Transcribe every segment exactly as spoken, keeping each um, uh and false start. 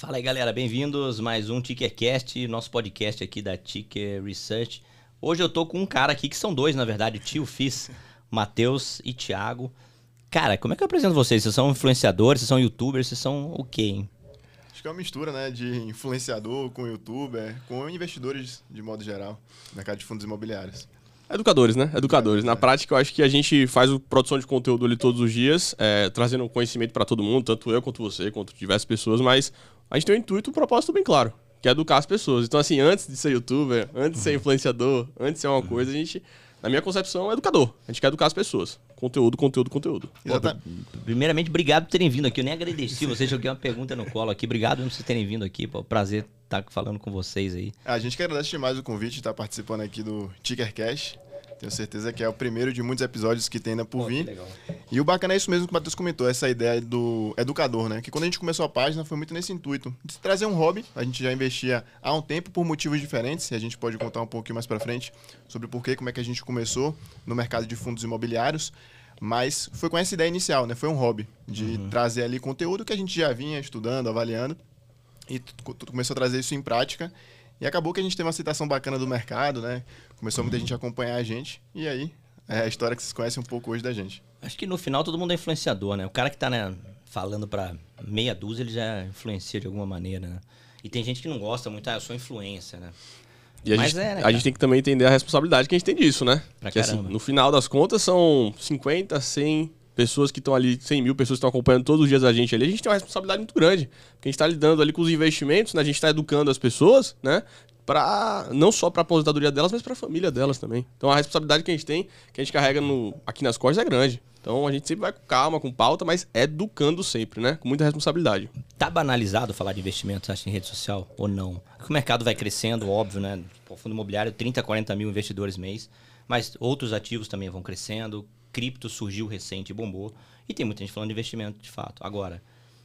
Fala aí, galera, bem-vindos a mais um TickerCast, nosso podcast aqui da Ticker Research. Hoje eu tô com um cara aqui, que são dois, na verdade, Tio Fiz, Matheus e Thiago. Cara, como é que eu apresento vocês? Vocês são influenciadores, vocês são youtubers, vocês são o quê, hein? Acho que é uma mistura, né, de influenciador com youtuber, com investidores de modo geral, no mercado de fundos imobiliários. Educadores, né? Educadores. Na prática, eu acho que a gente faz a produção de conteúdo ali todos os dias, é, trazendo conhecimento para todo mundo, tanto eu quanto você, quanto diversas pessoas, mas a gente tem um intuito, um propósito bem claro, que é educar as pessoas. Então, assim, antes de ser youtuber, antes de ser influenciador, antes de ser uma coisa, a gente, na minha concepção, é educador. A gente quer educar as pessoas. Conteúdo, conteúdo, conteúdo. Pô, primeiramente, obrigado por terem vindo aqui. Eu nem agradeci vocês, joguei uma pergunta no colo aqui. Obrigado por vocês terem vindo aqui. Pô, prazer estar falando com vocês aí. A gente que agradece demais o convite de estar participando aqui do TickerCast. Tenho certeza que é o primeiro de muitos episódios que tem ainda por Pô, vir. legal. E o bacana é isso mesmo que o Matheus comentou, essa ideia do educador, né? Que quando a gente começou a página foi muito nesse intuito de trazer um hobby. A gente já investia há um tempo por motivos diferentes, e a gente pode contar um pouquinho mais pra frente sobre o porquê, como é que a gente começou no mercado de fundos imobiliários. Mas foi com essa ideia inicial, né? Foi um hobby de uhum. trazer ali conteúdo que a gente já vinha estudando, avaliando, e tu, tu começou a trazer isso em prática. E acabou que a gente teve uma aceitação bacana do mercado, né? Começou muita gente a acompanhar a gente. E aí, é a história que vocês conhecem um pouco hoje da gente. Acho que no final todo mundo é influenciador, né? O cara que tá, né, falando pra meia dúzia, ele já influencia de alguma maneira, né? E tem gente que não gosta muito, ah, eu sou influência, né? E a, Mas gente, é, né, a gente tem que também entender a responsabilidade que a gente tem disso, né? Pra que caramba. assim, no final das contas são cinquenta, cem pessoas que estão ali, cem mil pessoas que estão acompanhando todos os dias a gente ali. A gente tem uma responsabilidade muito grande. Porque a gente está lidando ali com os investimentos, né? A gente está educando as pessoas, né? Pra, não só para a aposentadoria delas, mas para a família delas também. Então a responsabilidade que a gente tem, que a gente carrega no, aqui nas costas é grande. Então a gente sempre vai com calma, com pauta, mas educando sempre, né? Com muita responsabilidade. Tá banalizado falar de investimentos, acha, em rede social ou não? Porque o mercado vai crescendo, óbvio, né? O fundo imobiliário, trinta, quarenta mil investidores mês, mas outros ativos também vão crescendo. Cripto surgiu recente e bombou. E tem muita gente falando de investimento, de fato. Agora,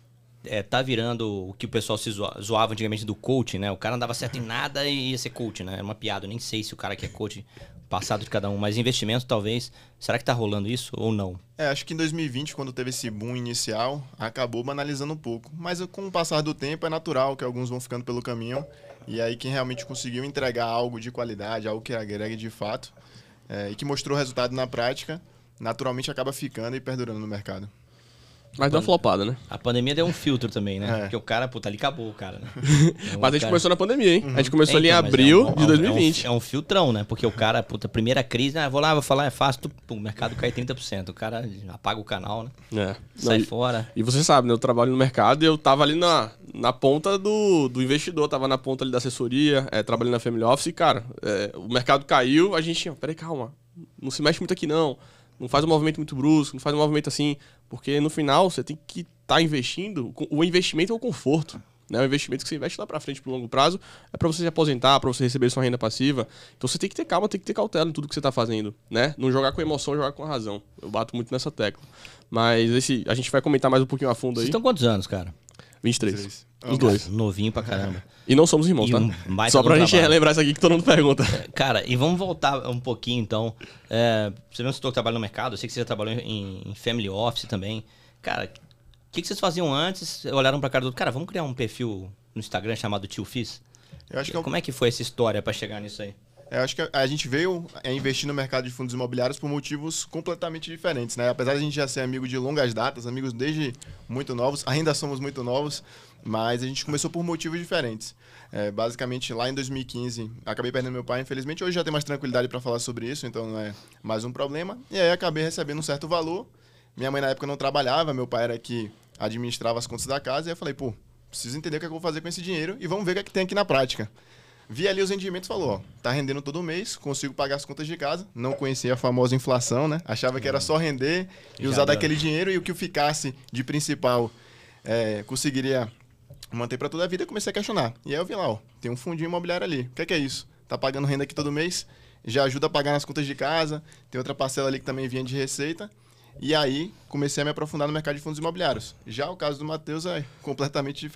é, tá virando o que o pessoal se zoava antigamente do coaching, né? O cara não dava certo em nada e ia ser coach, né? Era uma piada. Eu nem sei se o cara que é coach, passado de cada um. Mas investimento, talvez. Será que tá rolando isso ou não? É, acho que em dois mil e vinte, quando teve esse boom inicial, acabou banalizando um pouco. Mas com o passar do tempo, é natural que alguns vão ficando pelo caminho. E aí quem realmente conseguiu entregar algo de qualidade, algo que agregue de fato, é, e que mostrou resultado na prática, naturalmente acaba ficando e perdurando no mercado. Mas deu uma flopada, né? A pandemia deu um filtro também, né? É. Porque o cara, puta, ali acabou o cara, né? É mas a gente cara... começou na pandemia, hein? Uhum. A gente começou é, ali em então, abril é um, de dois mil e vinte. É um, é um filtrão, né? Porque o cara, puta, primeira crise, ah, vou lá, vou falar, é fácil, tu, pô, o mercado cai trinta por cento. O cara apaga o canal, né? É. Sai Não, e, fora. E você sabe, né? Eu trabalho no mercado e eu tava ali na, na ponta do, do investidor, tava na ponta ali da assessoria, é, trabalhando na Family Office e, cara, é, o mercado caiu, a gente, peraí, calma, não se mexe muito aqui não. Não faz um movimento muito brusco, não faz um movimento assim, porque no final você tem que estar tá investindo. O investimento é o conforto, né? O investimento que você investe lá para frente, pro longo prazo, é para você se aposentar, para você receber sua renda passiva. Então você tem que ter calma, tem que ter cautela em tudo que você está fazendo, né? Não jogar com emoção, jogar com a razão. Eu bato muito nessa tecla. Mas esse, a gente vai comentar mais um pouquinho a fundo aí. Vocês estão quantos anos, cara? vinte e três. Os dois. Novinho pra caramba. E não somos irmãos, E tá? um baita Só pra do gente trabalho. relembrar isso aqui que todo mundo pergunta. Cara, e vamos voltar um pouquinho, então. É, você mesmo citou que trabalha no mercado, eu sei que você já trabalhou em, em Family Office também. Cara, o que, que vocês faziam antes? Olharam pra cara do outro, cara, vamos criar um perfil no Instagram chamado Tio Fiz? Eu acho que é um... Como é que foi essa história pra chegar nisso aí? Eu acho que a gente veio a investir no mercado de fundos imobiliários por motivos completamente diferentes, né? Apesar de a gente já ser amigo de longas datas, amigos desde muito novos, ainda somos muito novos, mas a gente começou por motivos diferentes. É, basicamente, lá em dois mil e quinze, acabei perdendo meu pai, infelizmente. Hoje já tenho mais tranquilidade para falar sobre isso, então não é mais um problema. E aí acabei recebendo um certo valor. Minha mãe na época não trabalhava, meu pai era que administrava as contas da casa, e eu falei, pô, preciso entender o que, é que eu vou fazer com esse dinheiro e vamos ver o que, é que tem aqui na prática. Vi ali os rendimentos e falou, ó, tá rendendo todo mês, consigo pagar as contas de casa. Não conhecia a famosa inflação, né? Achava que era só render e Já usar deu. daquele dinheiro e o que ficasse de principal é, conseguiria manter para toda a vida. Comecei a questionar. E aí eu vi lá, ó, tem um fundinho imobiliário ali. O que é, que é isso? Tá pagando renda aqui todo mês, já ajuda a pagar nas contas de casa, tem outra parcela ali que também vinha de receita. E aí comecei a me aprofundar no mercado de fundos imobiliários. Já o caso do Matheus é completamente diferente.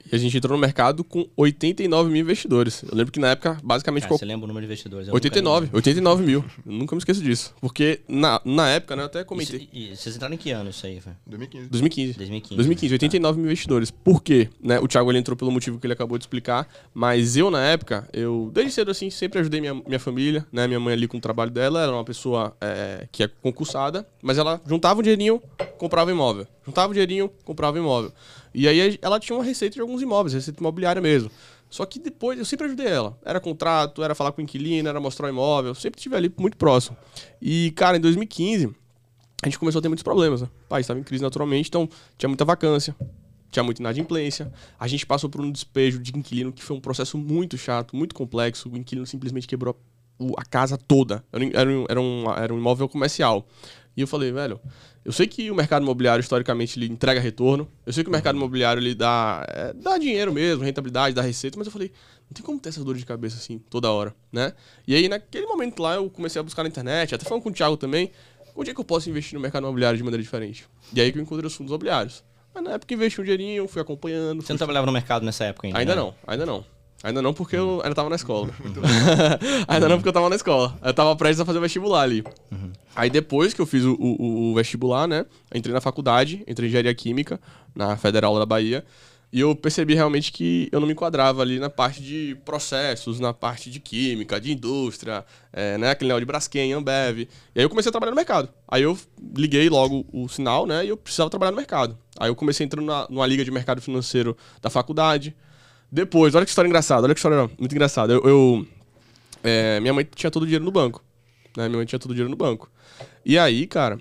E a gente entrou no mercado com oitenta e nove mil investidores. Eu lembro que na época, basicamente... Cara, qual... você lembra o número de investidores? Eu oitenta e nove, oitenta e nove mil. Eu nunca me esqueço disso. Porque na, na época, né, eu até comentei. E, e vocês entraram em que ano isso aí, velho? dois mil e quinze. dois mil e quinze. dois mil e quinze. dois mil e quinze, oitenta e nove mil investidores. Por quê? Né? O Thiago ele entrou pelo motivo que ele acabou de explicar, mas eu, na época, eu, desde cedo assim, sempre ajudei minha, minha família, né? Minha mãe ali com o trabalho dela, ela era uma pessoa é, que é concursada, mas ela juntava um dinheirinho, comprava imóvel. Juntava um dinheirinho, comprava imóvel. E aí ela tinha uma receita de alguns imóveis, receita imobiliária mesmo. Só que depois eu sempre ajudei ela. Era contrato, era falar com o inquilino, era mostrar o imóvel. Sempre estive ali muito próximo. E, cara, em dois mil e quinze, a gente começou a ter muitos problemas, né? O país estava em crise naturalmente, então tinha muita vacância, tinha muita inadimplência. A gente passou por um despejo de inquilino que foi um processo muito chato, muito complexo. O inquilino simplesmente quebrou a casa toda. Era um, era um, era um imóvel comercial. E eu falei, velho, eu sei que o mercado imobiliário, historicamente, ele entrega retorno. Eu sei que o mercado imobiliário, ele dá, é, dá dinheiro mesmo, rentabilidade, dá receita. Mas eu falei, não tem como ter essa dor de cabeça assim, toda hora, né? E aí, naquele momento lá, eu comecei a buscar na internet, até falando com o Thiago também, onde é que eu posso investir no mercado imobiliário de maneira diferente? E aí que eu encontrei os fundos imobiliários. Mas na época, investi um dinheirinho, fui acompanhando. Você fui... não trabalhava no mercado nessa época ainda? Ainda né? não, ainda não. Ainda não, porque eu ainda tava na escola. Ainda não, porque eu tava na escola. Eu tava prestes a fazer o vestibular ali. Uhum. Aí depois que eu fiz o, o, o vestibular, né? Entrei na faculdade, entrei em engenharia química, na Federal da Bahia. E eu percebi realmente que eu não me enquadrava ali na parte de processos, na parte de química, de indústria, é, né? Aquele negócio de Braskem, Ambev. E aí eu comecei a trabalhar no mercado. Aí eu liguei logo o sinal, né? E eu precisava trabalhar no mercado. Aí eu comecei entrando na, numa liga de mercado financeiro da faculdade. Depois, olha que história engraçada, olha que história muito engraçada. Eu, eu é, minha mãe tinha todo o dinheiro no banco, né? Minha mãe tinha todo o dinheiro no banco. E aí, cara,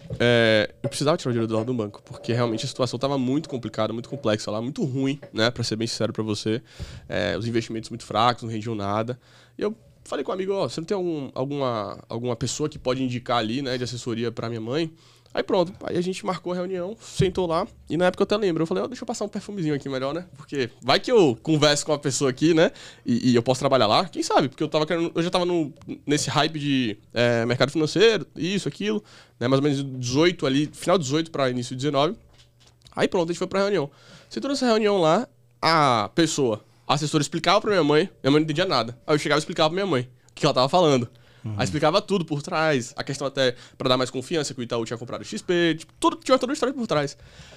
é, eu precisava tirar o dinheiro do lado do banco, porque realmente a situação estava muito complicada, muito complexa lá, muito ruim, né? Pra ser bem sincero pra você. É, os investimentos muito fracos, não rendiam nada. E eu falei com o amigo, ó, você não tem algum, alguma, alguma pessoa que pode indicar ali, né, de assessoria pra minha mãe? Aí pronto, aí a gente marcou a reunião, sentou lá, e na época eu até lembro, eu falei, ó, deixa eu passar um perfumezinho aqui melhor, né? Porque vai que eu converso com uma pessoa aqui, né? E, e eu posso trabalhar lá, quem sabe? Porque eu, tava querendo, eu já tava no, nesse hype de é, mercado financeiro, isso, aquilo, né? Mais ou menos dezoito ali, final dezoito para início dezenove. Aí pronto, a gente foi pra reunião. Sentou nessa reunião lá, a pessoa, a assessora explicava pra minha mãe, minha mãe não entendia nada. Aí eu chegava e explicava pra minha mãe o que ela tava falando. Uhum. Aí explicava tudo por trás, a questão até pra dar mais confiança, que o Itaú tinha comprado o X P, tipo, tudo, tinha toda a história por trás.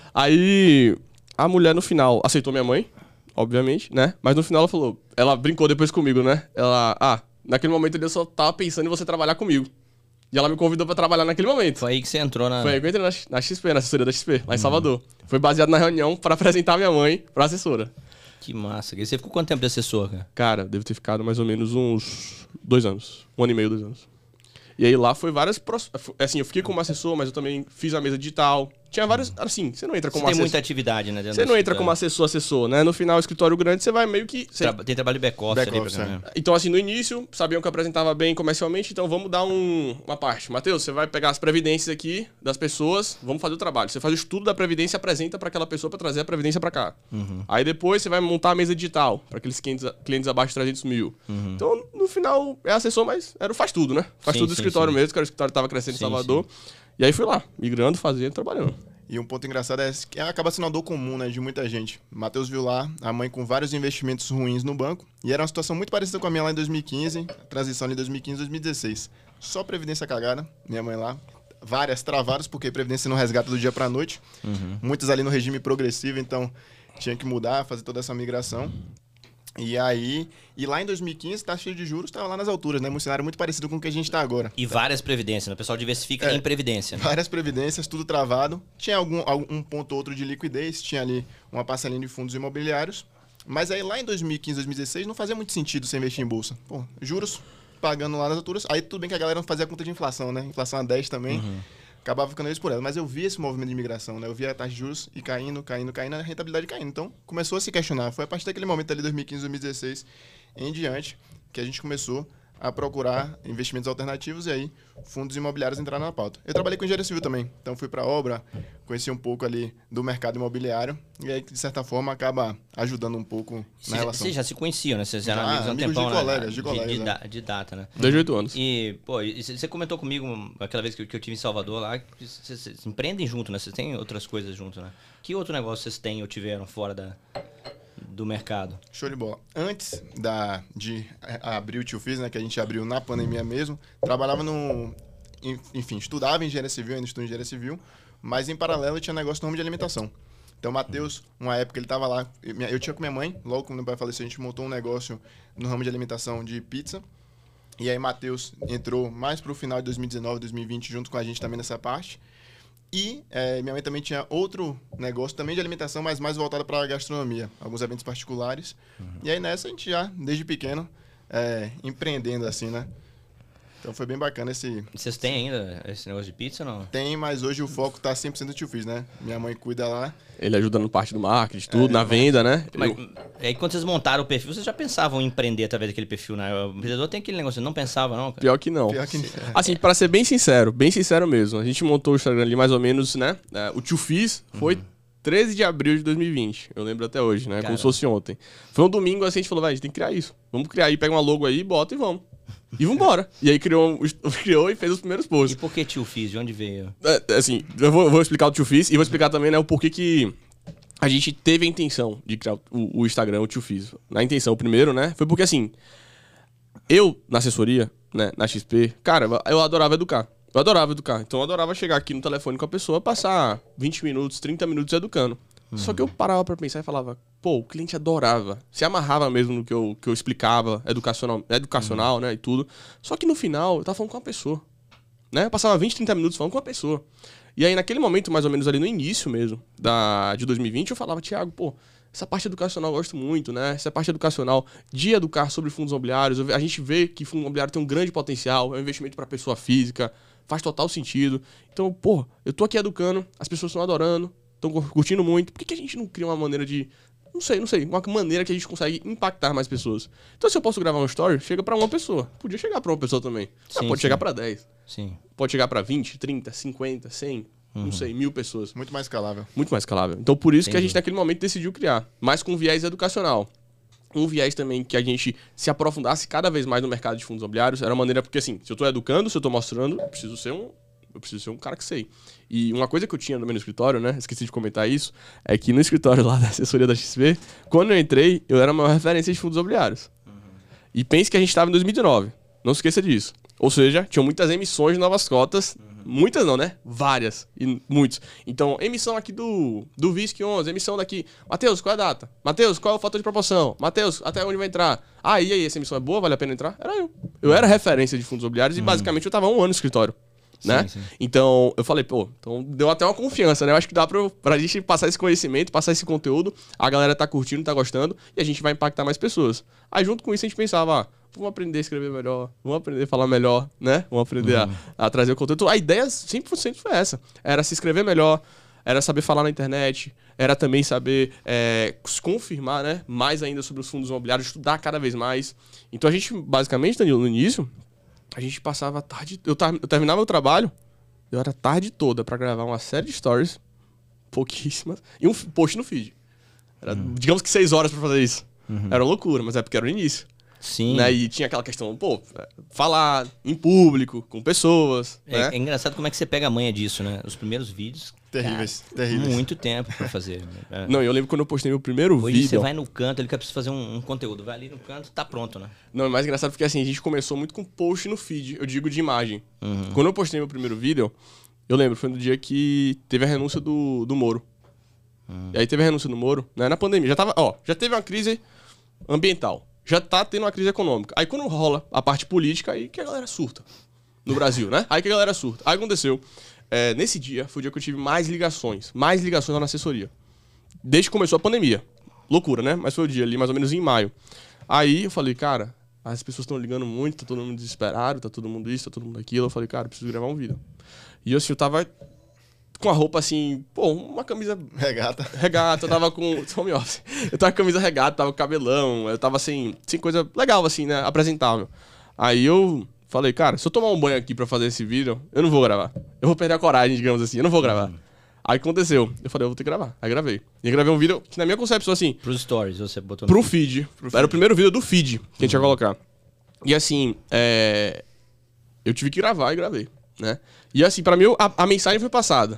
Aí a mulher no final aceitou minha mãe, obviamente, né? Mas no final ela falou, ela brincou depois comigo, né? Ela, ah, naquele momento eu só tava pensando em você trabalhar comigo. E ela me convidou pra trabalhar naquele momento. Foi aí que você entrou na... Foi aí que eu entrei na, na X P, na assessoria da X P, lá em Salvador. Uhum. Foi baseado na reunião pra apresentar minha mãe pra assessora. Que massa. E você ficou quanto tempo de assessor, cara? Cara, devo ter ficado mais ou menos uns dois anos. Um ano e meio, dois anos. E aí lá foi várias... Assim, eu fiquei como assessor, mas eu também fiz a mesa digital. Tinha vários... Assim, você não entra como você assessor... tem muita atividade, né? Você não entra como assessor, assessor, né? No final, o escritório grande, você vai meio que... Você... Tra... Tem trabalho de back-office Back ali. Pra... é. Então, assim, no início, sabiam que eu apresentava bem comercialmente, então vamos dar um... uma parte. Matheus, você vai pegar as previdências aqui das pessoas, vamos fazer o trabalho. Você faz o estudo da previdência e apresenta para aquela pessoa para trazer a previdência para cá. Uhum. Aí depois você vai montar a mesa digital para aqueles clientes, clientes abaixo de trezentos mil. Uhum. Então, no final, é assessor, mas era o faz tudo, né? Faz sim, tudo do sim, escritório sim. mesmo, que o escritório estava crescendo sim, em Salvador. Sim. E aí fui lá, migrando, fazendo, trabalhando. E um ponto engraçado é que acaba sendo uma dor comum, né, de muita gente. Matheus viu lá a mãe com vários investimentos ruins no banco, e era uma situação muito parecida com a minha lá em dois mil e quinze, transição ali em dois mil e quinze, dois mil e dezesseis. Só previdência cagada, minha mãe lá, várias travadas, porque previdência não resgata do dia para a noite. Uhum. Muitas ali no regime progressivo, então tinha que mudar, fazer toda essa migração. E aí, e lá em dois mil e quinze, taxa de juros estava lá nas alturas, né? Um cenário muito parecido com o que a gente está agora. E várias previdências, né? O pessoal diversifica é, em previdência. Né? Várias previdências, tudo travado. Tinha algum, algum ponto ou outro de liquidez, tinha ali uma parcelinha de fundos imobiliários. Mas aí lá em dois mil e quinze, dois mil e dezesseis, não fazia muito sentido você investir em bolsa. Pô, juros pagando lá nas alturas. Aí tudo bem que a galera não fazia conta de inflação, né? Inflação a dez também. Uhum. Acabava ficando eles por ela. Mas eu vi esse movimento de imigração, né? Eu vi a taxa de juros e caindo, caindo, caindo, a rentabilidade caindo. Então, começou a se questionar. Foi a partir daquele momento ali, dois mil e quinze, dois mil e dezesseis, em diante, que a gente começou a procurar investimentos alternativos e aí fundos imobiliários entraram na pauta. Eu trabalhei com engenharia civil também. Então, fui para a obra, conheci um pouco ali do mercado imobiliário e aí, de certa forma, acaba ajudando um pouco na Cê, relação. Vocês já se conheciam, né? Vocês já eram ah, amigos há um amigos tempão, de colegas, né? de colegas, de, de, né? de data, né? dezoito anos. E, pô, você comentou comigo aquela vez que eu, que eu tive em Salvador lá, que vocês empreendem junto, né? Vocês têm outras coisas junto, né? Que outro negócio vocês têm ou tiveram fora da, do mercado? Show de bola. Antes da, de abrir o Tio Fiz, né, que a gente abriu na pandemia mesmo, trabalhava no... Enfim, estudava engenharia civil, ainda estudo engenharia civil, mas em paralelo eu tinha negócio no ramo de alimentação. Então, o Matheus, uma época, ele estava lá, eu tinha com minha mãe, logo quando meu pai faleceu, a gente montou um negócio no ramo de alimentação de pizza. E aí, Matheus entrou mais para o final de dois mil e dezenove, dois mil e vinte, junto com a gente também nessa parte. E é, minha mãe também tinha outro negócio também de alimentação, mas mais voltado para a gastronomia, alguns eventos particulares. Uhum. E aí, nessa, a gente já, desde pequeno, é, empreendendo assim, né? Então foi bem bacana esse... Vocês têm ainda esse negócio de pizza ou não? Tem, mas hoje o foco tá cem por cento do Tio Fiz, né? Minha mãe cuida lá. Ele ajuda na parte do marketing, tudo, é, na venda, né? Mas, Eu... aí quando vocês montaram o perfil, vocês já pensavam em empreender através daquele perfil, né? O empreendedor tem aquele negócio, não pensava não, cara? Pior que não. Pior que... Assim, pra ser bem sincero, bem sincero mesmo, a gente montou o Instagram ali mais ou menos, né? O Tio Fiz foi... Uhum. treze de abril de dois mil e vinte. Eu lembro até hoje, né? Caramba. Como se fosse ontem. Foi um domingo assim, a gente falou, vai, a gente tem que criar isso. Vamos criar aí, pega uma logo aí, bota e vamos. E vambora. E aí criou, criou e fez os primeiros posts. E por que Tio Fiz? De onde veio? É, assim, eu vou, vou explicar o Tio Fiz e vou explicar também, né, o porquê que a gente teve a intenção de criar o, o Instagram, o Tio Fiz. Na intenção, primeiro, né, foi porque assim, eu, na assessoria, né, na X P, cara, eu adorava educar. Eu adorava educar. Então eu adorava chegar aqui no telefone com a pessoa, passar vinte minutos, trinta minutos educando. Uhum. Só que eu parava pra pensar e falava, pô, o cliente adorava. Se amarrava mesmo no que eu, que eu explicava, educacional, educacional, uhum. né, e tudo. Só que no final, eu tava falando com uma pessoa. Né? Eu passava vinte, trinta minutos falando com uma pessoa. E aí, naquele momento, mais ou menos ali no início mesmo, da, de dois mil e vinte, eu falava, Thiago, pô, essa parte educacional eu gosto muito, né? Essa parte educacional de educar sobre fundos imobiliários. A gente vê que fundo imobiliário tem um grande potencial, é um investimento para pessoa física, faz total sentido. Então, pô, eu tô aqui educando, as pessoas estão adorando, estão curtindo muito. Por que, que a gente não cria uma maneira de... Não sei, não sei. Uma maneira que a gente consegue impactar mais pessoas. Então, se eu posso gravar um story, chega pra uma pessoa. Podia chegar pra uma pessoa também. Sim, ah, pode sim. chegar pra dez. Sim. Pode chegar pra vinte, trinta, cinquenta, cem, uhum. não sei, mil pessoas. Muito mais escalável. Muito mais escalável. Então, por isso Entendi. que a gente, naquele momento, decidiu criar. Mas com viés educacional. Um viés também que a gente se aprofundasse cada vez mais no mercado de fundos imobiliários. Era uma maneira, porque assim, se eu tô educando, se eu tô mostrando, eu preciso ser um... Eu preciso ser um cara que sei. E uma coisa que eu tinha também no escritório, né? Esqueci de comentar isso. É que no escritório lá da assessoria da X P, quando eu entrei, eu era a maior referência de fundos imobiliários. Uhum. E pense que a gente estava em dois mil e dezenove. Não se esqueça disso. Ou seja, tinham muitas emissões de novas cotas. Uhum. Muitas não, né? Várias. E muitos. Então, emissão aqui do, do V I S C onze, emissão daqui. Matheus, qual é a data? Matheus, qual é o fator de proporção? Matheus, até onde vai entrar? Ah, e aí, essa emissão é boa? Vale a pena entrar? Era eu. Eu era referência de fundos imobiliários uhum. e basicamente eu estava um ano no escritório. Né? Sim, sim. Então, eu falei, pô, então deu até uma confiança, né? Eu acho que dá pra, pra gente passar esse conhecimento, passar esse conteúdo, a galera tá curtindo, tá gostando, e a gente vai impactar mais pessoas. Aí, junto com isso, a gente pensava, ah, vamos aprender a escrever melhor, vamos aprender a falar melhor, né? Vamos aprender uhum. a, a trazer o conteúdo. A ideia cem por cento foi essa. Era se escrever melhor, era saber falar na internet, era também saber é, confirmar, né? Mais ainda sobre os fundos imobiliários, estudar cada vez mais. Então, a gente, basicamente, Danilo, no início... A gente passava a tarde... Eu, tar, eu terminava o trabalho, eu era a tarde toda pra gravar uma série de stories, pouquíssimas, e um post no feed. Era, uhum. digamos que seis horas pra fazer isso. Uhum. Era uma loucura, mas é porque era o início. Sim. Né? E tinha aquela questão, pô, falar em público, com pessoas. É, né? é engraçado como é que você pega a manha disso, né? Os primeiros vídeos... Terríveis, cara, terríveis. Muito tempo pra fazer. É. Não, eu lembro quando eu postei meu primeiro Hoje vídeo... você vai no canto, ele quer precisar fazer um, um conteúdo. Vai ali no canto, tá pronto, né? Não, é mais engraçado porque assim, a gente começou muito com post no feed, eu digo de imagem. Uhum. Quando eu postei meu primeiro vídeo, eu lembro, foi no dia que teve a renúncia do, do Moro. Uhum. E aí teve a renúncia do Moro, né? Na pandemia. Já tava, ó, já teve uma crise ambiental. Já tá tendo uma crise econômica. Aí quando rola a parte política, aí que a galera surta. No Brasil, né? Aí que a galera surta. Aí aconteceu... É, nesse dia, foi o dia que eu tive mais ligações. Mais ligações lá na assessoria. Desde que começou a pandemia. Loucura, né? Mas foi o dia ali, mais ou menos em maio. Aí eu falei, cara, as pessoas estão ligando muito, tá todo mundo desesperado, tá todo mundo isso, tá todo mundo aquilo. Eu falei, cara, eu preciso gravar um vídeo. E assim, eu tava com a roupa assim, pô, uma camisa... Regata. Regata, eu tava com... Home office. Eu tava com camisa regata, tava com cabelão, eu tava assim, sem coisa legal assim, né? Apresentável. Aí eu... Falei, cara, se eu tomar um banho aqui pra fazer esse vídeo, eu não vou gravar. Eu vou perder a coragem, digamos assim, eu não vou gravar. Hum. Aí aconteceu. Eu falei, eu vou ter que gravar. Aí gravei. E gravei um vídeo que na minha concepção, assim... Pros stories, você botou no Pro feed. feed. Pro feed. Era o primeiro vídeo do feed que a gente ia colocar. E assim, é... eu tive que gravar e gravei, né? E assim, pra mim, a, a mensagem foi passada.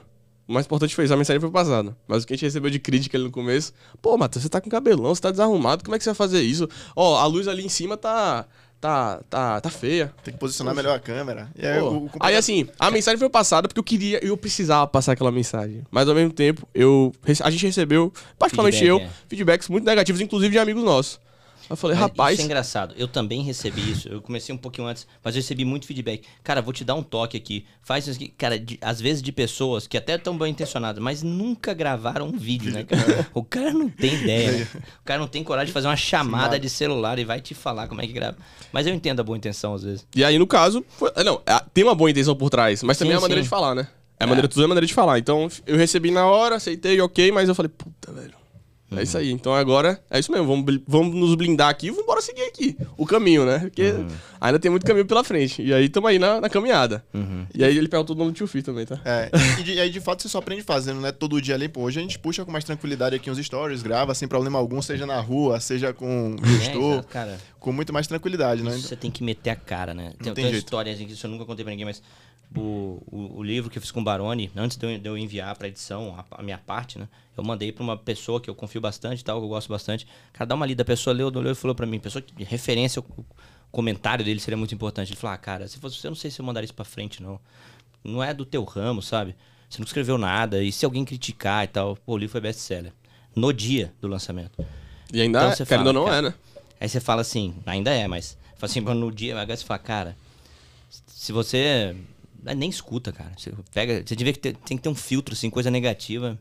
O mais importante foi isso, a mensagem foi passada. Mas o que a gente recebeu de crítica ali no começo, pô, Matheus, você tá com cabelão, você tá desarrumado, como é que você vai fazer isso? Ó, a luz ali em cima tá... Tá, tá, tá feia. Tem que posicionar Poxa. melhor a câmera. E aí, o, o aí, assim, a mensagem foi passada porque eu queria, eu precisava passar aquela mensagem. Mas ao mesmo tempo, eu, a gente recebeu, particularmente feedback, eu, é. feedbacks muito negativos, inclusive de amigos nossos. Eu falei, mas rapaz... Isso é engraçado. Eu também recebi isso. Eu comecei um pouquinho antes, mas eu recebi muito feedback. Cara, vou te dar um toque aqui. Faz isso aqui. Cara, de, às vezes de pessoas que até estão bem intencionadas, mas nunca gravaram um vídeo, né, cara? O cara não tem ideia. Né? O cara não tem coragem de fazer uma chamada Sim, de celular e vai te falar como é que grava. Mas eu entendo a boa intenção, às vezes. E aí, no caso... Foi, não, tem uma boa intenção por trás, mas também sim, é a maneira sim. de falar, né? É a maneira, é. tudo é a maneira de falar. Então, eu recebi na hora, aceitei, ok, mas eu falei, puta, velho. É isso aí. Então agora é isso mesmo. Vamos, vamos nos blindar aqui e vamos embora seguir aqui o caminho, né? Porque uhum. ainda tem muito caminho pela frente. E aí estamos aí na, na caminhada. Uhum. E aí ele perguntou o nome do tio Fih também, tá? É. E, de, e aí de fato você só aprende fazendo, né? Todo dia ali. Pô, hoje a gente puxa com mais tranquilidade aqui uns stories, grava sem problema algum, seja na rua, seja com o gestor. É, cara, com muito mais tranquilidade, né? Você tem que meter a cara, né? Tem, tem, tem jeito. histórias que isso eu nunca contei pra ninguém, mas o, o, o livro que eu fiz com o Baroni, antes de eu, de eu enviar pra edição, a, a minha parte, né? Eu mandei pra uma pessoa que eu confio bastante, tal, que eu gosto bastante. Cara, dá uma lida. A pessoa leu, leu e falou pra mim, pessoa de referência, o comentário dele seria muito importante. Ele falou, ah, cara, se fosse, eu não sei se eu mandaria isso pra frente, não. Não é do teu ramo, sabe? Você não escreveu nada. E se alguém criticar e tal? Pô, o livro foi best-seller. No dia do lançamento. E ainda, então, você fala, não cara, é, né? Aí você fala assim, ainda é, mas... Fala assim, no dia, agora você fala, cara, se você... Nem escuta, cara. Você pega... Você devia ter, tem que ter um filtro, assim, coisa negativa...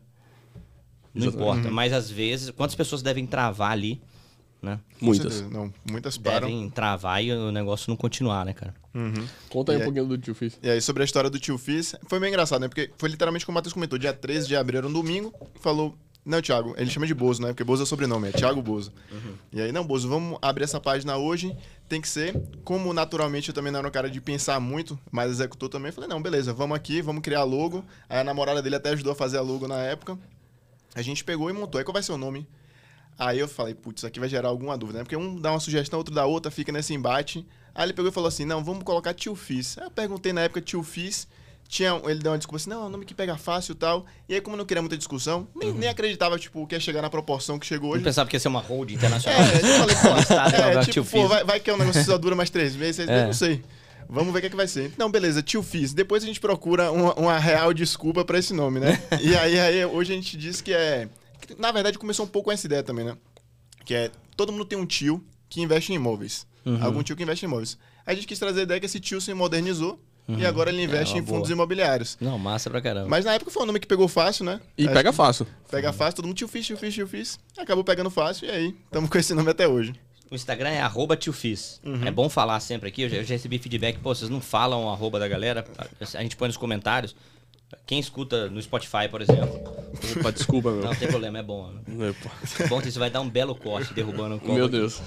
Não importa, uhum. mas às vezes, quantas pessoas devem travar ali, né? Muitas. Não, muitas param. Devem travar e o negócio não continuar, né, cara? Uhum. Conta aí e um pouquinho do tio Fih. E aí, sobre a história do tio Fih, foi meio engraçado, né? Porque foi literalmente como o Matheus comentou, dia treze de abril era um domingo, falou, não, Thiago, ele chama de Bozo, né? Porque Bozo é o sobrenome, é Thiago Bozo. Uhum. E aí, não, Bozo, vamos abrir essa página hoje, tem que ser. Como naturalmente eu também não era um cara de pensar muito, mas executor também, falei, não, beleza, vamos aqui, vamos criar logo. Aí a namorada dele até ajudou a fazer a logo na época. A gente pegou e montou. Aí qual vai ser o nome? Aí eu falei, putz, isso aqui vai gerar alguma dúvida, né? Porque um dá uma sugestão, outro dá outra, fica nesse embate. Aí ele pegou e falou assim, não, vamos colocar Tio Fih. Aí eu perguntei na época, Tio Fih, tinha, ele deu uma desculpa assim, não, é um nome que pega fácil e tal. E aí, como eu não queria muita discussão, nem, uhum. nem acreditava, tipo, que ia chegar na proporção que chegou hoje. Não pensava que ia ser uma hold internacional. É, eu falei, pô, é, tipo, pô, vai, vai que é um negócio que só dura mais três meses, seis meses, é. não sei. Vamos ver o que, é que vai ser. Não, beleza, Tio Fih. Depois a gente procura uma, uma real desculpa pra esse nome, né? E aí, aí, hoje a gente diz que é... Na verdade, começou um pouco com essa ideia também, né? Que é, todo mundo tem um tio que investe em imóveis. Uhum. Algum tio que investe em imóveis. Aí a gente quis trazer a ideia que esse tio se modernizou uhum. e agora ele investe é em fundos boa. imobiliários. Não, massa pra caramba. Mas na época foi um nome que pegou fácil, né? E Acho pega fácil. Pega fácil, todo mundo tio Fih, tio Fih, tio Fih. Acabou pegando fácil e aí, estamos com esse nome até hoje. O Instagram é arroba tio Fih. Uhum. É bom falar sempre aqui, eu já, eu já recebi feedback, pô, vocês não falam o arroba da galera, a gente põe nos comentários. Quem escuta no Spotify, por exemplo. Opa, desculpa, meu. Não, não tem problema, é bom. É bom que você vai dar um belo corte derrubando o copo. Meu Deus.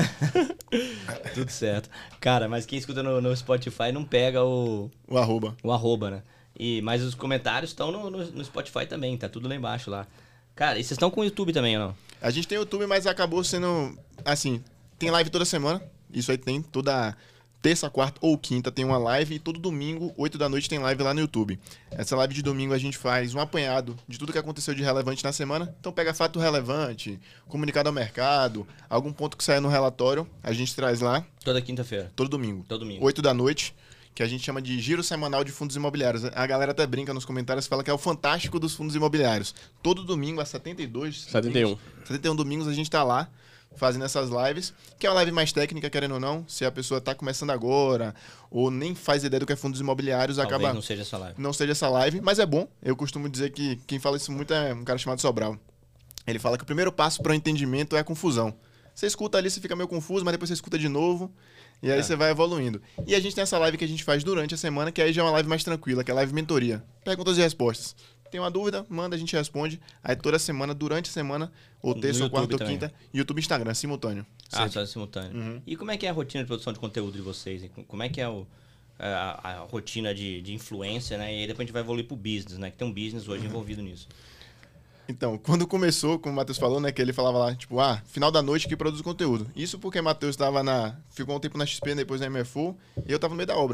Tudo certo. Cara, mas quem escuta no, no Spotify não pega o... O arroba. O arroba, né? E, mas os comentários estão no, no, no Spotify também, tá tudo lá embaixo lá. Cara, e vocês estão com o YouTube também ou não? A gente tem o YouTube, mas acabou sendo... Assim, tem live toda semana. Isso aí tem toda... Terça, quarta ou quinta tem uma live e todo domingo, oito da noite, tem live lá no YouTube. Essa live de domingo a gente faz um apanhado de tudo que aconteceu de relevante na semana. Então pega fato relevante, comunicado ao mercado, algum ponto que saia no relatório, a gente traz lá. Toda quinta-feira? Todo domingo. Todo domingo. oito da noite, que a gente chama de Giro Semanal de Fundos Imobiliários. A galera até brinca nos comentários, fala que é o fantástico dos fundos imobiliários. Todo domingo, às setenta e dois... setenta e um. setenta e um domingos a gente tá lá. Fazendo essas lives, que é uma live mais técnica, querendo ou não. Se a pessoa está começando agora ou nem faz ideia do que é fundos imobiliários, Talvez acaba... não seja essa live. Não seja essa live, mas é bom. Eu costumo dizer que quem fala isso muito é um cara chamado Sobral. Ele fala que o primeiro passo para o entendimento é a confusão. Você escuta ali, você fica meio confuso, mas depois você escuta de novo e aí é. você vai evoluindo. E a gente tem essa live que a gente faz durante a semana, que aí já é uma live mais tranquila, que é a live mentoria. Perguntas e respostas. Tem uma dúvida, manda, a gente responde. Aí toda semana, durante a semana, ou terça, ou quarta, ou quinta, YouTube e Instagram, simultâneo. Ah, sempre. Só simultâneo. Uhum. E como é que é a rotina de produção de conteúdo de vocês? Como é que é o, a, a rotina de, de influência, né? E aí depois a gente vai evoluir pro business, né? Que tem um business hoje uhum. envolvido nisso. Então, quando começou, como o Matheus falou, né? Que ele falava lá, tipo, ah, final da noite que produz conteúdo. Isso porque o Matheus estava na... Ficou um tempo na X P, depois na M F O, e eu estava no meio da obra.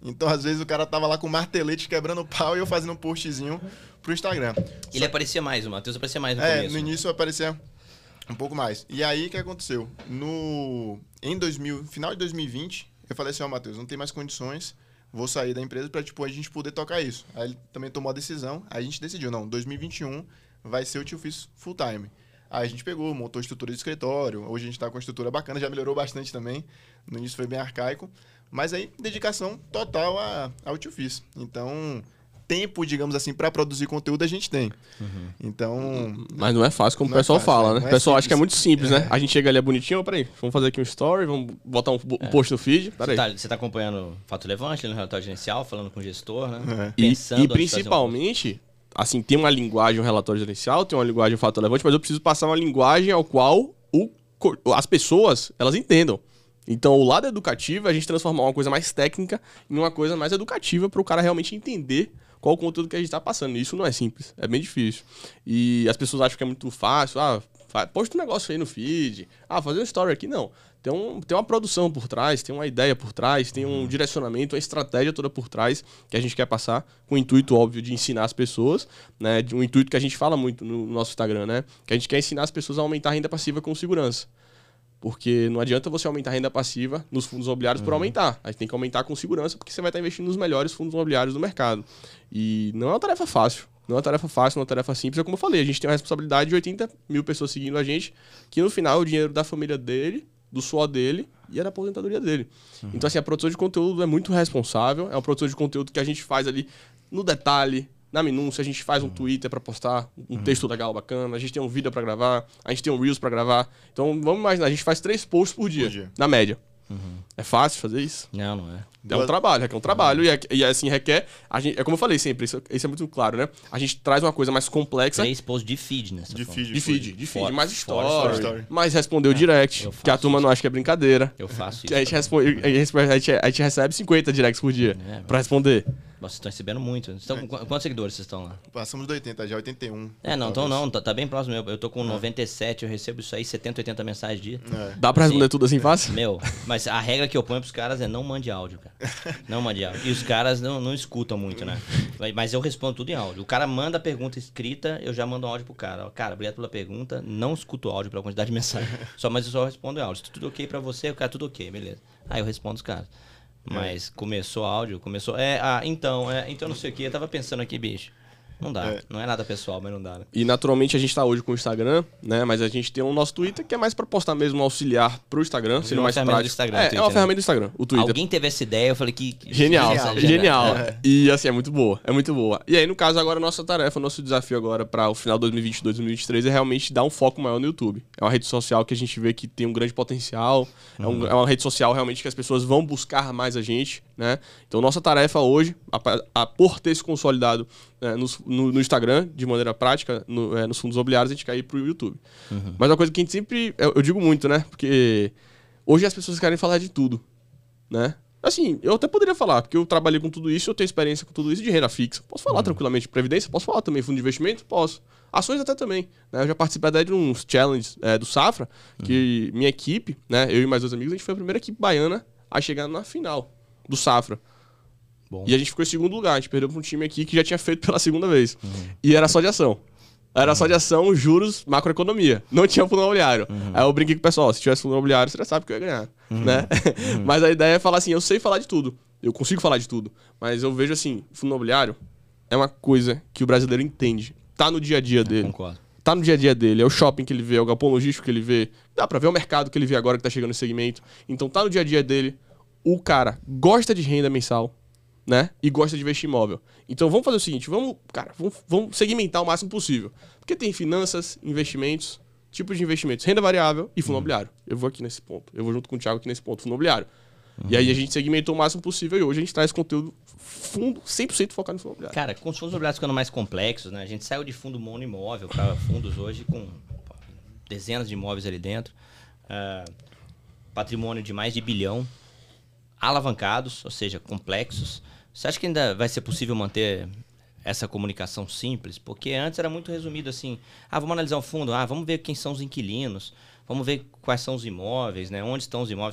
Então, às vezes, o cara tava lá com martelete quebrando pau e eu fazendo um postzinho pro Instagram. Ele Só... aparecia mais, o Matheus aparecia mais no é, começo. no início aparecia um pouco mais. E aí, o que aconteceu? No... Em dois mil, final de dois mil e vinte, eu falei assim, ó, oh, Matheus, não tem mais condições, vou sair da empresa pra, tipo, a gente poder tocar isso. Aí ele também tomou a decisão, aí a gente decidiu, não, dois mil e vinte e um vai ser o Tio Fiz full time. Aí a gente pegou, montou a estrutura de escritório, hoje a gente tá com uma estrutura bacana, já melhorou bastante também, no início foi bem arcaico, mas aí dedicação total a, ao Tio Fiz. Então, tempo, digamos assim, para produzir conteúdo a gente tem. Uhum. Então... Mas não é fácil como o não pessoal é fácil, fala, né? né? Não O pessoal é acha que é muito simples, é. né? A gente chega ali, é bonitinho, peraí, vamos fazer aqui um story, vamos botar um, um É. post no feed, peraí. Você tá, você tá acompanhando o Fato Levante no relatório gerencial, falando com o gestor, né? É. E, Pensando e antes de fazer um principalmente, assim, tem uma linguagem, um relatório gerencial, tem uma linguagem, um fato relevante, mas eu preciso passar uma linguagem ao qual o, as pessoas, elas entendam. Então, o lado educativo é a gente transformar uma coisa mais técnica em uma coisa mais educativa para o cara realmente entender qual o conteúdo que a gente está passando. E isso não é simples, é bem difícil. E as pessoas acham que é muito fácil, ah, posta um negócio aí no feed, ah, fazer um story aqui, não. Tem, um, tem uma produção por trás, tem uma ideia por trás, tem um direcionamento, uma estratégia toda por trás que a gente quer passar, com o intuito, óbvio, de ensinar as pessoas, né? De um intuito que a gente fala muito no nosso Instagram, né? Que a gente quer ensinar as pessoas a aumentar a renda passiva com segurança. Porque não adianta você aumentar a renda passiva nos fundos imobiliários uhum. por aumentar. A gente tem que aumentar com segurança porque você vai estar investindo nos melhores fundos imobiliários do mercado. E não é uma tarefa fácil. Não é uma tarefa fácil, não é uma tarefa simples. É como eu falei, a gente tem uma responsabilidade de oitenta mil pessoas seguindo a gente, que no final é o dinheiro da família dele, do suor dele e é da aposentadoria dele. Uhum. Então, assim, a produção de conteúdo é muito responsável. É uma produção de conteúdo que a gente faz ali no detalhe, na minúcia. A gente faz um Twitter para postar um uhum. texto legal, bacana. A gente tem um vídeo para gravar. A gente tem um Reels para gravar. Então, vamos imaginar, a gente faz três posts por dia, por dia. na média. Uhum. É fácil fazer isso? Não, não é. É um trabalho, é um trabalho. Uhum. E, é, e assim, requer... A gente, é como eu falei sempre, isso, isso é muito claro, né? A gente traz uma coisa mais complexa... Três posts de feed, né? De feed, de feed, de feed. For, mais story, story. story. Mais respondeu é, direct, que a turma isso. não acha que é brincadeira. Eu faço isso. A gente, responde, a, gente, a, gente, a gente recebe cinquenta directs por dia é, pra responder. Vocês estão recebendo muito. Estão, é. Quantos seguidores vocês estão lá? Passamos de oitenta, já oitenta e um. É, não, então não, tá, tá bem próximo. Eu, eu tô com é. noventa e sete, eu recebo isso aí, setenta, oitenta mensagens dia. É. Dá pra responder assim, tudo assim fácil? Meu, mas a regra que eu ponho pros caras é não mande áudio, cara. Não mande áudio. E os caras não, não escutam muito, né? Mas eu respondo tudo em áudio. O cara manda a pergunta escrita, eu já mando um áudio pro cara. Cara, obrigado pela pergunta, não escuto o áudio pela quantidade de mensagem. Só, mas eu só respondo em áudio. Se tudo ok pra você, o cara, tudo ok, beleza. Aí eu respondo os caras. Mas é. começou áudio, começou... É, ah, então, é, então não sei o que, eu tava pensando aqui, bicho. Não dá, é. não é nada pessoal, mas não dá, né? E naturalmente a gente tá hoje com o Instagram, né? Mas a gente tem o nosso Twitter, que é mais pra postar mesmo um auxiliar pro Instagram, sendo mais prático. Do Instagram, é, Twitter, é uma ferramenta do Instagram, o Twitter. Alguém teve essa ideia, eu falei que... Genial, genial. genial. É. E assim, é muito boa, é muito boa. E aí, no caso, agora a nossa tarefa, o nosso desafio agora para o final de dois mil e vinte e dois, dois mil e vinte e três é realmente dar um foco maior no YouTube. É uma rede social que a gente vê que tem um grande potencial, uhum. é, um, é uma rede social realmente que as pessoas vão buscar mais a gente, né? Então, nossa tarefa hoje, a, a, por ter se consolidado é, no, no, no Instagram, de maneira prática, no, é, nos fundos imobiliários, a gente cair pro YouTube. Uhum. Mas uma coisa que a gente sempre... Eu, eu digo muito, né? Porque hoje as pessoas querem falar de tudo, né? Assim, eu até poderia falar, porque eu trabalhei com tudo isso, eu tenho experiência com tudo isso de renda fixa. Posso falar uhum. tranquilamente de previdência? Posso falar também fundo de investimento? Posso. Ações até também. Né? Eu já participei até de uns challenges é, do Safra, que uhum. minha equipe, né? Eu e mais dois amigos, a gente foi a primeira equipe baiana a chegar na final do Safra. Bom. E a gente ficou em segundo lugar, a gente perdeu para um time aqui que já tinha feito pela segunda vez. Uhum. E era só de ação. Era uhum. só de ação, juros, macroeconomia. Não tinha fundo imobiliário. Uhum. Aí eu brinquei com o pessoal, se tivesse fundo imobiliário, você já sabe que eu ia ganhar. Uhum. Né? Uhum. Mas a ideia é falar assim, eu sei falar de tudo. Eu consigo falar de tudo. Mas eu vejo assim, fundo imobiliário é uma coisa que o brasileiro entende. Tá no dia a dia dele. Eu concordo. Tá no dia a dia dele. É o shopping que ele vê, é o galpão logístico que ele vê. Dá pra ver o mercado que ele vê agora que tá chegando no segmento. Então tá no dia a dia dele. O cara gosta de renda mensal, né? E gosta de investir em imóvel. Então vamos fazer o seguinte, vamos, cara, vamos, vamos segmentar o máximo possível. Porque tem finanças, investimentos, tipos de investimentos, renda variável e fundo imobiliário. Uhum. Eu vou aqui nesse ponto. Eu vou junto com o Thiago aqui nesse ponto, fundo imobiliário. Uhum. E aí a gente segmentou o máximo possível e hoje a gente traz conteúdo fundo, cem por cento focado no fundo imobiliário. Cara, com os fundos imobiliários ficando mais complexos, né? A gente saiu de fundo monoimóvel para fundos hoje com pô, dezenas de imóveis ali dentro. Uh, patrimônio de mais de bilhão. Alavancados, ou seja, complexos. Você acha que ainda vai ser possível manter essa comunicação simples? Porque antes era muito resumido assim, ah, vamos analisar o fundo, ah, vamos ver quem são os inquilinos, vamos ver quais são os imóveis, né? Onde estão os imóveis. Só que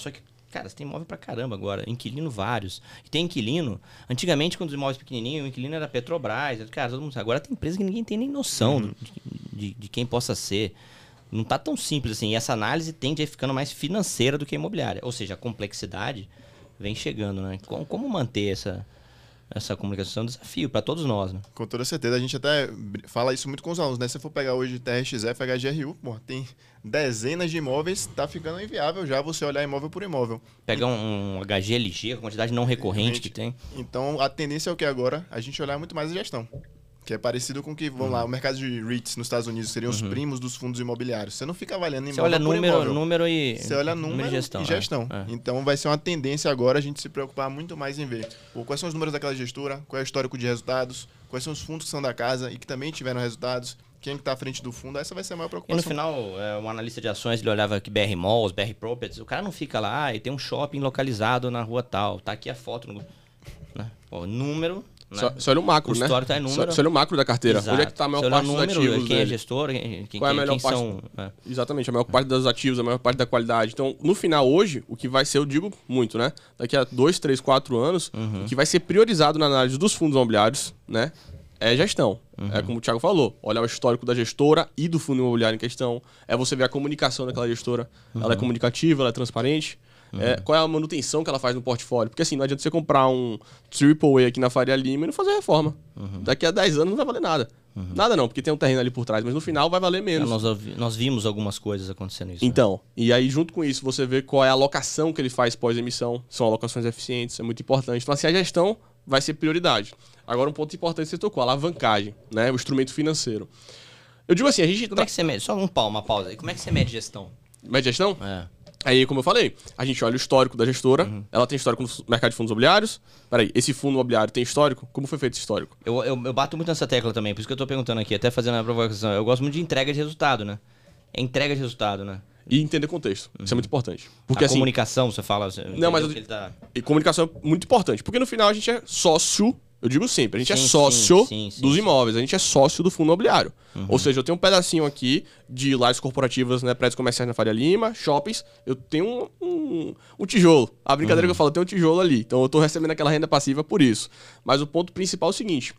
Cara, você tem imóvel pra caramba agora, inquilino vários. E tem inquilino, antigamente quando os imóveis pequenininhos, o inquilino era Petrobras, cara, todo mundo sabe. Agora tem empresa que ninguém tem nem noção uhum. de, de, de quem possa ser. Não tá tão simples assim. E essa análise tende a ir ficando mais financeira do que imobiliária. Ou seja, a complexidade vem chegando, né? Como, como manter essa... Essa comunicação é um desafio para todos nós, né? Com toda certeza. A gente até fala isso muito com os alunos, né? Se você for pegar hoje T R X F, H G R U, pô, tem dezenas de imóveis, tá ficando inviável já você olhar imóvel por imóvel. Pegar um, um H G L G, a quantidade não recorrente que tem. Então, a tendência é o que agora? A gente olhar muito mais a gestão. Que é parecido com o que, vamos uhum. lá, o mercado de REITs nos Estados Unidos seriam uhum. os primos dos fundos imobiliários. Você não fica avaliando imóvel Você olha por número, imóvel. número e Você olha número, número e gestão. E gestão. É. Então vai ser uma tendência agora a gente se preocupar muito mais em ver pô, quais são os números daquela gestora, qual é o histórico de resultados, quais são os fundos que são da casa e que também tiveram resultados, quem está à frente do fundo, essa vai ser a maior preocupação. E no final, é, um analista de ações, ele olhava aqui B R Malls, B R Properties, o cara não fica lá, ah, e tem um shopping localizado na rua tal, tá aqui a foto, no, né? Pô, número... Né? Só, só olha o macro, o né? Tá em número. Só, só olha o macro da carteira. Exato. Onde é que está a maior só parte número, dos ativos quem dele? é gestor, quem, quem, Qual é a melhor quem parte? são... É. Exatamente, a maior parte dos ativos, a maior parte da qualidade. Então, no final, hoje, o que vai ser, eu digo muito, né? Daqui a dois, três, quatro anos, uhum. o que vai ser priorizado na análise dos fundos imobiliários, né? É gestão. Uhum. É como o Thiago falou, olhar o histórico da gestora e do fundo imobiliário em questão. É você ver a comunicação daquela gestora. Uhum. Ela é comunicativa, ela é transparente. Uhum. É, qual é a manutenção que ela faz no portfólio? Porque assim, não adianta você comprar um Triple A aqui na Faria Lima e não fazer reforma. Uhum. Daqui a dez anos não vai valer nada. Uhum. Nada não, porque tem um terreno ali por trás, mas no final vai valer menos. Nós, nós vimos algumas coisas acontecendo isso. Então, né? E aí junto com isso você vê qual é a alocação que ele faz pós-emissão. São alocações eficientes, é muito importante. Então assim, a gestão vai ser prioridade. Agora um ponto importante que você tocou, a alavancagem, né? O instrumento financeiro. Eu digo assim, a gente... Como tra... é que você mede? Só um pau, uma pausa aí. Como é que você mede gestão? Mede gestão? É. Aí, como eu falei, a gente olha o histórico da gestora, uhum. ela tem histórico no mercado de fundos imobiliários. Peraí, esse fundo imobiliário tem histórico? Como foi feito esse histórico? Eu, eu, eu bato muito nessa tecla também, por isso que eu tô perguntando aqui, até fazendo a provocação. Eu gosto muito de entrega de resultado, né? É entrega de resultado, né? E entender contexto. Uhum. Isso é muito importante. Porque, a assim, comunicação, você fala... Você não, mas eu, ele tá... e comunicação é muito importante, porque no final a gente é sócio... Eu digo sempre, a gente sim, é sócio sim, sim, dos sim. imóveis, a gente é sócio do fundo imobiliário. Uhum. Ou seja, eu tenho um pedacinho aqui de lajes corporativas, né, prédios comerciais na Faria Lima, shoppings, eu tenho um, um, um tijolo. A brincadeira uhum. que eu falo, eu tenho um tijolo ali. Então eu estou recebendo aquela renda passiva por isso. Mas o ponto principal é o seguinte,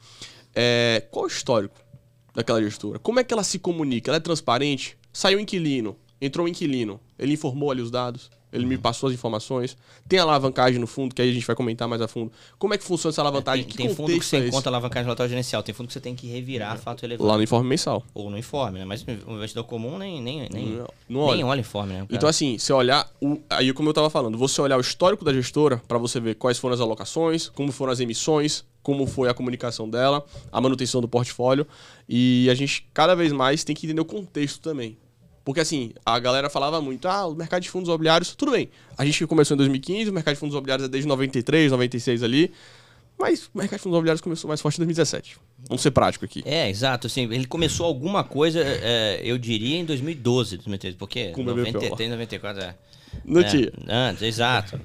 é, qual é o histórico daquela gestora? Como é que ela se comunica? Ela é transparente? Saiu um inquilino, entrou um inquilino, ele informou ali os dados? Ele me passou as informações. Tem alavancagem no fundo, que aí a gente vai comentar mais a fundo. Como é que funciona essa alavancagem? É, tem que tem fundo que você é encontra alavancagem relatório gerencial. Tem fundo que você tem que revirar é. fato relevante. Lá no informe mensal. Ou no informe, né? Mas o investidor comum nem, nem, nem, não, não olha. nem olha informe, né? Então assim, você olhar... O, aí como eu estava falando, você olhar o histórico da gestora para você ver quais foram as alocações, como foram as emissões, como foi a comunicação dela, a manutenção do portfólio. E a gente cada vez mais tem que entender o contexto também. Porque assim, a galera falava muito, ah, o mercado de fundos imobiliários, tudo bem. A gente começou em dois mil e quinze, o mercado de fundos imobiliários é desde noventa e três, noventa e seis ali. Mas o mercado de fundos imobiliários começou mais forte em dois mil e dezessete. Vamos ser prático aqui. É, exato. Assim, ele começou alguma coisa, é, eu diria, em dois mil e doze, dois mil e treze. Porque com noventa e três, noventa e quatro é... Não é, tinha. Antes, exato.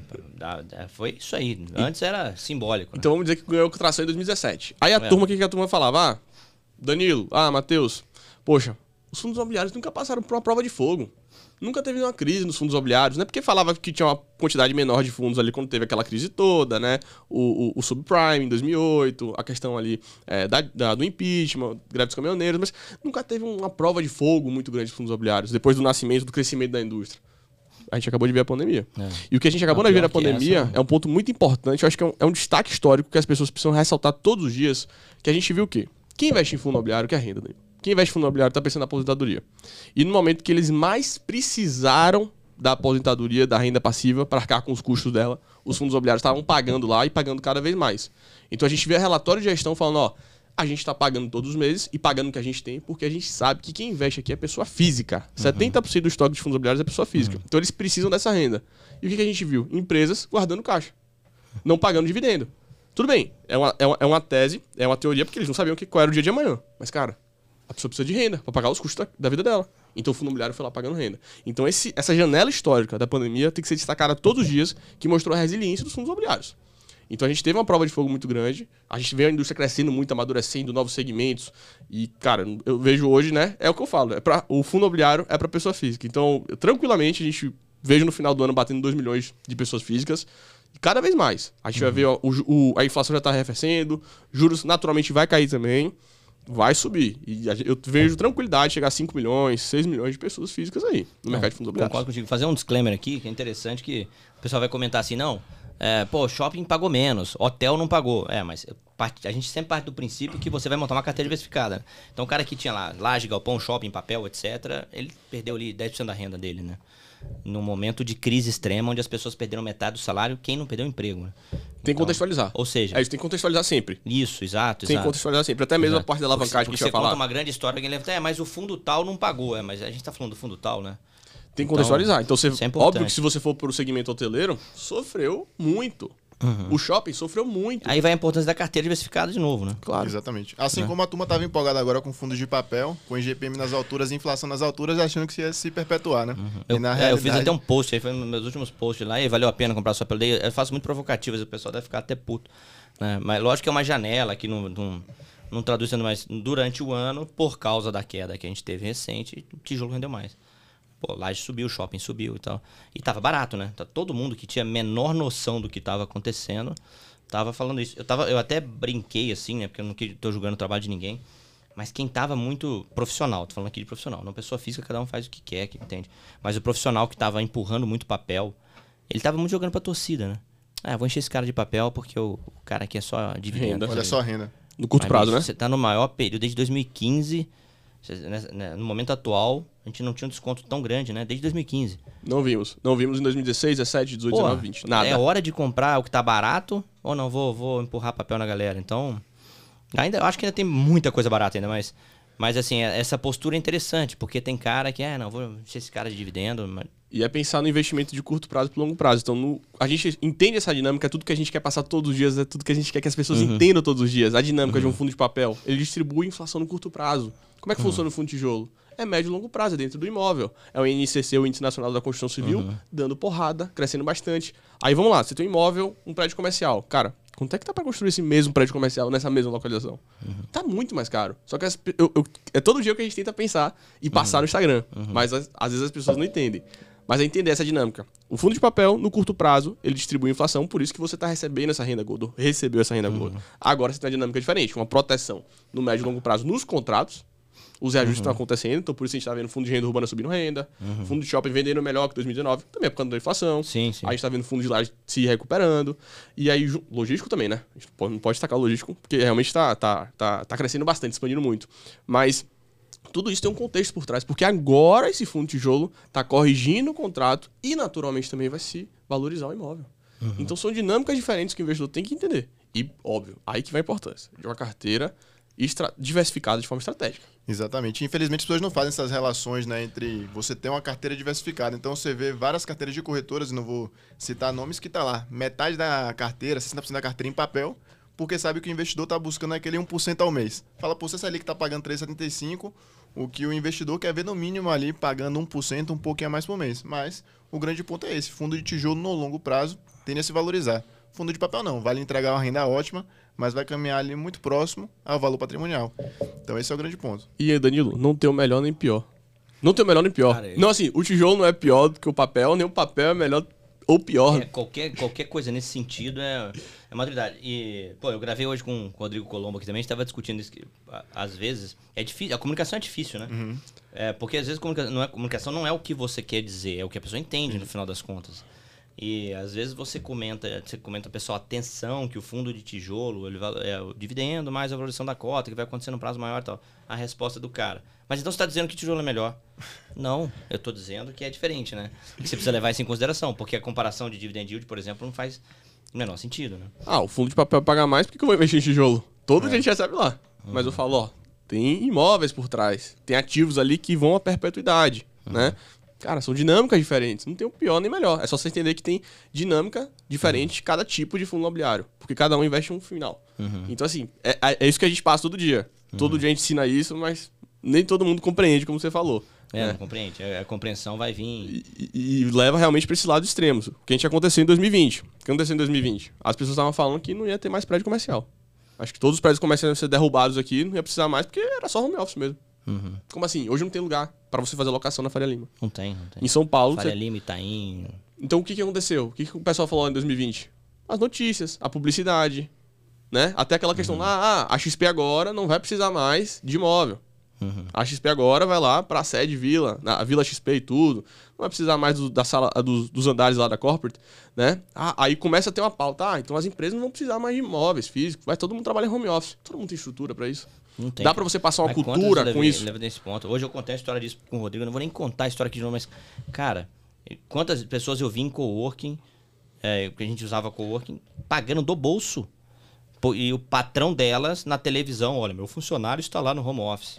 Foi isso aí. Antes era simbólico. Né? Então vamos dizer que ganhou tração em dois mil e dezessete. Aí a é. turma, o que a turma falava? Ah, Danilo, ah, Matheus, poxa, os fundos imobiliários nunca passaram por uma prova de fogo. Nunca teve uma crise nos fundos imobiliários, né? Porque falava que tinha uma quantidade menor de fundos ali quando teve aquela crise toda, né? O, o, o subprime em dois mil e oito, a questão ali é, da, da, do impeachment, greve dos caminhoneiros, mas nunca teve uma prova de fogo muito grande de fundos imobiliários, depois do nascimento, do crescimento da indústria. A gente acabou de ver a pandemia. É. E o que a gente acabou de ver na pandemia essa... é um ponto muito importante, eu acho que é um, é um destaque histórico que as pessoas precisam ressaltar todos os dias, que a gente viu o quê? Quem investe em fundo imobiliário quer renda, né? Quem investe em fundo imobiliário está pensando na aposentadoria. E no momento que eles mais precisaram da aposentadoria, da renda passiva, para arcar com os custos dela, os fundos imobiliários estavam pagando lá e pagando cada vez mais. Então a gente vê relatório de gestão falando, ó, a gente está pagando todos os meses e pagando o que a gente tem, porque a gente sabe que quem investe aqui é pessoa física. Uhum. setenta por cento do estoque de fundos imobiliários é pessoa física. Uhum. Então eles precisam dessa renda. E o que, que a gente viu? Empresas guardando caixa, não pagando dividendo. Tudo bem, é uma, é uma, é uma tese, é uma teoria, porque eles não sabiam que, qual era o dia de amanhã. Mas, cara, a pessoa precisa de renda para pagar os custos da, da vida dela. Então o fundo imobiliário foi lá pagando renda. Então esse, essa janela histórica da pandemia tem que ser destacada todos os dias, que mostrou a resiliência dos fundos imobiliários. Então a gente teve uma prova de fogo muito grande, a gente vê a indústria crescendo muito, amadurecendo, novos segmentos. E, cara, eu vejo hoje, né, é o que eu falo, é pra, o fundo imobiliário é para pessoa física. Então, eu, tranquilamente, a gente vejo no final do ano batendo dois milhões de pessoas físicas. E cada vez mais. A gente uhum. vai ver, ó, o, o, a inflação já está arrefecendo, juros naturalmente vai cair também, vai subir. E a, eu vejo tranquilidade chegar a cinco milhões, seis milhões de pessoas físicas aí no não, mercado de fundos imobiliários. Concordo contigo. Fazer um disclaimer aqui, que é interessante, que o pessoal vai comentar assim, não, é, pô, shopping pagou menos, hotel não pagou. É, mas a gente sempre parte do princípio que você vai montar uma carteira diversificada. Né? Então o cara que tinha lá laje, galpão, shopping, papel, etcétera, ele perdeu ali dez por cento da renda dele, né? Num momento de crise extrema, onde as pessoas perderam metade do salário, quem não perdeu o emprego, né? Tem que então, contextualizar. Ou seja... É isso, tem que contextualizar sempre. Isso, exato, Tem exato. que contextualizar sempre. Até mesmo exato. A parte da alavancagem que a gente vai falar. Você conta uma grande história, alguém leva... É, mas o fundo tal não pagou. É, mas a gente tá falando do fundo tal, né? Tem que contextualizar. Então, você, é óbvio que se você for pro segmento hoteleiro, sofreu muito. Uhum. O shopping sofreu muito. Aí vai a importância da carteira diversificada de novo, né? Claro. Exatamente. Assim é. como a turma estava empolgada agora com fundos de papel, com I G P M nas alturas e inflação nas alturas, achando que ia se perpetuar, né? Uhum. Eu, na é, realidade... eu fiz até um post aí, foi um dos meus últimos posts lá, e valeu a pena comprar só pelo day. Eu faço muito provocativas, o pessoal deve ficar até puto. Né? Mas lógico que é uma janela que não, não, não traduz sendo mais durante o ano, por causa da queda que a gente teve recente, o tijolo rendeu mais. Pô, laje subiu, shopping subiu e tal. E tava barato, né? Todo mundo que tinha a menor noção do que tava acontecendo tava falando isso. Eu, tava, eu até brinquei assim, né? Porque eu não tô julgando o trabalho de ninguém. Mas quem tava muito profissional, tô falando aqui de profissional, não pessoa física, cada um faz o que quer, que entende. Mas o profissional que tava empurrando muito papel, ele tava muito jogando pra torcida, né? Ah, vou encher esse cara de papel porque o, o cara aqui é só dividendo. Olha só a renda. No curto prazo, né? Você tá no maior período desde dois mil e quinze. No momento atual, a gente não tinha um desconto tão grande, né? Desde dois mil e quinze. Não vimos. Não vimos em dois mil e dezesseis, dezessete, dezoito, dezenove, vinte. Nada. É hora de comprar o que tá barato ou não? Vou, vou empurrar papel na galera. Então, ainda, eu acho que ainda tem muita coisa barata ainda, mas... Mas assim, essa postura é interessante, porque tem cara que, é, não, vou encher esse cara de dividendo. Mas... E é pensar no investimento de curto prazo e longo prazo. Então, no, a gente entende essa dinâmica, é tudo que a gente quer passar todos os dias, é tudo que a gente quer que as pessoas uhum. entendam todos os dias. A dinâmica uhum. de um fundo de papel, ele distribui inflação no curto prazo. Como é que uhum. funciona o fundo de tijolo? É médio e longo prazo, é dentro do imóvel. É o N C C, o Índice Nacional da Construção Civil, uhum. dando porrada, crescendo bastante. Aí vamos lá, você tem um imóvel, um prédio comercial. Cara, quanto é que tá pra construir esse mesmo prédio comercial nessa mesma localização? Uhum. Tá muito mais caro. Só que as, eu, eu, é todo dia que a gente tenta pensar e passar uhum. no Instagram. Uhum. Mas as, às vezes as pessoas não entendem. Mas é entender essa dinâmica. O fundo de papel, no curto prazo, ele distribui inflação, por isso que você está recebendo essa renda gorda, recebeu essa renda uhum. gorda. Agora você tem uma dinâmica diferente, uma proteção no médio e longo prazo nos contratos. Os reajustes estão uhum. acontecendo, então por isso a gente está vendo fundo de renda urbana subindo renda, uhum. fundo de shopping vendendo melhor que dois mil e dezenove, também é por causa da inflação. Sim, sim. A gente está vendo fundo de laje se recuperando. E aí, logístico também, né? A gente não pode destacar o logístico, porque realmente está tá, tá, tá crescendo bastante, expandindo muito. Mas tudo isso tem um contexto por trás, porque agora esse fundo de tijolo está corrigindo o contrato e naturalmente também vai se valorizar o imóvel. Uhum. Então são dinâmicas diferentes que o investidor tem que entender. E, óbvio, aí que vai a importância de uma carteira Estra- diversificada de forma estratégica. Exatamente. Infelizmente as pessoas não fazem essas relações, né, entre você ter uma carteira diversificada. Então você vê várias carteiras de corretoras, e não vou citar nomes, que tá lá. Metade da carteira, sessenta por cento da carteira em papel, porque sabe que o investidor tá buscando aquele um por cento ao mês. Fala, pô, se essa ali que tá pagando três vírgula setenta e cinco, o que o investidor quer ver no mínimo ali pagando um por cento, um pouquinho a mais por mês. Mas o grande ponto é esse, fundo de tijolo no longo prazo tende a se valorizar. Fundo de papel não, vale entregar uma renda ótima, mas vai caminhar ali muito próximo ao valor patrimonial. Então esse é o grande ponto. E aí, Danilo, não tem o melhor nem pior. Não tem o melhor nem pior. Cara, não, assim, o tijolo não é pior do que o papel, nem o papel é melhor ou pior. É, qualquer, qualquer coisa nesse sentido é, é maturidade. E, pô, eu gravei hoje com, com o Rodrigo Colombo aqui também, a gente estava discutindo isso, que às vezes é difícil, a comunicação é difícil, né? Uhum. É, porque às vezes a comunicação não, é, comunicação não é o que você quer dizer, é o que a pessoa entende no final das contas. E às vezes você comenta, você comenta, pessoal, atenção, que o fundo de tijolo ele é o dividendo mais a valorização da cota, que vai acontecer no prazo maior e tal. A resposta do cara. Mas então você está dizendo que tijolo é melhor? Não, eu estou dizendo que é diferente, né? Que você precisa levar isso em consideração, porque a comparação de dividend yield, por exemplo, não faz o menor sentido, né? Ah, o fundo de papel paga mais, por que eu vou investir em tijolo? Todo é. dia a gente recebe lá. Uhum. Mas eu falo, ó, tem imóveis por trás, tem ativos ali que vão à perpetuidade, uhum. né? Cara, são dinâmicas diferentes. Não tem o pior nem melhor. É só você entender que tem dinâmica diferente uhum. cada tipo de fundo imobiliário. Porque cada um investe um final. Uhum. Então, assim, é, é isso que a gente passa todo dia. Uhum. Todo dia a gente ensina isso, mas nem todo mundo compreende, como você falou. É, é. não compreende. A compreensão vai vir... E, e, e leva realmente para esse lado extremo. O que a gente aconteceu em dois mil e vinte. O que aconteceu em dois mil e vinte? As pessoas estavam falando que não ia ter mais prédio comercial. Acho que todos os prédios comerciais iam ser derrubados aqui, não ia precisar mais, porque era só home office mesmo. Uhum. Como assim? Hoje não tem lugar pra você fazer locação na Faria Lima. Não tem, não tem. Em São Paulo... Faria você... Lima, Itaim... Então o que, que aconteceu? O que, que o pessoal falou em dois mil e vinte? As notícias, a publicidade, né? Até aquela questão, uhum. ah, a X P agora não vai precisar mais de imóvel. Uhum. A X P agora vai lá pra sede Vila, a Vila X P e tudo. Não vai precisar mais do, da sala, dos, dos andares lá da corporate, né? Ah, aí começa a ter uma pauta. Ah, então as empresas não vão precisar mais de imóveis físicos. Vai todo mundo trabalhar em home office. Todo mundo tem estrutura pra isso. Não tem. Dá pra você passar uma mas cultura com levei, isso? Leva nesse ponto. Hoje eu contei a história disso com o Rodrigo. Eu não vou nem contar a história aqui de novo, mas... Cara, quantas pessoas eu vi em coworking, é, que a gente usava coworking, pagando do bolso. E o patrão delas na televisão, olha, meu funcionário está lá no home office.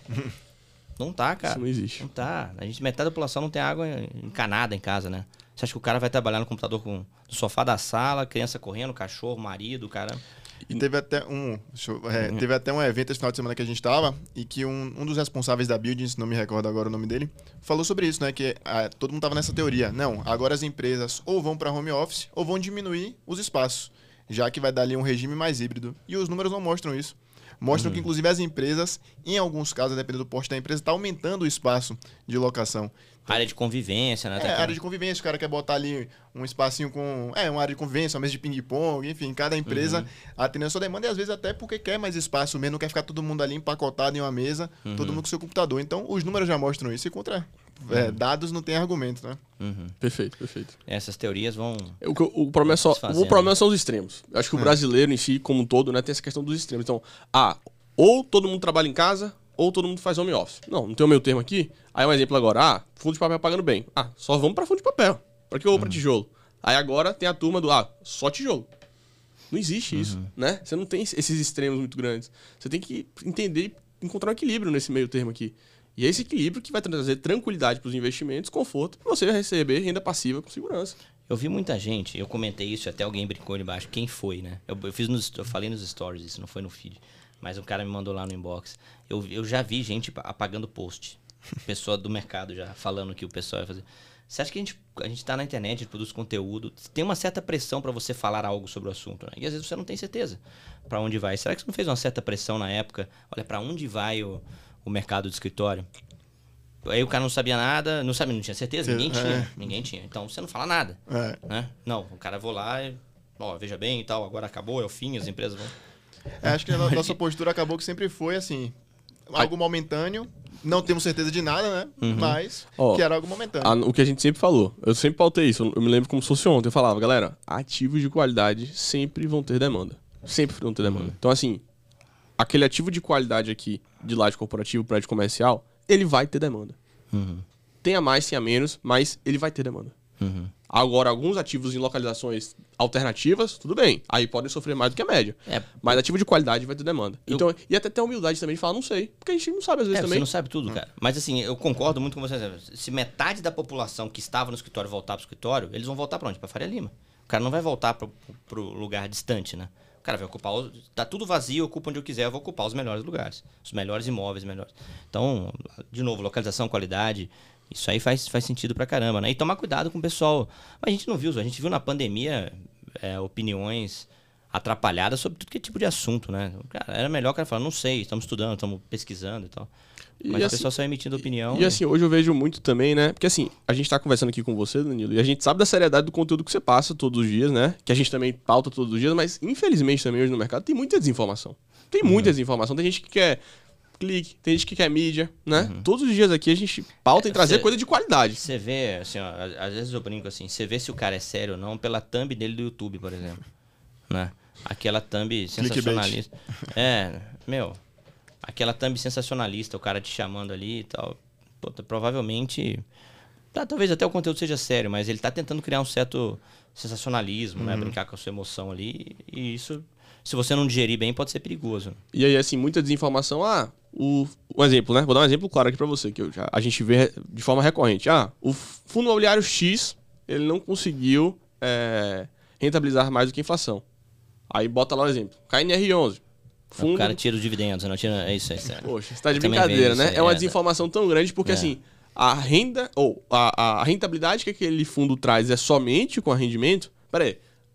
Não tá, cara. Isso não existe. Não tá. A gente, metade da população não tem água encanada em casa, né? Você acha que o cara vai trabalhar no computador com no sofá da sala, criança correndo, cachorro, marido, cara... E teve até um eu, é, uhum. teve até um evento esse final de semana que a gente tava e que um, um dos responsáveis da Buildings, não me recordo agora o nome dele, falou sobre isso, né? Que a, todo mundo tava nessa teoria. Não, agora as empresas ou vão para home office ou vão diminuir os espaços, já que vai dar ali um regime mais híbrido. E os números não mostram isso. Mostram uhum. que, inclusive, as empresas, em alguns casos, dependendo do porte da empresa, está aumentando o espaço de locação. Então, área de convivência, né? É, área de convivência. O cara quer botar ali um espacinho com... É, uma área de convivência, uma mesa de ping-pong, enfim. Cada empresa uhum. atendendo a sua demanda e, às vezes, até porque quer mais espaço mesmo. Não quer ficar todo mundo ali empacotado em uma mesa, uhum. todo mundo com seu computador. Então, os números já mostram isso. E contra uhum. é, dados não tem argumento, né? Uhum. Perfeito, perfeito. Essas teorias vão... O, o, problema, é só, o problema são os extremos. Eu acho que o é. brasileiro em si, como um todo, né, tem essa questão dos extremos. Então, ah... Ou todo mundo trabalha em casa, ou todo mundo faz home office. Não, não tem o meio termo aqui. Aí um exemplo agora, ah, fundo de papel pagando bem. Ah, só vamos pra fundo de papel. Pra que eu vou pra tijolo? Aí agora tem a turma do, ah, só tijolo. Não existe isso, uhum. né? Você não tem esses extremos muito grandes. Você tem que entender e encontrar um equilíbrio nesse meio termo aqui. E é esse equilíbrio que vai trazer tranquilidade pros investimentos, conforto, pra você receber renda passiva com segurança. Eu vi muita gente, eu comentei isso, até alguém brincou ali embaixo, quem foi, né? Eu, eu, fiz nos, eu falei nos stories isso, não foi no feed. Mas um cara me mandou lá no inbox. Eu, eu já vi gente apagando post. Pessoa do mercado já falando que o pessoal vai fazer. Você acha que a gente, a gente tá na internet, a gente produz conteúdo, tem uma certa pressão para você falar algo sobre o assunto, né? E às vezes você não tem certeza para onde vai. Será que você não fez uma certa pressão na época? Olha, para onde vai o, o mercado do escritório? Aí o cara não sabia nada, não sabia, não tinha certeza, ninguém tinha. É. Ninguém tinha. Então você não fala nada. É. Né? Não, o cara vou lá e, ó, veja bem e tal, agora acabou, é o fim, as empresas vão... É, acho que a nossa postura acabou que sempre foi assim, algo momentâneo, não temos certeza de nada, né? Uhum. Mas oh, que era algo momentâneo. A, o que a gente sempre falou, eu sempre pautei isso, eu me lembro como se fosse ontem, eu falava, galera, ativos de qualidade sempre vão ter demanda. Sempre vão ter demanda. Uhum. Então assim, aquele ativo de qualidade aqui, de laje corporativo, prédio comercial, ele vai ter demanda. Uhum. Tenha mais, tenha menos, mas ele vai ter demanda. Uhum. Agora, alguns ativos em localizações alternativas, tudo bem. Aí podem sofrer mais do que a média. É. Mas ativo de qualidade vai ter demanda. Eu... Então, e até ter a humildade também de falar, não sei. Porque a gente não sabe às vezes é, também. Você não sabe tudo, cara. Mas assim, eu concordo muito com você. Se metade da população que estava no escritório voltar pro escritório, eles vão voltar pra onde? Pra Faria Lima. O cara não vai voltar pro, pro lugar distante, né? O cara vai ocupar... Os... Tá tudo vazio, ocupa onde eu quiser, eu vou ocupar os melhores lugares. Os melhores imóveis, melhores. Então, de novo, localização, qualidade... Isso aí faz, faz sentido pra caramba, né? E tomar cuidado com o pessoal. Mas a gente não viu, a gente viu na pandemia é, opiniões atrapalhadas sobre tudo que tipo de assunto, né? Cara, era melhor o cara falar, não sei, estamos estudando, estamos pesquisando e tal. Mas e o assim, pessoal só emitindo opinião. E, e assim, hoje eu vejo muito também, né? Porque assim, a gente tá conversando aqui com você, Danilo, e a gente sabe da seriedade do conteúdo que você passa todos os dias, né? Que a gente também pauta todos os dias, mas infelizmente também hoje no mercado tem muita desinformação. Tem muita uhum. desinformação. Tem gente que quer... clique, tem gente que quer mídia, né? Uhum. Todos os dias aqui a gente pauta em trazer cê, coisa de qualidade. Você vê, assim, ó, às vezes eu brinco assim, você vê se o cara é sério ou não pela thumb dele do YouTube, por exemplo. Né? Aquela thumb sensacionalista. É, meu, aquela thumb sensacionalista, o cara te chamando ali e tal. Pô, provavelmente, tá, talvez até o conteúdo seja sério, mas ele tá tentando criar um certo sensacionalismo, uhum. né? Brincar com a sua emoção ali, e isso... Se você não digerir bem, pode ser perigoso. E aí, assim, muita desinformação. Ah, o, um exemplo, né? Vou dar um exemplo claro aqui pra você, que eu já, a gente vê de forma recorrente. Ah, o fundo imobiliário X, ele não conseguiu é, rentabilizar mais do que a inflação. Aí bota lá o exemplo. K N R onze. Fundo... O cara tira os dividendos, não tira... É isso, é sério. Poxa, você tá de brincadeira, né? Aí, é uma é, desinformação tão grande, porque é. assim, a renda, ou a, a rentabilidade que aquele fundo traz é somente com a rendimento. Pera aí.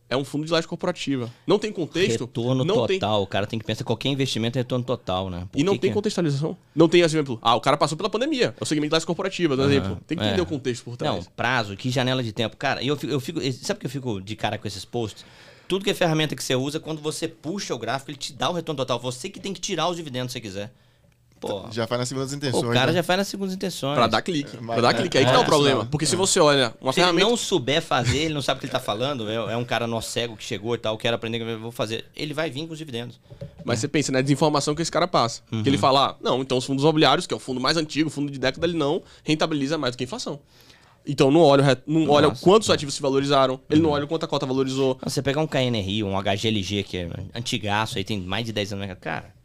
é um fundo de laje corporativa. Não tem contexto. Retorno não total. Tem... O cara tem que pensar que qualquer investimento é retorno total, né? Por e não que tem que... contextualização. Não tem exemplo. Ah, o cara passou pela pandemia. É o segmento de laje corporativa, por uhum. exemplo. Tem que entender é. o contexto por trás. Não, prazo, que janela de tempo. Cara, eu fico, eu fico. Sabe que eu fico de cara com esses posts? Tudo que é ferramenta que você usa, quando você puxa o gráfico, ele te dá o retorno total. Você que tem que tirar os dividendos se você quiser. Pô, já faz nas segundas intenções. O cara né? já faz nas segundas intenções. Pra dar clique. Mas, pra dar clique. Aí que é, tá o é, problema. não, Porque é. se você olha uma se ferramenta... ele não souber fazer, ele não sabe o que ele tá falando, é, é um cara nó cego que chegou e tal, quero aprender, eu vou fazer. Ele vai vir com os dividendos. Mas você pensa na desinformação que esse cara passa. Uhum. Que ele fala, ah, não, então os fundos imobiliários, que é o fundo mais antigo, fundo de década, ele não rentabiliza mais do que a inflação. Então não olha, não olha quantos ativos se valorizaram, ele uhum. não olha quanto a cota valorizou. Você pegar um K N R I, um H G L G, que é antigaço, aí tem mais de dez anos no mercado, cara...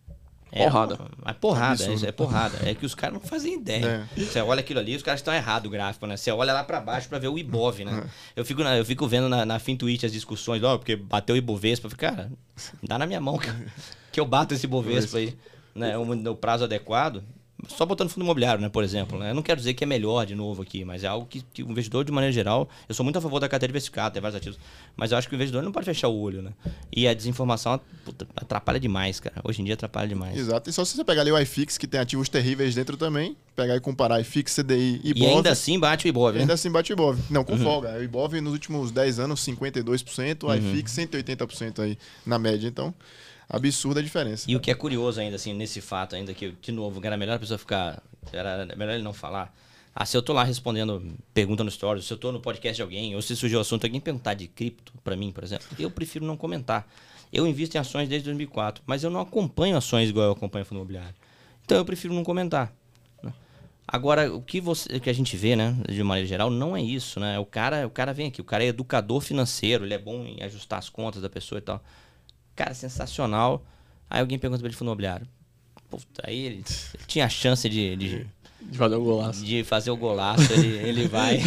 É porrada. É porrada, é, é porrada. É que os caras não fazem ideia. É. Você olha aquilo ali, os caras estão errados o gráfico, né? Você olha lá pra baixo pra ver o Ibov, né? É. Eu, fico na, eu fico vendo na, na Fintuit as discussões, ó, porque bateu o Ibovespa. Eu fico, cara, dá na minha mão, cara, que eu bato esse Ibovespa aí, né? O, o prazo adequado. Só botando fundo imobiliário, né, por exemplo. Né? Eu não quero dizer que é melhor de novo aqui, mas é algo que, que o investidor, de maneira geral... Eu sou muito a favor da carteira diversificada, tem vários ativos. Mas eu acho que o investidor não pode fechar o olho, né? E a desinformação puta, atrapalha demais, cara. Hoje em dia atrapalha demais. Exato. E só se você pegar ali o iFix, que tem ativos terríveis dentro também, pegar e comparar iFix, C D I e Ibov... E ainda assim bate o Ibov, né? Ainda assim bate o Ibov. Não, com uhum. folga. O Ibov nos últimos dez anos, cinquenta e dois por cento. O uhum. iFix, cento e oitenta por cento aí na média. Então... absurda a diferença. E o que é curioso ainda, assim, nesse fato ainda, que, de novo, era melhor a pessoa ficar... Era melhor ele não falar. Ah, se eu tô lá respondendo pergunta no stories, se eu tô no podcast de alguém, ou se surgiu o assunto, alguém perguntar de cripto pra mim, por exemplo, eu prefiro não comentar. Eu invisto em ações desde dois mil e quatro, mas eu não acompanho ações igual eu acompanho fundo imobiliário. Então eu prefiro não comentar. Né? Agora, o que, você, o que a gente vê, né, de maneira geral, não é isso, né? O cara, o cara vem aqui, o cara é educador financeiro, ele é bom em ajustar as contas da pessoa e tal. Cara, sensacional. Aí alguém pergunta pra ele de fundo imobiliário. Puta, aí ele, ele tinha a chance de, de, de fazer o golaço. De fazer o golaço. Ele, ele vai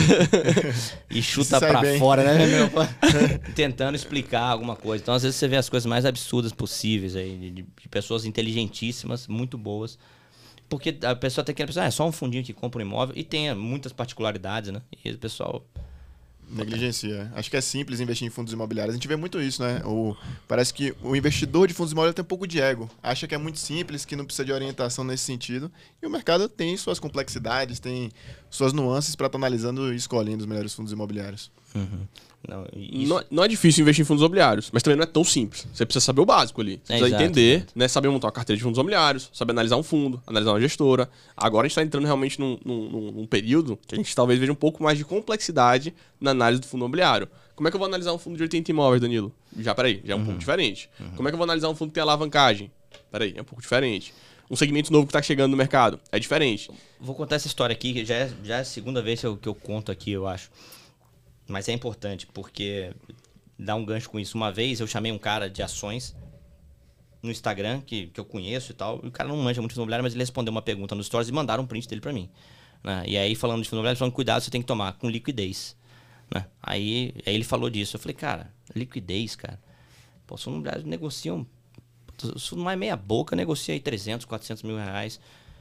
e chuta pra bem. fora, né, meu? Tentando explicar alguma coisa. Então, às vezes, você vê as coisas mais absurdas possíveis aí, de, de pessoas inteligentíssimas, muito boas. Porque a pessoa tem que pensar, ah, é só um fundinho que compra um imóvel e tem muitas particularidades, né? E o pessoal... negligencia. Acho que é simples investir em fundos imobiliários. A gente vê muito isso, né? O, parece que o investidor de fundos imobiliários tem um pouco de ego. Acha que é muito simples, que não precisa de orientação nesse sentido. E o mercado tem suas complexidades, tem suas nuances para estar analisando e escolhendo os melhores fundos imobiliários. Uhum. Não, isso... não, não é difícil investir em fundos imobiliários, mas também não é tão simples. Você precisa saber o básico ali. Você é, precisa exato, entender, exato. Né, saber montar uma carteira de fundos imobiliários, saber analisar um fundo, analisar uma gestora. Agora a gente está entrando realmente num, num, num período que a gente talvez veja um pouco mais de complexidade na análise do fundo imobiliário. Como é que eu vou analisar um fundo de oitenta imóveis, Danilo? Já, peraí, já é um uhum. pouco diferente. Uhum. Como é que eu vou analisar um fundo que tem alavancagem? Peraí, é um pouco diferente. Um segmento novo que está chegando no mercado, é diferente. Vou contar essa história aqui, que já é, já é a segunda vez que eu, que eu conto aqui, eu acho. Mas é importante, porque dá um gancho com isso. Uma vez eu chamei um cara de ações no Instagram, que, que eu conheço e tal, e o cara não manja muito de fundo imobiliário, mas ele respondeu uma pergunta nos stories e mandaram um print dele pra mim. Né? E aí, falando de fundo imobiliário, falando, cuidado, você tem que tomar com liquidez. Né? Aí, aí ele falou disso. Eu falei, cara, liquidez, cara. Pô, os fundos imobiliários negociam... Se não é meia boca, negocia aí trezentos, quatrocentos mil reais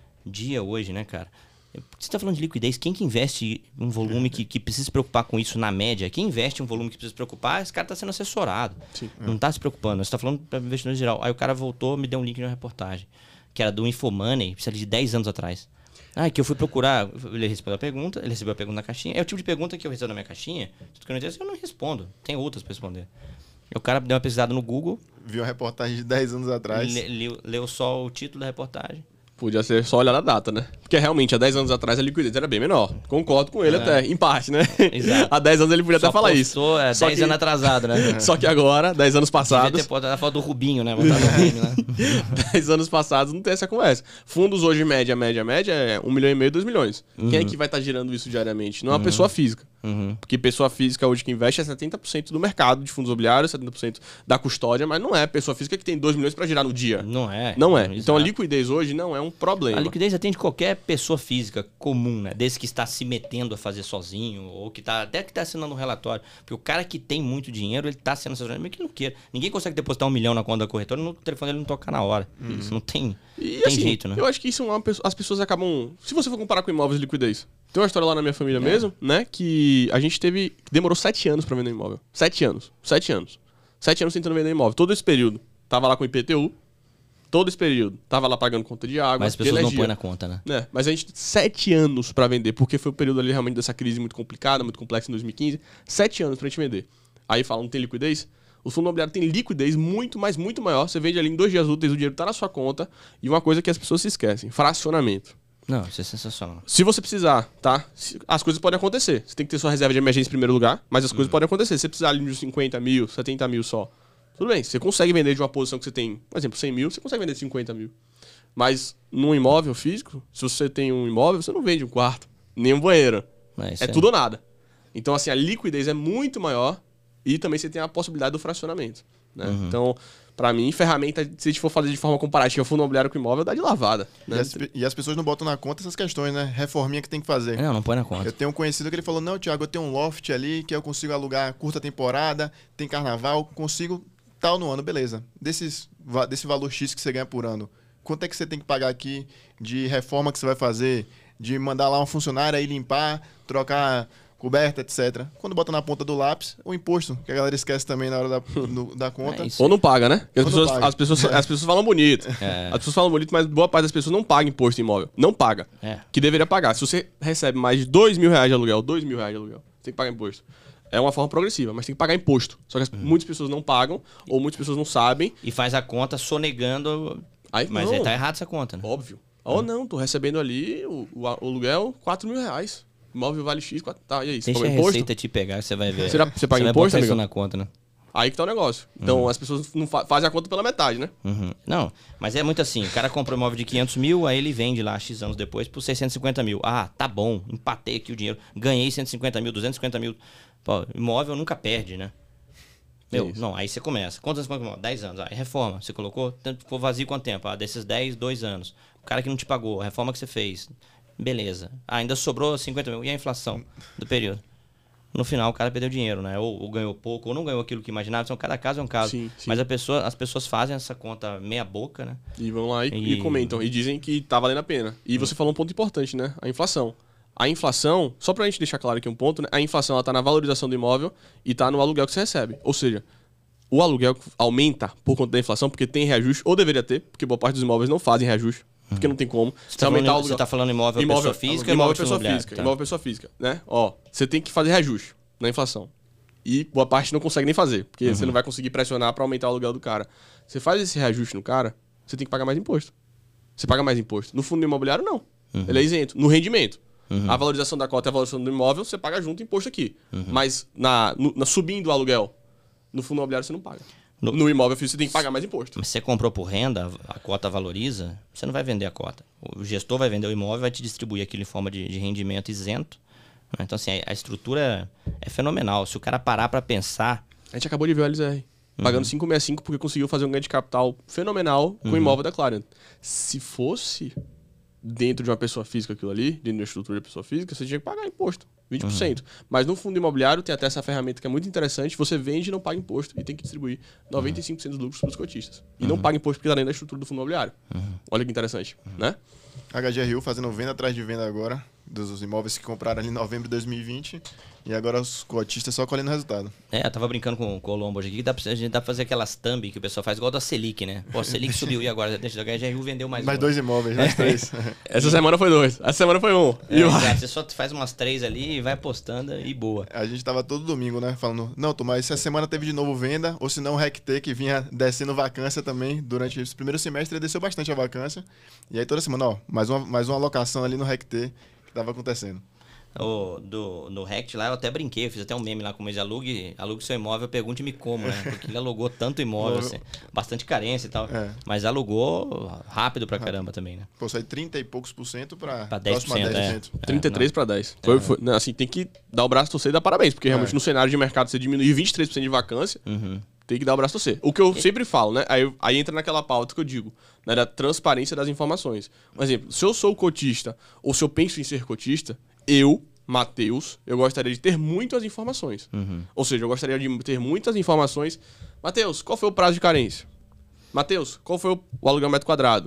dia hoje, né, cara? Você está falando de liquidez, quem que investe um volume que, que precisa se preocupar com isso na média? Quem investe um volume que precisa se preocupar, esse cara está sendo assessorado. Sim. Não está se preocupando. Você está falando para investidor em geral. Aí o cara voltou, me deu um link de uma reportagem, que era do Infomoney, precisa de dez anos atrás. Ah, que eu fui procurar, ele respondeu a pergunta, ele recebeu a pergunta na caixinha. É o tipo de pergunta que eu recebo na minha caixinha, tudo que eu não entendo, eu não respondo. Tem outras para responder. E o cara deu uma pesquisada no Google. Viu a reportagem de dez anos atrás. Le, leu, leu só o título da reportagem. Podia ser só olhar na data, né? Porque realmente, há dez anos atrás, a liquidez era bem menor. Concordo com ele é. até, em parte, né? Exato. Há dez anos ele podia só até falar postou, isso. É, só dez que... anos atrasado, né? Só que agora, dez anos passados... Devia ter botado a foto do Rubinho, né? Botar no Rubinho, né? dez anos passados não tem essa conversa. Fundos hoje, média, média, média, é um milhão e meio, dois milhões. Uhum. Quem é que vai estar girando isso diariamente? Não é uma uhum. pessoa física. Uhum. Porque pessoa física hoje que investe é setenta por cento do mercado de fundos imobiliários, setenta por cento da custódia, mas não é pessoa física que tem dois milhões para girar no dia. Não é. Não é. Exato. Então a liquidez hoje não é um problema. A liquidez atende qualquer pessoa física comum, né? Desde que está se metendo a fazer sozinho, ou que tá, até que está assinando um relatório. Porque o cara que tem muito dinheiro, ele está sendo assessorado, mesmo que não queira. Ninguém consegue depositar um milhão na conta da corretora e no telefone ele não tocar na hora. Uhum. Isso não tem, e, tem assim, jeito, né? Eu acho que isso é uma, as pessoas acabam... Se você for comparar com imóveis de liquidez, Tem uma história lá na minha família é. mesmo, né? Que a gente teve... Demorou sete anos pra vender um imóvel. Sete anos. Sete anos. Sete anos tentando vender um imóvel. Todo esse período. Tava lá com I P T U. Todo esse período. Tava lá pagando conta de água, Mas as pessoas não põem na conta, né? É, mas a gente sete anos pra vender, porque foi o período ali realmente dessa crise muito complicada, muito complexa em dois mil e quinze. Sete anos pra gente vender. Aí fala, não tem liquidez? O fundo imobiliário tem liquidez muito, mas muito maior. Você vende ali em dois dias úteis, o dinheiro tá na sua conta. E uma coisa que as pessoas se esquecem, fracionamento. Não, isso é sensacional. Se você precisar, tá? As coisas podem acontecer. Você tem que ter sua reserva de emergência em primeiro lugar, mas as coisas uhum. podem acontecer. Se você precisar ali de cinquenta mil, setenta mil só, tudo bem. Você consegue vender de uma posição que você tem, por exemplo, cem mil, você consegue vender de cinquenta mil. Mas num imóvel físico, se você tem um imóvel, você não vende um quarto, nem um banheiro. É, é tudo ou nada. Então, assim, a liquidez é muito maior e também você tem a possibilidade do fracionamento. Né? Uhum. Então, pra mim, ferramenta, se a gente for fazer de forma comparativa fundo imobiliário com imóvel, dá de lavada. Né? E, as, e as pessoas não botam na conta essas questões, né? Reforminha que tem que fazer. Não, não põe na conta. Eu tenho um conhecido que ele falou, não, Thiago, eu tenho um loft ali que eu consigo alugar curta temporada, tem carnaval, consigo tal no ano, beleza. Desses, desse valor X que você ganha por ano, quanto é que você tem que pagar aqui de reforma que você vai fazer, de mandar lá um funcionário aí limpar, trocar coberta, etcétera. Quando bota na ponta do lápis, o imposto, que a galera esquece também na hora da, no, da conta. É Ou não paga, né? As pessoas, paga. As, pessoas, as pessoas falam bonito. É. As pessoas falam bonito, mas boa parte das pessoas não paga imposto em imóvel. Não paga. É. Que deveria pagar. Se você recebe mais de dois mil reais de aluguel, dois mil reais de aluguel, você tem que pagar imposto. É uma forma progressiva, mas tem que pagar imposto. Só que as, uhum. muitas pessoas não pagam, ou muitas pessoas não sabem. E faz a conta sonegando. Aí, mas não. aí tá errado essa conta, né? Óbvio. Ou uhum. não, tô recebendo ali o, o, o aluguel quatro mil reais. Imóvel vale X, quatro, tá, e aí? Você Deixa paga a imposto? Receita te pegar, você vai ver. Será, você paga você imposto, vai botar amigo? isso na conta, né? Aí que tá o negócio. Então, uhum. as pessoas não fa fazem a conta pela metade, né? Uhum. Não, mas é muito assim. O cara compra um imóvel de quinhentos mil, aí ele vende lá X anos depois por seiscentos e cinquenta mil. Ah, tá bom, empatei aqui o dinheiro. Ganhei cento e cinquenta mil, duzentos e cinquenta mil. Pô, imóvel nunca perde, né? Meu, é não, aí você começa. Quantos anos você dez anos. Aí reforma, você colocou, ficou vazio quanto tempo? Ah, desses dez, dois anos. O cara que não te pagou, a reforma que você fez. Beleza. Ah, ainda sobrou cinquenta mil. E a inflação do período? No final, o cara perdeu dinheiro, né? Ou, ou ganhou pouco, ou não ganhou aquilo que imaginava. Então, cada caso é um caso. Sim, sim. Mas a pessoa, as pessoas fazem essa conta meia boca, né? E vão lá e, e... e comentam. E dizem que tá valendo a pena. E hum. você falou um ponto importante, né? A inflação. A inflação, só pra gente deixar claro aqui um ponto, né? A inflação, ela tá na valorização do imóvel e tá no aluguel que você recebe. Ou seja, o aluguel aumenta por conta da inflação, porque tem reajuste, ou deveria ter, porque boa parte dos imóveis não fazem reajuste. Porque não tem como. Você tá, falando, você tá falando imóvel, imóvel pessoa física ou imóvel, imóvel pessoa física? Tá. Imóvel pessoa física, né? Ó, você tem que fazer reajuste na inflação. E boa parte não consegue nem fazer, porque uhum. você não vai conseguir pressionar para aumentar o aluguel do cara. Você faz esse reajuste no cara, você tem que pagar mais imposto. Você paga mais imposto. No fundo imobiliário, não. Uhum. Ele é isento. No rendimento. Uhum. A valorização da cota e a valorização do imóvel, você paga junto imposto aqui. Uhum. Mas na, no, na subindo o aluguel, no fundo imobiliário você não paga. No, no imóvel você tem que pagar mais imposto. Mas se você comprou por renda, a cota valoriza, você não vai vender a cota. O gestor vai vender o imóvel e vai te distribuir aquilo em forma de, de rendimento isento. Né? Então, assim, a, a estrutura é fenomenal. Se o cara parar para pensar... A gente acabou de ver o L Z R pagando uhum. cinco vírgula sessenta e cinco porque conseguiu fazer um ganho de capital fenomenal com uhum. o imóvel da Clarion. Se fosse dentro de uma pessoa física aquilo ali, dentro de uma estrutura de pessoa física, você tinha que pagar imposto, vinte por cento. Uhum. Mas no fundo imobiliário tem até essa ferramenta que é muito interessante, você vende e não paga imposto e tem que distribuir noventa e cinco por cento dos lucros para os cotistas. E uhum. não paga imposto porque está dentro da estrutura do fundo imobiliário. Uhum. Olha que interessante, uhum. né? H G R U fazendo venda atrás de venda agora, dos imóveis que compraram ali em novembro de dois mil e vinte, e agora os cotistas só colhendo resultado. É, eu tava brincando com o Colombo hoje aqui, que dá pra, a gente dá pra fazer aquelas thumb que o pessoal faz igual da Selic, né? Pô, a Selic subiu e agora deixa o H G R U vendeu mais Mais um. dois imóveis, mais três. Essa semana foi dois, essa semana foi um. É, e vai. Você só faz umas três ali e vai apostando e boa. A gente tava todo domingo, né, falando, não, Tomás, essa semana teve de novo venda, ou se não o R E C T, que vinha descendo vacância também, durante esse primeiro semestre, ele desceu bastante a vacância, e aí toda semana, ó, mais uma, mais uma alocação ali no R E C T que tava acontecendo. O, do, no Rect lá eu até brinquei, eu fiz até um meme lá com eles, alugue, alugue seu imóvel, pergunte-me como, né? Porque ele alugou tanto imóvel, assim, bastante carência e tal, é. mas alugou rápido pra caramba rápido. Também, né? Pô, sai trinta e poucos por cento pra, pra dez por cento, próximo a dez por cento. É. trinta e três para dez. Foi, foi, né, assim, tem que dar o braço a torcer e dar parabéns, porque realmente é. no cenário de mercado você diminuir vinte e três por cento de vacância, uhum. tem que dar o braço a torcer. O que eu sempre falo, né? Aí, aí entra naquela pauta que eu digo, né, da transparência das informações. Por exemplo, se eu sou cotista ou se eu penso em ser cotista, eu... Matheus, eu gostaria de ter muitas informações. Uhum. Ou seja, eu gostaria de ter muitas informações. Matheus, qual foi o prazo de carência? Matheus, qual foi o, o aluguel metro quadrado?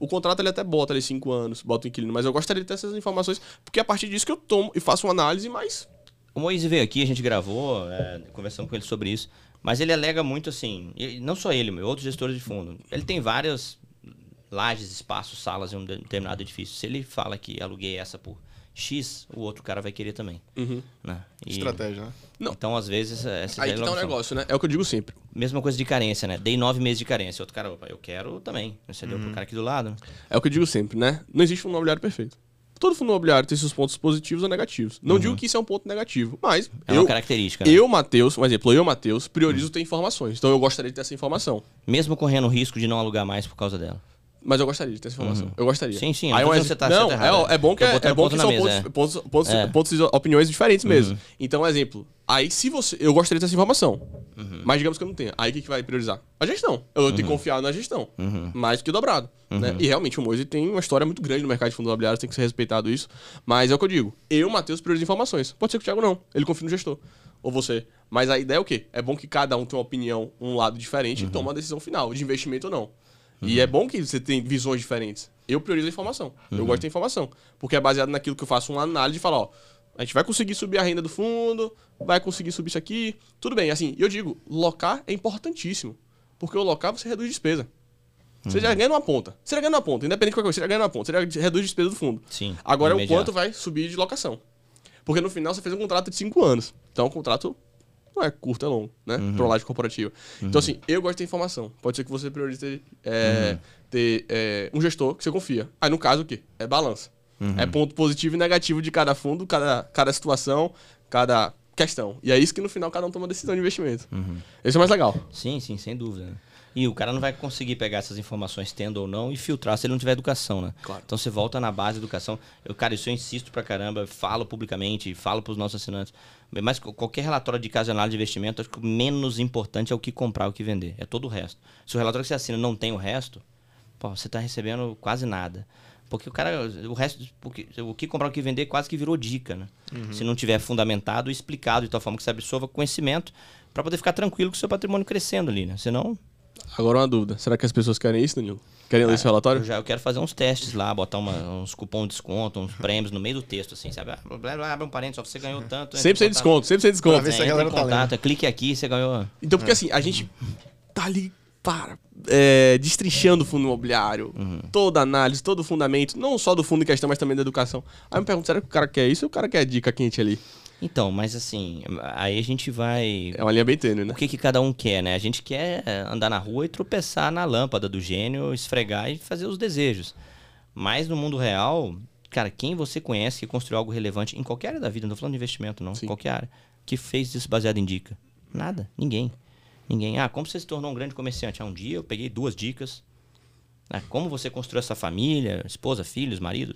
O contrato ele até bota ali cinco anos, bota o inquilino, mas eu gostaria de ter essas informações, porque é a partir disso que eu tomo e faço uma análise mais... O Moise veio aqui, a gente gravou, é, conversamos com ele sobre isso, mas ele alega muito assim, e não só ele, outros gestores de fundo. Ele tem várias lajes, espaços, salas em um determinado edifício. Se ele fala que aluguei essa por X, o outro cara vai querer também. Uhum. Né? E, Estratégia, né? Não. Então, às vezes... Essa Aí que tá um negócio, né? É o que eu digo sempre. Mesma coisa de carência, né? Dei nove meses de carência. Outro cara, opa, eu quero também. Você deu Uhum. pro cara aqui do lado. É o que eu digo sempre, né? Não existe fundo imobiliário perfeito. Todo fundo imobiliário tem seus pontos positivos ou negativos. Não digo que isso é um ponto negativo, mas... É eu, uma característica, né? Eu, Matheus, um exemplo, eu, Matheus, priorizo ter informações. Então eu gostaria de ter essa informação. Mesmo correndo o risco de não alugar mais por causa dela. Mas eu gostaria de ter essa informação. Eu gostaria. Sim, sim. Aí Não, um tô ex- dizendo que você tá não certo ou errado, é, é bom que, Tô é, botando é bom ponto que na são mesa, pontos, é. pontos, pontos, É. pontos de opiniões diferentes mesmo. Então, um exemplo. Aí, se você... Eu gostaria de ter essa informação. Mas digamos que eu não tenho. Aí, o que, que vai priorizar? A gestão. Eu tenho que confiar na gestão. Mais que o dobrado. Né? E, realmente, o Moise tem uma história muito grande no mercado de fundos imobiliários. Tem que ser respeitado isso. Mas é o que eu digo. Eu, Matheus, priorizo informações. Pode ser que o Thiago não. Ele confia no gestor. Ou você. Mas a ideia é o quê? É bom que cada um tenha uma opinião, um lado diferente e tome uma decisão final, de investimento ou não. E é bom que você tem visões diferentes. Eu priorizo a informação. Eu gosto da informação. Porque é baseado naquilo que eu faço uma análise e falo, ó, a gente vai conseguir subir a renda do fundo, vai conseguir subir isso aqui. Tudo bem, assim, eu digo, locar é importantíssimo. Porque o locar você reduz despesa. Você já ganha numa ponta. Você já ganha numa ponta, independente de qualquer coisa, você já ganha numa ponta. Você já reduz despesa do fundo. Sim. Agora é o imediato. quanto vai subir de locação. Porque no final você fez um contrato de cinco anos. Então o contrato não é curto, é longo, né? Uhum. Pra uma laje corporativa. Então, assim, eu gosto de ter informação. Pode ser que você priorize ter, é, Uhum. ter é, um gestor que você confia. Aí, no caso, o quê? É balança. Uhum. É ponto positivo e negativo de cada fundo, cada, cada situação, cada questão. E é isso que, no final, cada um toma decisão de investimento. Uhum. Esse é o mais legal. Sim, sim, sem dúvida. Né? E o cara não vai conseguir pegar essas informações tendo ou não e filtrar se ele não tiver educação, né? Claro. Então você volta na base da educação. Eu, cara, isso eu insisto pra caramba, falo publicamente, falo pros nossos assinantes. Mas qualquer relatório de caso de análise de investimento, acho que o menos importante é o que comprar, o que vender. É todo o resto. Se o relatório que você assina não tem o resto, pô, você tá recebendo quase nada. Porque o cara, o resto, porque, o que comprar, o que vender quase que virou dica, né? Uhum. Se não tiver fundamentado e explicado de tal forma que você absorva conhecimento pra poder ficar tranquilo com o seu patrimônio crescendo ali, né? Senão... Agora uma dúvida. Será que as pessoas querem isso, Danilo? Querem ler esse relatório? Eu, já, eu quero fazer uns testes lá, botar uma, uns cupons de desconto, uns prêmios no meio do texto, assim, sabe? Ah, blá, blá, abre um parênteses, ó, você ganhou tanto. cem por cento de desconto, cem por cento de desconto. Pra ver se a É, galera entra em tá contato, clique aqui, você ganhou... Então, porque assim, a gente tá ali, para, é, destrinchando o fundo imobiliário, toda a análise, todo o fundamento, não só do fundo em questão, mas também da educação. Aí eu me pergunto, será que o cara quer isso ou o cara quer dica quente ali? Então, mas assim, aí a gente vai... É uma linha bem tênue, né? O que, que cada um quer, né? A gente quer andar na rua e tropeçar na lâmpada do gênio, esfregar e fazer os desejos. Mas no mundo real, cara, quem você conhece que construiu algo relevante em qualquer área da vida, não tô falando de investimento, não, Sim. qualquer área, que fez isso baseado em dica? Nada, ninguém. Ninguém. Ah, como você se tornou um grande comerciante? Ah, um dia eu peguei duas dicas. Ah, como você construiu essa família, esposa, filhos, marido?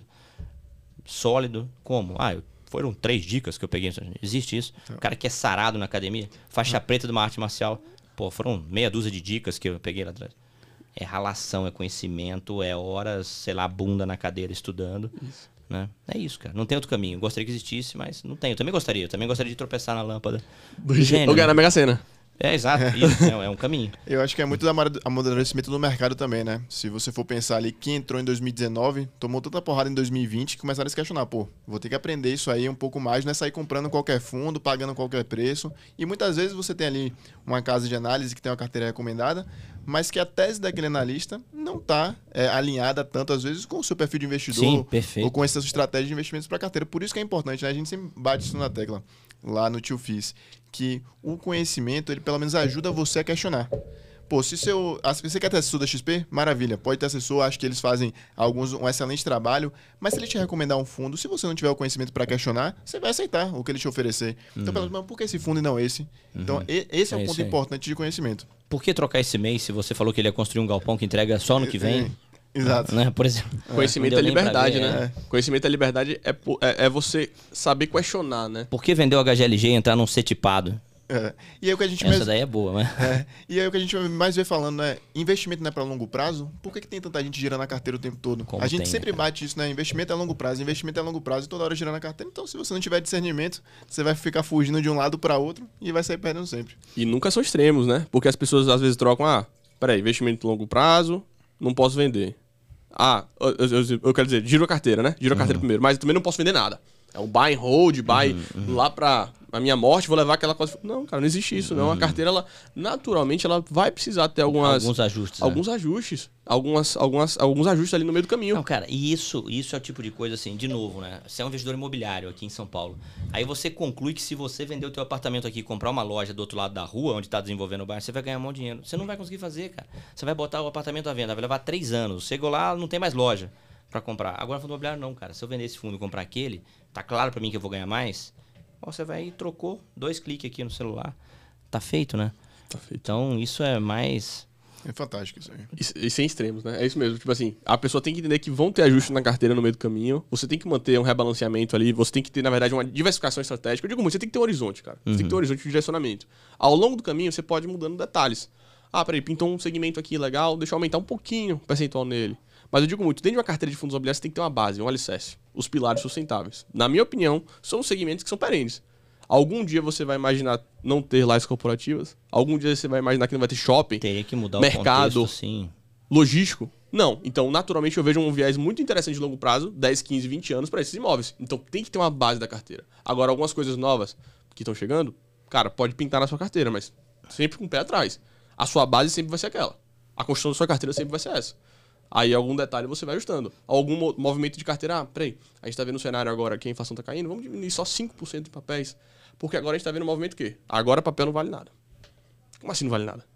Sólido. Como? Ah, eu foram três dicas que eu peguei. Existe isso. O cara que é sarado na academia, faixa preta de uma arte marcial. Pô, foram meia dúzia de dicas que eu peguei lá atrás. É ralação, é conhecimento, é horas, sei lá, bunda na cadeira estudando. Isso. Né? É isso, cara. Não tem outro caminho. Gostaria que existisse, mas não tem. Eu também gostaria. Eu também gostaria de tropeçar na lâmpada do gênio. Ou ganhar né? na Mega Sena. É, exato. Isso, é, é um caminho. Eu acho que é muito do amar- amadurecimento do mercado também, né? Se você for pensar ali, quem entrou em dois mil e dezenove, tomou tanta porrada em dois mil e vinte, que começaram a se questionar, pô, vou ter que aprender isso aí um pouco mais, não é sair comprando qualquer fundo, pagando qualquer preço. E muitas vezes você tem ali uma casa de análise que tem uma carteira recomendada, mas que a tese daquele analista não está é, alinhada tanto, às vezes, com o seu perfil de investidor. Sim, perfeito. Ou com essa sua estratégia de investimentos para a carteira. Por isso que é importante, né? A gente sempre bate isso na tecla, lá no Tio Fiz, que o conhecimento, ele pelo menos ajuda você a questionar. Pô, se seu, se você quer ter assessor da X P, maravilha, pode ter assessor, acho que eles fazem alguns, um excelente trabalho, mas se ele te recomendar um fundo, se você não tiver o conhecimento para questionar, você vai aceitar o que ele te oferecer. Uhum. Então, pelo menos, por que esse fundo e não esse? Uhum. Então, e, esse é, é o ponto importante de conhecimento. Por que trocar esse mês se você falou que ele ia construir um galpão que entrega só no que vem? É, exato. Né? Por exemplo. Conhecimento é liberdade, ver, né? É. Conhecimento é liberdade, é, é, é você saber questionar, né? Por que vender o H G L G e entrar num C tipado? É. E aí o que a gente Essa mesmo... daí é boa, mas... É. E aí o que a gente mais vê falando é investimento não é para longo prazo? Por que, que tem tanta gente girando a carteira o tempo todo? Como a gente tem, sempre né, bate isso, né? Investimento é longo prazo, investimento é longo prazo e toda hora girando a carteira. Então, se você não tiver discernimento, você vai ficar fugindo de um lado para outro e vai sair perdendo sempre. E nunca são extremos, né? Porque as pessoas às vezes trocam, ah, peraí, investimento de longo prazo, não posso vender. Ah, eu, eu, eu quero dizer, giro a carteira, né? Giro a carteira uhum. primeiro, mas eu também não posso vender nada. É o buy and hold, buy uhum, uhum. lá pra a minha morte, vou levar aquela coisa. Não, cara, não existe isso, não. Uhum. A carteira, ela, naturalmente, ela vai precisar ter algumas... Alguns ajustes. Alguns né? ajustes. Algumas, algumas, alguns ajustes ali no meio do caminho. Não, cara, e isso, isso é o tipo de coisa assim, de novo, né? Você é um investidor imobiliário aqui em São Paulo. Aí você conclui que se você vender o teu apartamento aqui e comprar uma loja do outro lado da rua, onde está desenvolvendo o bairro, você vai ganhar um monte de dinheiro. Você não vai conseguir fazer, cara. Você vai botar o apartamento à venda, vai levar três anos. Chegou lá, não tem mais loja para comprar. Agora, fundo imobiliário não, cara. Se eu vender esse fundo e comprar aquele, tá claro para mim que eu vou ganhar mais. Você vai e trocou, dois cliques aqui no celular. Tá feito, né? Tá feito. Então, isso é mais... É fantástico isso aí. E, e sem extremos, né? É isso mesmo. Tipo assim, a pessoa tem que entender que vão ter ajustes na carteira no meio do caminho. Você tem que manter um rebalanceamento ali. Você tem que ter, na verdade, uma diversificação estratégica. Eu digo muito, você tem que ter um horizonte, cara. Você uhum. tem que ter um horizonte de direcionamento. Ao longo do caminho, você pode ir mudando detalhes. Ah, peraí, pintou um segmento aqui legal, deixa eu aumentar um pouquinho o percentual nele. Mas eu digo muito, dentro de uma carteira de fundos imobiliários, você tem que ter uma base, um alicerce. Os pilares sustentáveis. Na minha opinião, são segmentos que são perenes. Algum dia você vai imaginar não ter lajes corporativas? Algum dia você vai imaginar que não vai ter shopping? Teria que mudar mercado, o contexto, sim. Logístico? Não. Então, naturalmente, eu vejo um viés muito interessante de longo prazo, dez, quinze, vinte anos para esses imóveis. Então, tem que ter uma base da carteira. Agora, algumas coisas novas que estão chegando, cara, pode pintar na sua carteira, mas sempre com o pé atrás. A sua base sempre vai ser aquela. A construção da sua carteira sempre vai ser essa. Aí, algum detalhe você vai ajustando. Algum movimento de carteira, ah, peraí, a gente tá vendo o cenário agora que a inflação tá caindo, vamos diminuir só cinco por cento em papéis. Porque agora a gente tá vendo um movimento o quê? Agora papel não vale nada. Como assim não vale nada?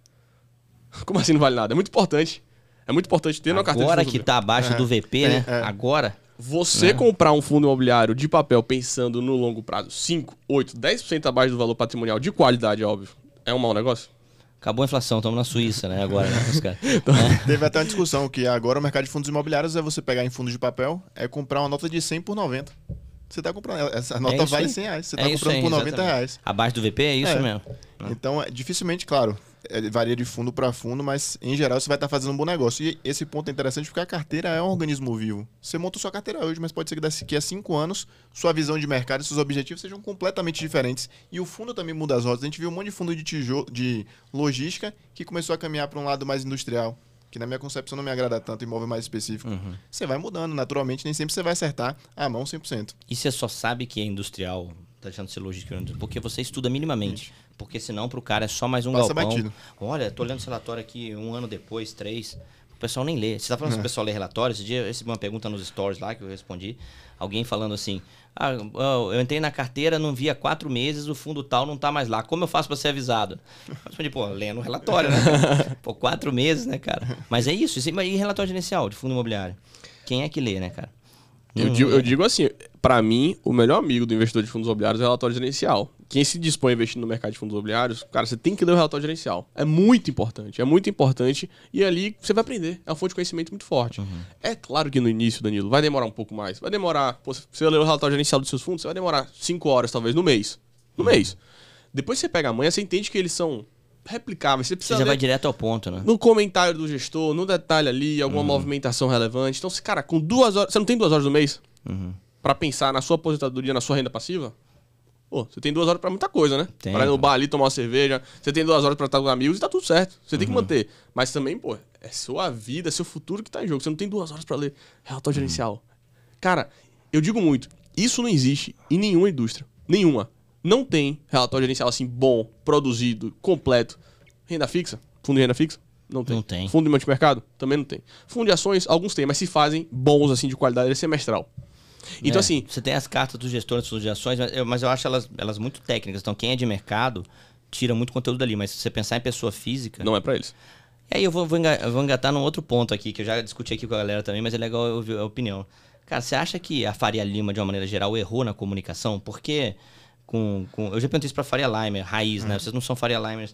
Como assim não vale nada? É muito importante. É muito importante ter na carteira. Agora que tá abaixo é, do V P, é, né? É. Agora. Você né? comprar um fundo imobiliário de papel pensando no longo prazo, cinco, oito, dez por cento abaixo do valor patrimonial de qualidade, óbvio, é um mau negócio? Acabou a inflação, estamos na Suíça, né? Agora, né? Os caras. Então, é. Teve até uma discussão que agora o mercado de fundos imobiliários é você pegar em fundos de papel, é comprar uma nota de cem por noventa. Você tá comprando, essa nota é vale aí. cem reais, você é tá comprando aí, por noventa exatamente. reais. Abaixo do V P é isso é. mesmo. Então, é, dificilmente, claro, é, varia de fundo para fundo, mas em geral você vai estar fazendo um bom negócio. E esse ponto é interessante porque a carteira é um organismo vivo. Você monta sua carteira hoje, mas pode ser que daqui a cinco anos sua visão de mercado e seus objetivos sejam completamente diferentes. E o fundo também muda as rotas. A gente viu um monte de fundo de tijolo, de logística que começou a caminhar para um lado mais industrial, que na minha concepção não me agrada tanto, imóvel mais específico. Uhum. Você vai mudando, naturalmente, nem sempre você vai acertar a mão cem por cento. E você só sabe que é industrial, tá deixando de ser logística, porque você estuda minimamente. Isso. Porque senão pro cara é só mais um Passa galpão. batido. Olha, tô olhando esse relatório aqui um ano depois, três. O pessoal nem lê. Você tá falando é. se o pessoal lê relatório? Esse dia eu recebi uma pergunta nos stories lá que eu respondi. Alguém falando assim, ah, eu entrei na carteira, não vi há quatro meses, o fundo tal não tá mais lá. Como eu faço para ser avisado? Eu respondi, pô, lendo o relatório, né? Pô, quatro meses, né, cara? Mas é isso. E relatório gerencial de fundo imobiliário? Quem é que lê, né, cara? Eu, Hum, digo, eu digo assim, para mim, o melhor amigo do investidor de fundos imobiliários é o relatório gerencial. Quem se dispõe a investir no mercado de fundos imobiliários, cara, você tem que ler o relatório gerencial. É muito importante, é muito importante. E ali você vai aprender. É uma fonte de conhecimento muito forte. Uhum. É claro que no início, Danilo, vai demorar um pouco mais. Vai demorar, pô, se você ler o relatório gerencial dos seus fundos, você vai demorar cinco horas, talvez, no mês. No uhum. mês. Depois você pega a manhã, você entende que eles são replicáveis. Você precisa você já vai direto ao ponto, né? No comentário do gestor, no detalhe ali, alguma uhum. movimentação relevante. Então, cara, com duas horas... Você não tem duas horas no mês? Uhum. Pra pensar na sua aposentadoria, na sua renda passiva? Pô, você tem duas horas pra muita coisa, né? Tem, pra ir no bar ali, tomar uma cerveja. Você tem duas horas pra estar com amigos e tá tudo certo. Você uhum. tem que manter. Mas também, pô, é sua vida, é seu futuro que tá em jogo. Você não tem duas horas pra ler relatório uhum. gerencial. Cara, eu digo muito. Isso não existe em nenhuma indústria. Nenhuma. Não tem relatório gerencial assim bom, produzido, completo. Renda fixa? Fundo de renda fixa? Não tem. Não tem. Fundo de multimercado? Também não tem. Fundo de ações? Alguns tem, mas se fazem bons, assim, de qualidade, é semestral. Então, é, assim... Você tem as cartas dos gestores de fundos de ações, mas eu, mas eu acho elas, elas muito técnicas. Então, quem é de mercado tira muito conteúdo dali. Mas se você pensar em pessoa física... Não é pra eles. E aí eu vou, vou, engatar, eu vou engatar num outro ponto aqui, que eu já discuti aqui com a galera também, mas é legal eu ouvir a opinião. Cara, você acha que a Faria Lima, de uma maneira geral, errou na comunicação? Porque... Com, com, eu já perguntei isso pra Faria Limer, raiz, né? Vocês não são Faria Limers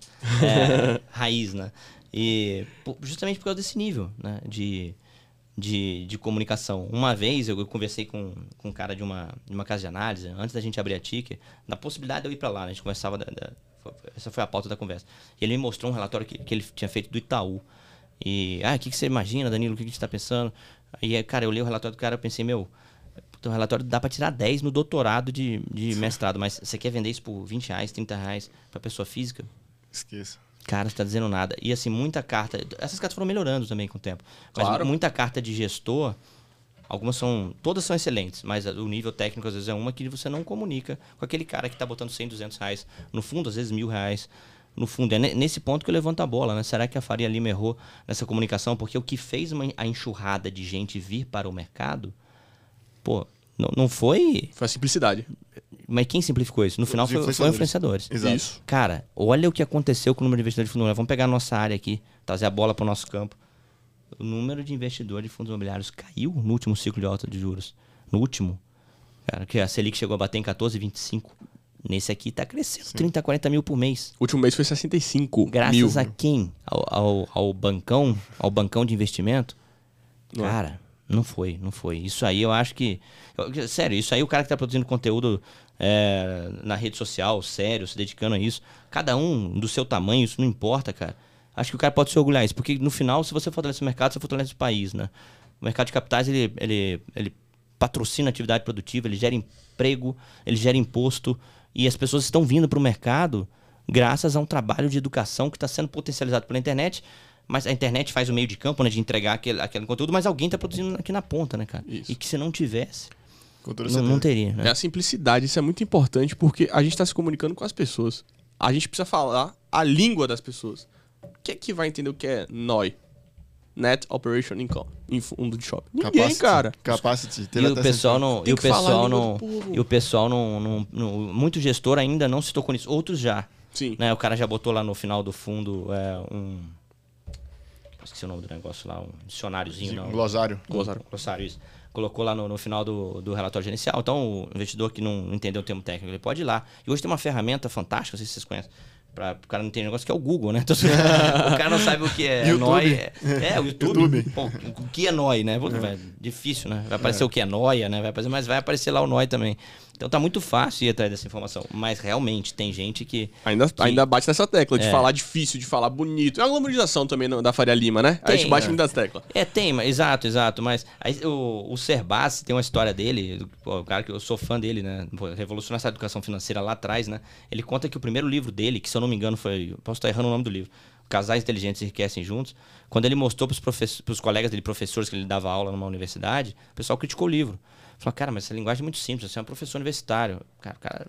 é, raiz, né? E justamente por causa desse nível, né? De, de, de comunicação. Uma vez eu, eu conversei com, com um cara de uma, de uma casa de análise, antes da gente abrir a ticker, na possibilidade de eu ir pra lá, né? A gente conversava, da, da, essa foi a pauta da conversa. E ele me mostrou um relatório que, que ele tinha feito do Itaú. E, ah, o que, que você imagina, Danilo? O que, que você tá pensando? E, cara, eu li o relatório do cara e pensei, meu... Então, o relatório dá para tirar dez no doutorado de, de mestrado, mas você quer vender isso por vinte reais, trinta reais para pessoa física? Esqueça. Cara, você tá dizendo nada. E assim, muita carta... Essas cartas foram melhorando também com o tempo. Mas Claro. muita carta de gestor... Algumas são... Todas são excelentes, mas o nível técnico às vezes é uma que você não comunica com aquele cara que tá botando cem, duzentos reais. No fundo, às vezes mil reais. No fundo, é nesse ponto que eu levanto a bola, né? Será que a Faria Lima errou nessa comunicação? Porque o que fez uma, a enxurrada de gente vir para o mercado... Pô, não, não foi... Foi a simplicidade. Mas quem simplificou isso? No final Os foi, foi influenciadores. Exato. Isso. Cara, olha o que aconteceu com o número de investidores de fundo imobiliário. Vamos pegar a nossa área aqui, trazer a bola para o nosso campo. O número de investidores de fundos imobiliários caiu no último ciclo de alta de juros. No último. Cara, que a Selic chegou a bater em quatorze vírgula vinte e cinco. Nesse aqui tá crescendo trinta, quarenta mil por mês. O último mês foi sessenta e cinco Graças mil. a quem? Ao, ao, ao bancão? Ao bancão de investimento? Não é. Cara, não foi, não foi. Isso aí eu acho que... eu- sério, isso aí o cara que tá produzindo conteúdo é, na rede social, sério, se dedicando a isso. Cada um do seu tamanho, isso não importa, cara. Acho que o cara pode se orgulhar disso. Porque no final, se você fortalece o mercado, você fortalece o país, né? O mercado de capitais, ele, ele, ele patrocina a atividade produtiva, ele gera emprego, ele gera imposto. E as pessoas estão vindo para o mercado graças a um trabalho de educação que está sendo potencializado pela internet. Mas a internet faz o meio de campo, né, de entregar aquele, aquele conteúdo, mas alguém está produzindo aqui na ponta, né, cara? Isso. E que se não tivesse, Com toda não, certeza. não teria, né? É a simplicidade, isso é muito importante porque a gente está se comunicando com as pessoas. A gente precisa falar a língua das pessoas. Quem é que vai entender o que é N O I? Net Operation Income, em fundo de shopping. Ninguém, Capacity, cara. Capacity. E teve o até pessoal essa- não, Tem e o que falar a pessoal língua não, do povo. e o pessoal não, não, não- muito gestor ainda não se tocou nisso. Outros já, Sim. né? O cara já botou lá no final do fundo é, um, esqueci o nome do negócio lá, um dicionáriozinho, de- não. um glossário. Glossário. Glossário, isso. Colocou lá no, no final do, do relatório gerencial. Então, o investidor que não entendeu o termo técnico, ele pode ir lá. E hoje tem uma ferramenta fantástica, não sei se vocês conhecem, para o cara não entender negócio, que é o Google, né? Então, o cara não sabe o que é YouTube. N O I. É, é, o YouTube. YouTube. Pô, o que é N O I, né? Pô, vai- difícil, né? Vai aparecer o que é noia, né? Vai aparecer, mas vai aparecer lá o N O I também. Então tá muito fácil ir atrás dessa informação. Mas realmente tem gente que... Ainda, que- ainda bate nessa tecla de É. falar difícil, de falar bonito. É uma glamorização também no- da Faria Lima, né? a gente Tem, bate é. muito nessa tecla. É, tem, mas, exato, exato. Mas aí, o, o Serbassi tem uma história dele, pô, o cara que eu sou fã dele, né? Pô, revolucionou essa educação financeira lá atrás, né? Ele conta que o primeiro livro dele, que se eu não me engano foi... Posso estar errando o nome do livro. Casais Inteligentes Enriquecem Juntos. Quando ele mostrou para os colegas dele, professores, que ele dava aula numa universidade, o pessoal criticou o livro. Falou, cara, mas essa linguagem é muito simples, você é um professor universitário. Cara, cara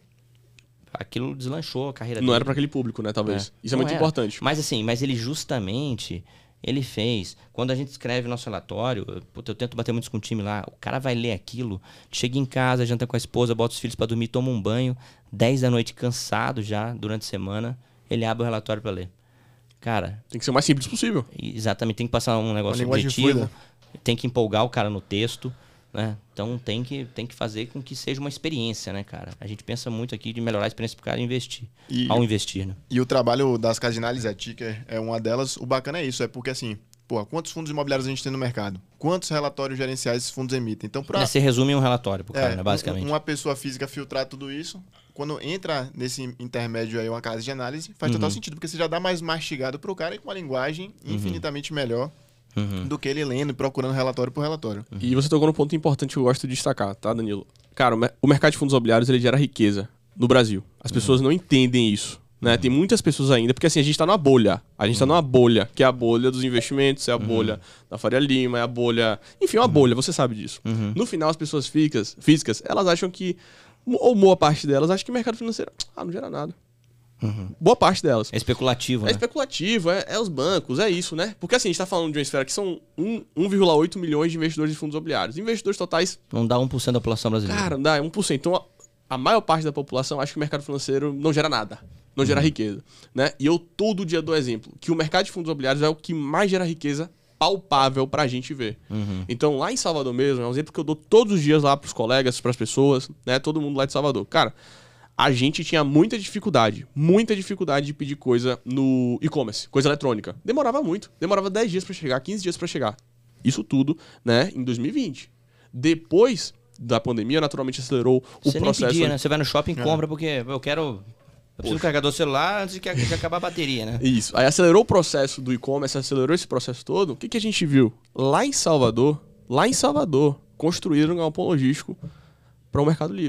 aquilo deslanchou a carreira dele. Não era pra aquele público, né? Talvez. Isso é Não muito era. importante. Mas assim, mas ele justamente, ele fez. Quando a gente escreve nosso relatório, eu, puta, eu tento bater muito com o time lá, o cara vai ler aquilo, chega em casa, janta com a esposa, bota os filhos pra dormir, toma um banho, dez da noite cansado já, durante a semana, ele abre o relatório pra ler. Cara, Tem que ser o mais simples possível. exatamente, tem que passar um negócio linguagem objetivo, fluida. tem que empolgar o cara no texto, né? Então tem que, tem que fazer com que seja uma experiência, né, cara? A gente pensa muito aqui de melhorar a experiência pro cara investir, E- ao investir, né? E o trabalho das casas de análise, a Ticker é uma delas. O bacana é isso, é porque assim, pô, quantos fundos imobiliários a gente tem no mercado? Quantos relatórios gerenciais esses fundos emitem? Então, pra, É, você resume um relatório pro cara, é, né, basicamente. um- uma pessoa física filtrar tudo isso, quando entra nesse intermédio aí uma casa de análise, faz total sentido, porque você já dá mais mastigado pro cara e com uma linguagem infinitamente melhor Uhum. do que ele lendo e procurando relatório por relatório. E você tocou num ponto importante que eu gosto de destacar, tá, Danilo? Cara, o mer- o mercado de fundos imobiliários, ele gera riqueza no Brasil. As pessoas não entendem isso, né? Tem muitas pessoas ainda, porque assim, a gente tá numa bolha. A gente tá numa bolha, que é a bolha dos investimentos, é a bolha da Faria Lima, é a bolha... Enfim, é uma bolha, você sabe disso. No final, as pessoas físicas, físicas, elas acham que... Ou boa parte delas acham que o mercado financeiro... Ah, não gera nada. Boa parte delas. É especulativo, É né? especulativo, é, é os bancos, é isso, né? Porque assim, a gente tá falando de uma esfera que são um- um vírgula oito milhões de investidores de fundos imobiliários. Investidores totais, Não dá um por cento da população brasileira. cara, não dá, é um por cento. Então, a, a maior parte da população acha que o mercado financeiro não gera nada, não gera riqueza, né? E eu todo dia dou exemplo que o mercado de fundos imobiliários é o que mais gera riqueza palpável pra gente ver. Então, lá em Salvador mesmo, é um exemplo que eu dou todos os dias lá pros colegas, pras pessoas, né? Todo mundo lá de Salvador. Cara, a gente tinha muita dificuldade, muita dificuldade de pedir coisa no e-commerce, coisa eletrônica. Demorava muito, demorava dez dias pra chegar, quinze dias pra chegar. Isso tudo, né, em dois mil e vinte. Depois da pandemia, naturalmente acelerou o Você nem processo. pedia, né? Você vai no shopping e compra porque eu quero... Eu preciso do carregador celular antes de que de acabar a bateria, né? Isso. Aí acelerou o processo do e-commerce, acelerou esse processo todo. O que, que a gente viu? Lá em Salvador, lá em Salvador, construíram um galpão logístico para o Mercado Livre.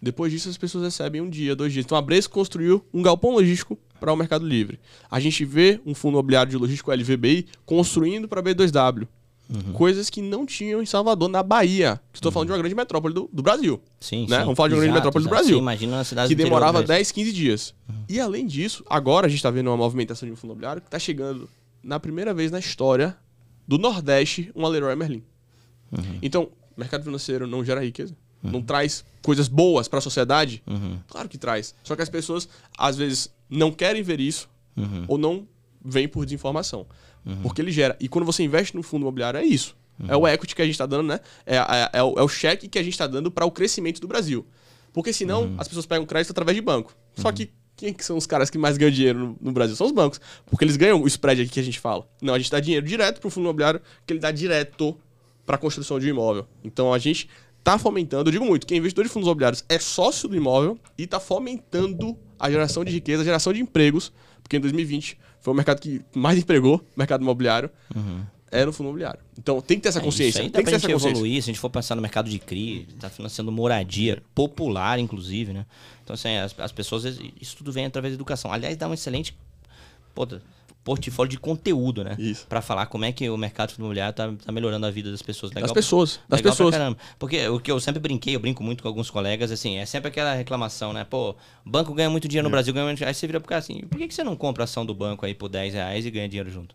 Depois disso, as pessoas recebem um dia, dois dias. Então, a Bresco construiu um galpão logístico para o Mercado Livre. A gente vê um fundo imobiliário de logístico L V B I construindo para B dois W. Uhum. Coisas que não tinham em Salvador, na Bahia. Estou uhum. falando de uma grande metrópole do, do Brasil. Sim, né? sim. Vamos falar de uma grande exato, metrópole exato. do Brasil. Sim, imagina uma cidade que demorava do dez, quinze dias. Uhum. E além disso, agora a gente está vendo uma movimentação de um fundo imobiliário que está chegando, na primeira vez na história do Nordeste, uma Leroy Merlin. Uhum. Então, mercado financeiro não gera riqueza? Uhum. Não traz coisas boas para a sociedade? Uhum. Claro que traz. Só que as pessoas, às vezes, não querem ver isso uhum. ou não veem por desinformação. Uhum. Porque ele gera. E quando você investe no fundo imobiliário, é isso. Uhum. É o equity que a gente está dando, né? É, é, é, o, é o cheque que a gente está dando para o crescimento do Brasil. Porque senão, uhum. as pessoas pegam crédito através de banco. Uhum. Só que quem que são os caras que mais ganham dinheiro no, no Brasil? São os bancos. Porque eles ganham o spread aqui que a gente fala. Não, a gente dá dinheiro direto para o fundo imobiliário, que ele dá direto para a construção de um imóvel. Então, a gente está fomentando, eu digo muito, que investidor de fundos imobiliários é sócio do imóvel e está fomentando a geração de riqueza, a geração de empregos, porque em dois mil e vinte foi o mercado que mais empregou, o mercado imobiliário, uhum. era o fundo imobiliário. Então tem que ter essa consciência. É, isso aí dá tem que pra ter gente essa evoluir, se a gente for pensar no mercado de C R I, está financiando moradia popular, inclusive, né? Então, assim, as, as pessoas, isso tudo vem através da educação. Aliás, dá um excelente pô, portfólio de conteúdo, né? Isso. Pra falar como é que o mercado imobiliário tá, tá melhorando a vida das pessoas. Legal das pessoas. Pra, das legal pessoas. Pra caramba. Porque o que eu sempre brinquei, eu brinco muito com alguns colegas, assim, é sempre aquela reclamação, né? Pô, o banco ganha muito dinheiro no é. Brasil, ganha muito dinheiro. Aí você vira pro cara assim, por que, que você não compra a ação do banco aí por dez reais e ganha dinheiro junto?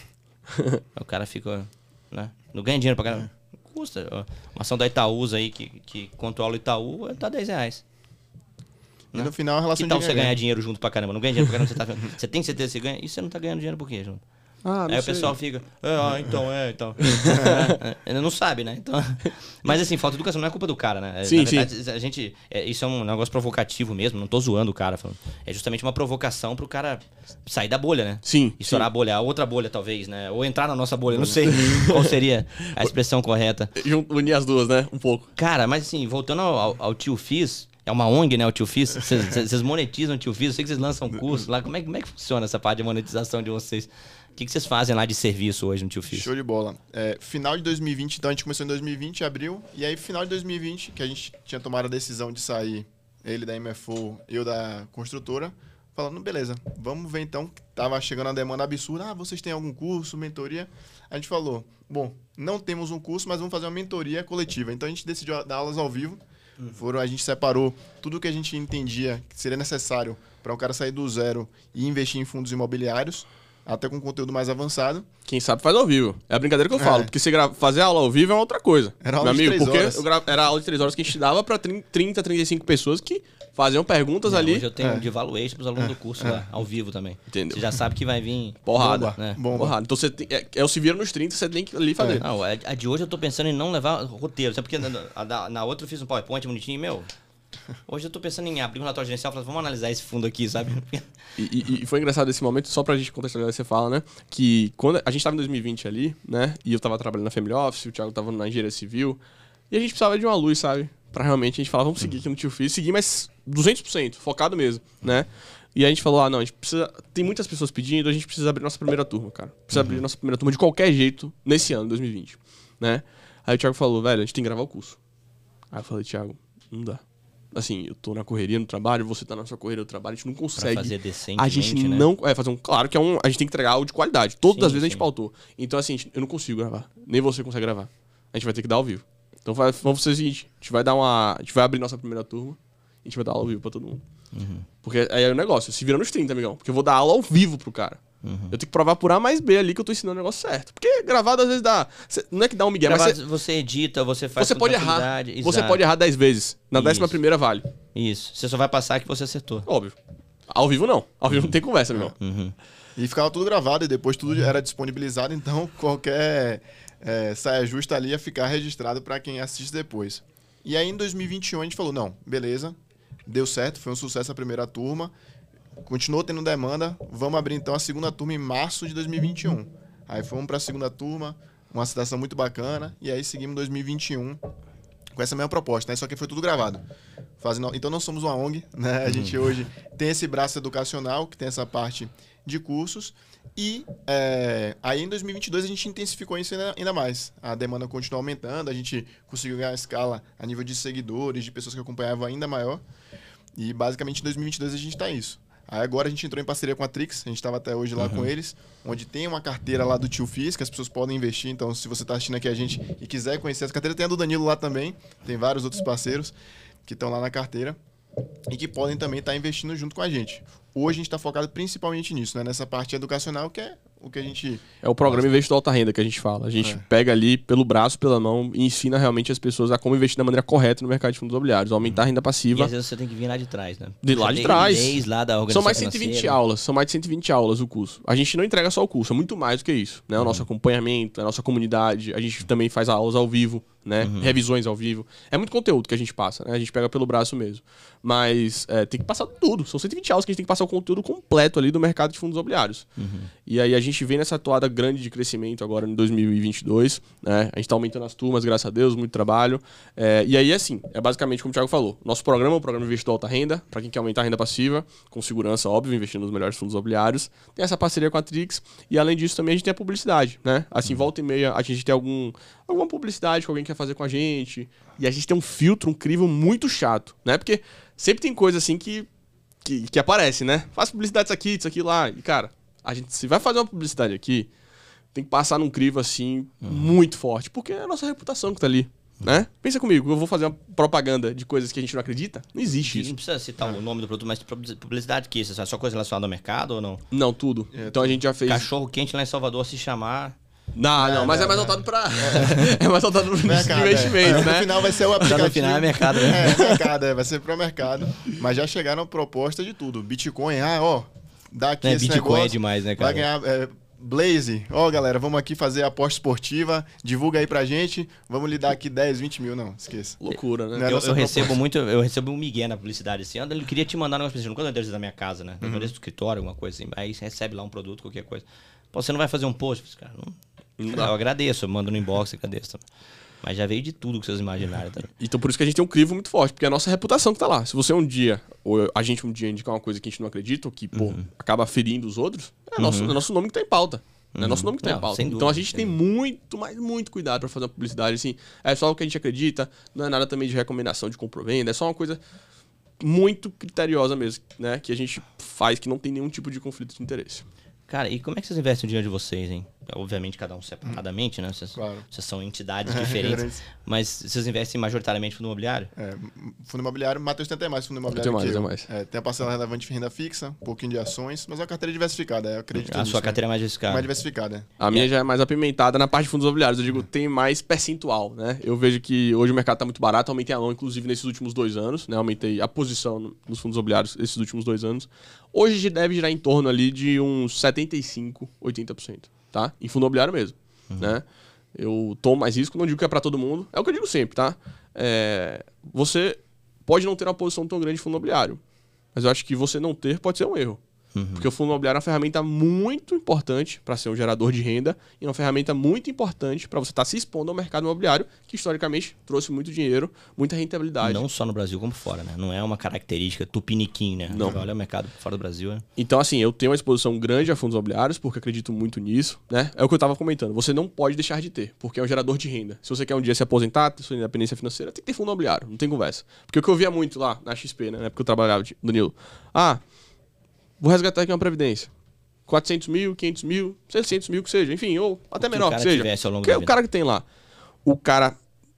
O cara fica, né? Não ganha dinheiro pra caramba. É. Custa. Uma ação da Itaúsa aí, que, que controla o Itaú, tá dez reais. E no final a relação que tal de você ganhar dinheiro junto pra caramba? Não ganha dinheiro pra caramba, você, tá, você tem certeza que você ganha? E você não tá ganhando dinheiro por quê, junto? Ah, aí sei. O pessoal fica, ah, então, é, então. é, é, não sabe, né? Então, mas assim, falta de educação não é culpa do cara, né? Sim, Na verdade, sim. a gente, é, isso é um negócio provocativo mesmo, não tô zoando o cara. Falando. É justamente uma provocação pro cara sair da bolha, né? Sim. Estourar sim. a bolha, a outra bolha talvez, né? Ou entrar na nossa bolha, não sei qual seria a expressão correta. Unir as duas, né? Um pouco. Cara, mas assim, voltando ao, ao, ao Tio Fiz, é uma O N G, né, o Tio Fiz? Vocês monetizam o Tio Fiz? Eu sei que vocês lançam um curso lá. Como é, como é que funciona essa parte de monetização de vocês? O que, que vocês fazem lá de serviço hoje no Tio Fiz? Show de bola. É, final de dois mil e vinte, então a gente começou em dois mil e vinte, abril. E aí, final de dois mil e vinte, que a gente tinha tomado a decisão de sair, ele da M F O, eu da construtora, falando, beleza, vamos ver então. Tava chegando a demanda absurda. Ah, vocês têm algum curso, mentoria? A gente falou, bom, não temos um curso, mas vamos fazer uma mentoria coletiva. Então a gente decidiu dar aulas ao vivo. Foram, a gente separou tudo que a gente entendia que seria necessário para um cara sair do zero e investir em fundos imobiliários, até com conteúdo mais avançado. Quem sabe faz ao vivo. É a brincadeira que eu falo. É. Porque você grava, fazer aula ao vivo é uma outra coisa. Era aula meu de amigo, três porque horas. Eu gra... era aula de três horas que a gente dava para trinta, trinta e cinco pessoas que faziam perguntas Não, ali. Hoje eu tenho É. um de valuation pros alunos É. do curso É. lá, ao vivo também. Entendeu? Você já sabe que vai vir Porrada. Bomba. né? Bomba. Porrada. Então você tem... é, é o se vira nos trinta, você tem que ali fazer. Não, a a de hoje eu tô pensando em não levar roteiro. Sabe porque na, a da- na outra eu fiz um PowerPoint bonitinho, meu. Hoje eu tô pensando em abrir um relatório gerencial e falar, vamos analisar esse fundo aqui, sabe? E, e- e foi engraçado esse momento, só pra gente contextualizar, você fala, né? Que quando a gente tava em dois mil e vinte ali, né? E eu tava trabalhando na Family Office, o Thiago tava na engenharia civil. E a gente precisava de uma luz, sabe? Pra realmente a gente falar, vamos seguir aqui no Tio Fiz. Seguir, mas duzentos por cento, focado mesmo, né? E a gente falou, ah, não, a gente precisa... Tem muitas pessoas pedindo, a gente precisa abrir nossa primeira turma, cara. Precisa abrir nossa primeira turma de qualquer jeito nesse ano, dois mil e vinte, né? Aí o Thiago falou, velho, a gente tem que gravar o curso. Aí eu falei, Thiago, não dá. Assim, eu tô na correria no trabalho, você tá na sua correria no trabalho, a gente não consegue. Pra fazer decentemente, A gente né? não. É, fazer um. Claro que é um. A gente tem que entregar algo de qualidade. Todas Sim, as vezes a gente sim. pautou. Então, assim, a gente- eu não consigo gravar. Nem você consegue gravar. A gente vai ter que dar ao vivo. Então vai- vamos fazer o seguinte: a gente vai dar uma. A gente vai abrir nossa primeira turma e a gente vai dar aula ao vivo pra todo mundo. Uhum. Porque aí é o negócio, se vira nos trinta, amigão. Porque eu vou dar aula ao vivo pro cara. Uhum. Eu tenho que provar por A mais B ali que eu tô ensinando o negócio certo. Porque gravado às vezes dá. cê- não é que dá um migué, mas Gravado, cê- você edita, você faz você com pode errar. tranquilidade. Você Exato. pode errar dez vezes. Na Isso. décima primeira vale. Isso. Você só vai passar que você acertou. Óbvio. Ao vivo não. Ao vivo não tem conversa, amigão. Uhum. E ficava tudo gravado e depois tudo era disponibilizado, então qualquer é, saia justa ali ia ficar registrado para quem assiste depois. E aí em dois mil e vinte e um a gente falou, não, beleza, deu certo, foi um sucesso a primeira turma, continuou tendo demanda, vamos abrir então a segunda turma em março de dois mil e vinte e um. Aí fomos para a segunda turma, uma situação muito bacana, e aí seguimos dois mil e vinte e um com essa mesma proposta, né? Só que foi tudo gravado. fazendo... Então, não somos uma O N G, né? A uhum. gente hoje tem esse braço educacional, que tem essa parte de cursos. E é, aí, em dois mil e vinte e dois, a gente intensificou isso ainda, ainda mais. A demanda continuou aumentando, a gente conseguiu ganhar a escala a nível de seguidores, de pessoas que acompanhavam ainda maior. E, basicamente, em dois mil e vinte e dois, a gente está isso. Aí agora a gente entrou em parceria com a Trix, a gente estava até hoje lá uhum. com eles, onde tem uma carteira lá do Tio Fiz, que as pessoas podem investir. Então, se você está assistindo aqui a gente e quiser conhecer essa carteira, tem a do Danilo lá também, tem vários outros parceiros que estão lá na carteira e que podem também estar tá investindo junto com a gente. Hoje a gente está focado principalmente nisso, né? Nessa parte educacional, que é o que a gente... É o programa Investir Alta Renda que a gente fala. A gente é. pega ali pelo braço, pela mão e ensina realmente as pessoas a como investir da maneira correta no mercado de fundos imobiliários, aumentar a renda passiva. E às vezes você tem que vir lá de trás, né? De lá de trás. Lá da são mais cento e vinte aulas, são mais de cento e vinte aulas o curso. A gente não entrega só o curso, é muito mais do que isso, né? O uhum. nosso acompanhamento, a nossa comunidade, a gente também faz aulas ao vivo, né? Uhum. Revisões ao vivo. É muito conteúdo que a gente passa, né? A gente pega pelo braço mesmo. Mas é, tem que passar tudo. São cento e vinte aulas que a gente tem que passar o conteúdo completo ali do mercado de fundos imobiliários. Uhum. E aí a gente vem nessa toada grande de crescimento agora em dois mil e vinte e dois, né? A gente tá aumentando as turmas, graças a Deus, muito trabalho. É, e aí, assim, é basicamente como o Thiago falou. Nosso programa é o programa Investir Alta Renda, para quem quer aumentar a renda passiva, com segurança, óbvio, investindo nos melhores fundos imobiliários. Tem essa parceria com a Trix. E além disso, também a gente tem a publicidade, né? Assim, uhum. volta e meia, a gente tem algum, alguma publicidade que alguém quer fazer com a gente. E a gente tem um filtro, um crivo muito chato, né? Porque sempre tem coisa assim que, que, que aparece, né? Faz publicidade disso aqui, disso aqui lá. E, cara, a gente, se vai fazer uma publicidade aqui, tem que passar num crivo, assim, uhum. muito forte. Porque é a nossa reputação que tá ali, uhum. né? Pensa comigo, eu vou fazer uma propaganda de coisas que a gente não acredita? Não existe e isso. Não precisa citar é. o nome do produto, mas publicidade que isso? É só coisa relacionada ao mercado ou não? Não, tudo. É, então tudo. A gente já fez... Cachorro quente lá em Salvador, se chamar... Não, não, não, mas não, é mais voltado para é mais voltado para investimento, é. né? No final vai ser o aplicativo. No final é mercado, né? É, mercado, é, vai ser para o mercado. Mas já chegaram proposta de tudo. Bitcoin, ah, ó, dá aqui é, esse Bitcoin negócio. É demais, né, cara? Vai ganhar é, Blaze. Ó, galera, vamos aqui fazer aposta esportiva. Divulga aí pra gente. Vamos lhe dar aqui dez, vinte mil. Não, esqueça. Loucura, né? Eu, eu recebo muito, eu recebo um migué na publicidade assim. Ele queria te mandar um negócio, não quando eu da minha casa, né? Eu uhum. do escritório, alguma coisa assim. Aí você recebe lá um produto, qualquer coisa. Pô, você não vai fazer um post? Cara, não... Eu agradeço, eu mando no inbox, agradeço. Mas já veio de tudo que vocês imaginaram. Tá? Então por isso que a gente tem um crivo muito forte, porque é a nossa reputação que tá lá. Se você um dia, ou a gente um dia indicar uma coisa que a gente não acredita, ou que, pô, uhum. acaba ferindo os outros, é uhum. nosso, é nosso nome que tá em pauta. Uhum. É nosso nome que tá não, em pauta. Dúvida, então a gente tem dúvida. muito, mas muito cuidado pra fazer uma publicidade, assim. É só o que a gente acredita, não é nada também de recomendação de compra ou venda, é só uma coisa muito criteriosa mesmo, né? Que a gente faz que não tem nenhum tipo de conflito de interesse. Cara, e como é que vocês investem o dinheiro de vocês, hein? Obviamente, cada um separadamente, né? Vocês, claro. vocês são entidades diferentes. Mas vocês investem majoritariamente em fundo imobiliário? É, fundo imobiliário, o Matheus tem até mais fundo imobiliário eu tenho que mais, eu. mais. É, tem a parcela relevante de renda fixa, um pouquinho de ações, mas é uma carteira diversificada, eu acredito A nisso, sua carteira né? é mais diversificada? Mais diversificada, é. A minha já é mais apimentada na parte de fundos imobiliários. Eu digo, tem mais percentual, né? Eu vejo que hoje o mercado tá muito barato, aumentei a mão, inclusive, nesses últimos dois anos, né? Aumentei a posição nos fundos imobiliários esses últimos dois anos. Hoje deve girar em torno ali de uns setenta e cinco, oitenta por cento, tá? Em fundo imobiliário mesmo, uhum. né? Eu tomo mais risco, não digo que é para todo mundo. É o que eu digo sempre, tá? É, você pode não ter uma posição tão grande de fundo imobiliário, mas eu acho que você não ter pode ser um erro. Uhum. Porque o fundo imobiliário é uma ferramenta muito importante para ser um gerador de renda e uma ferramenta muito importante para você estar tá se expondo ao mercado imobiliário, que historicamente trouxe muito dinheiro, muita rentabilidade. Não só no Brasil como fora, né? Não é uma característica tupiniquim, né? Não. Olha o mercado fora do Brasil, né? Então, assim, eu tenho uma exposição grande a fundos imobiliários porque acredito muito nisso, né? É o que eu estava comentando. Você não pode deixar de ter, porque é um gerador de renda. Se você quer um dia se aposentar, ter sua independência financeira, tem que ter fundo imobiliário, não tem conversa. Porque o que eu via muito lá na X P, né? Na época que eu trabalhava, Danilo. Ah, vou resgatar aqui uma previdência. quatrocentos mil, quinhentos mil, seiscentos mil que seja. Enfim, ou até menor que, que seja. Porque o cara que tem lá. O cara,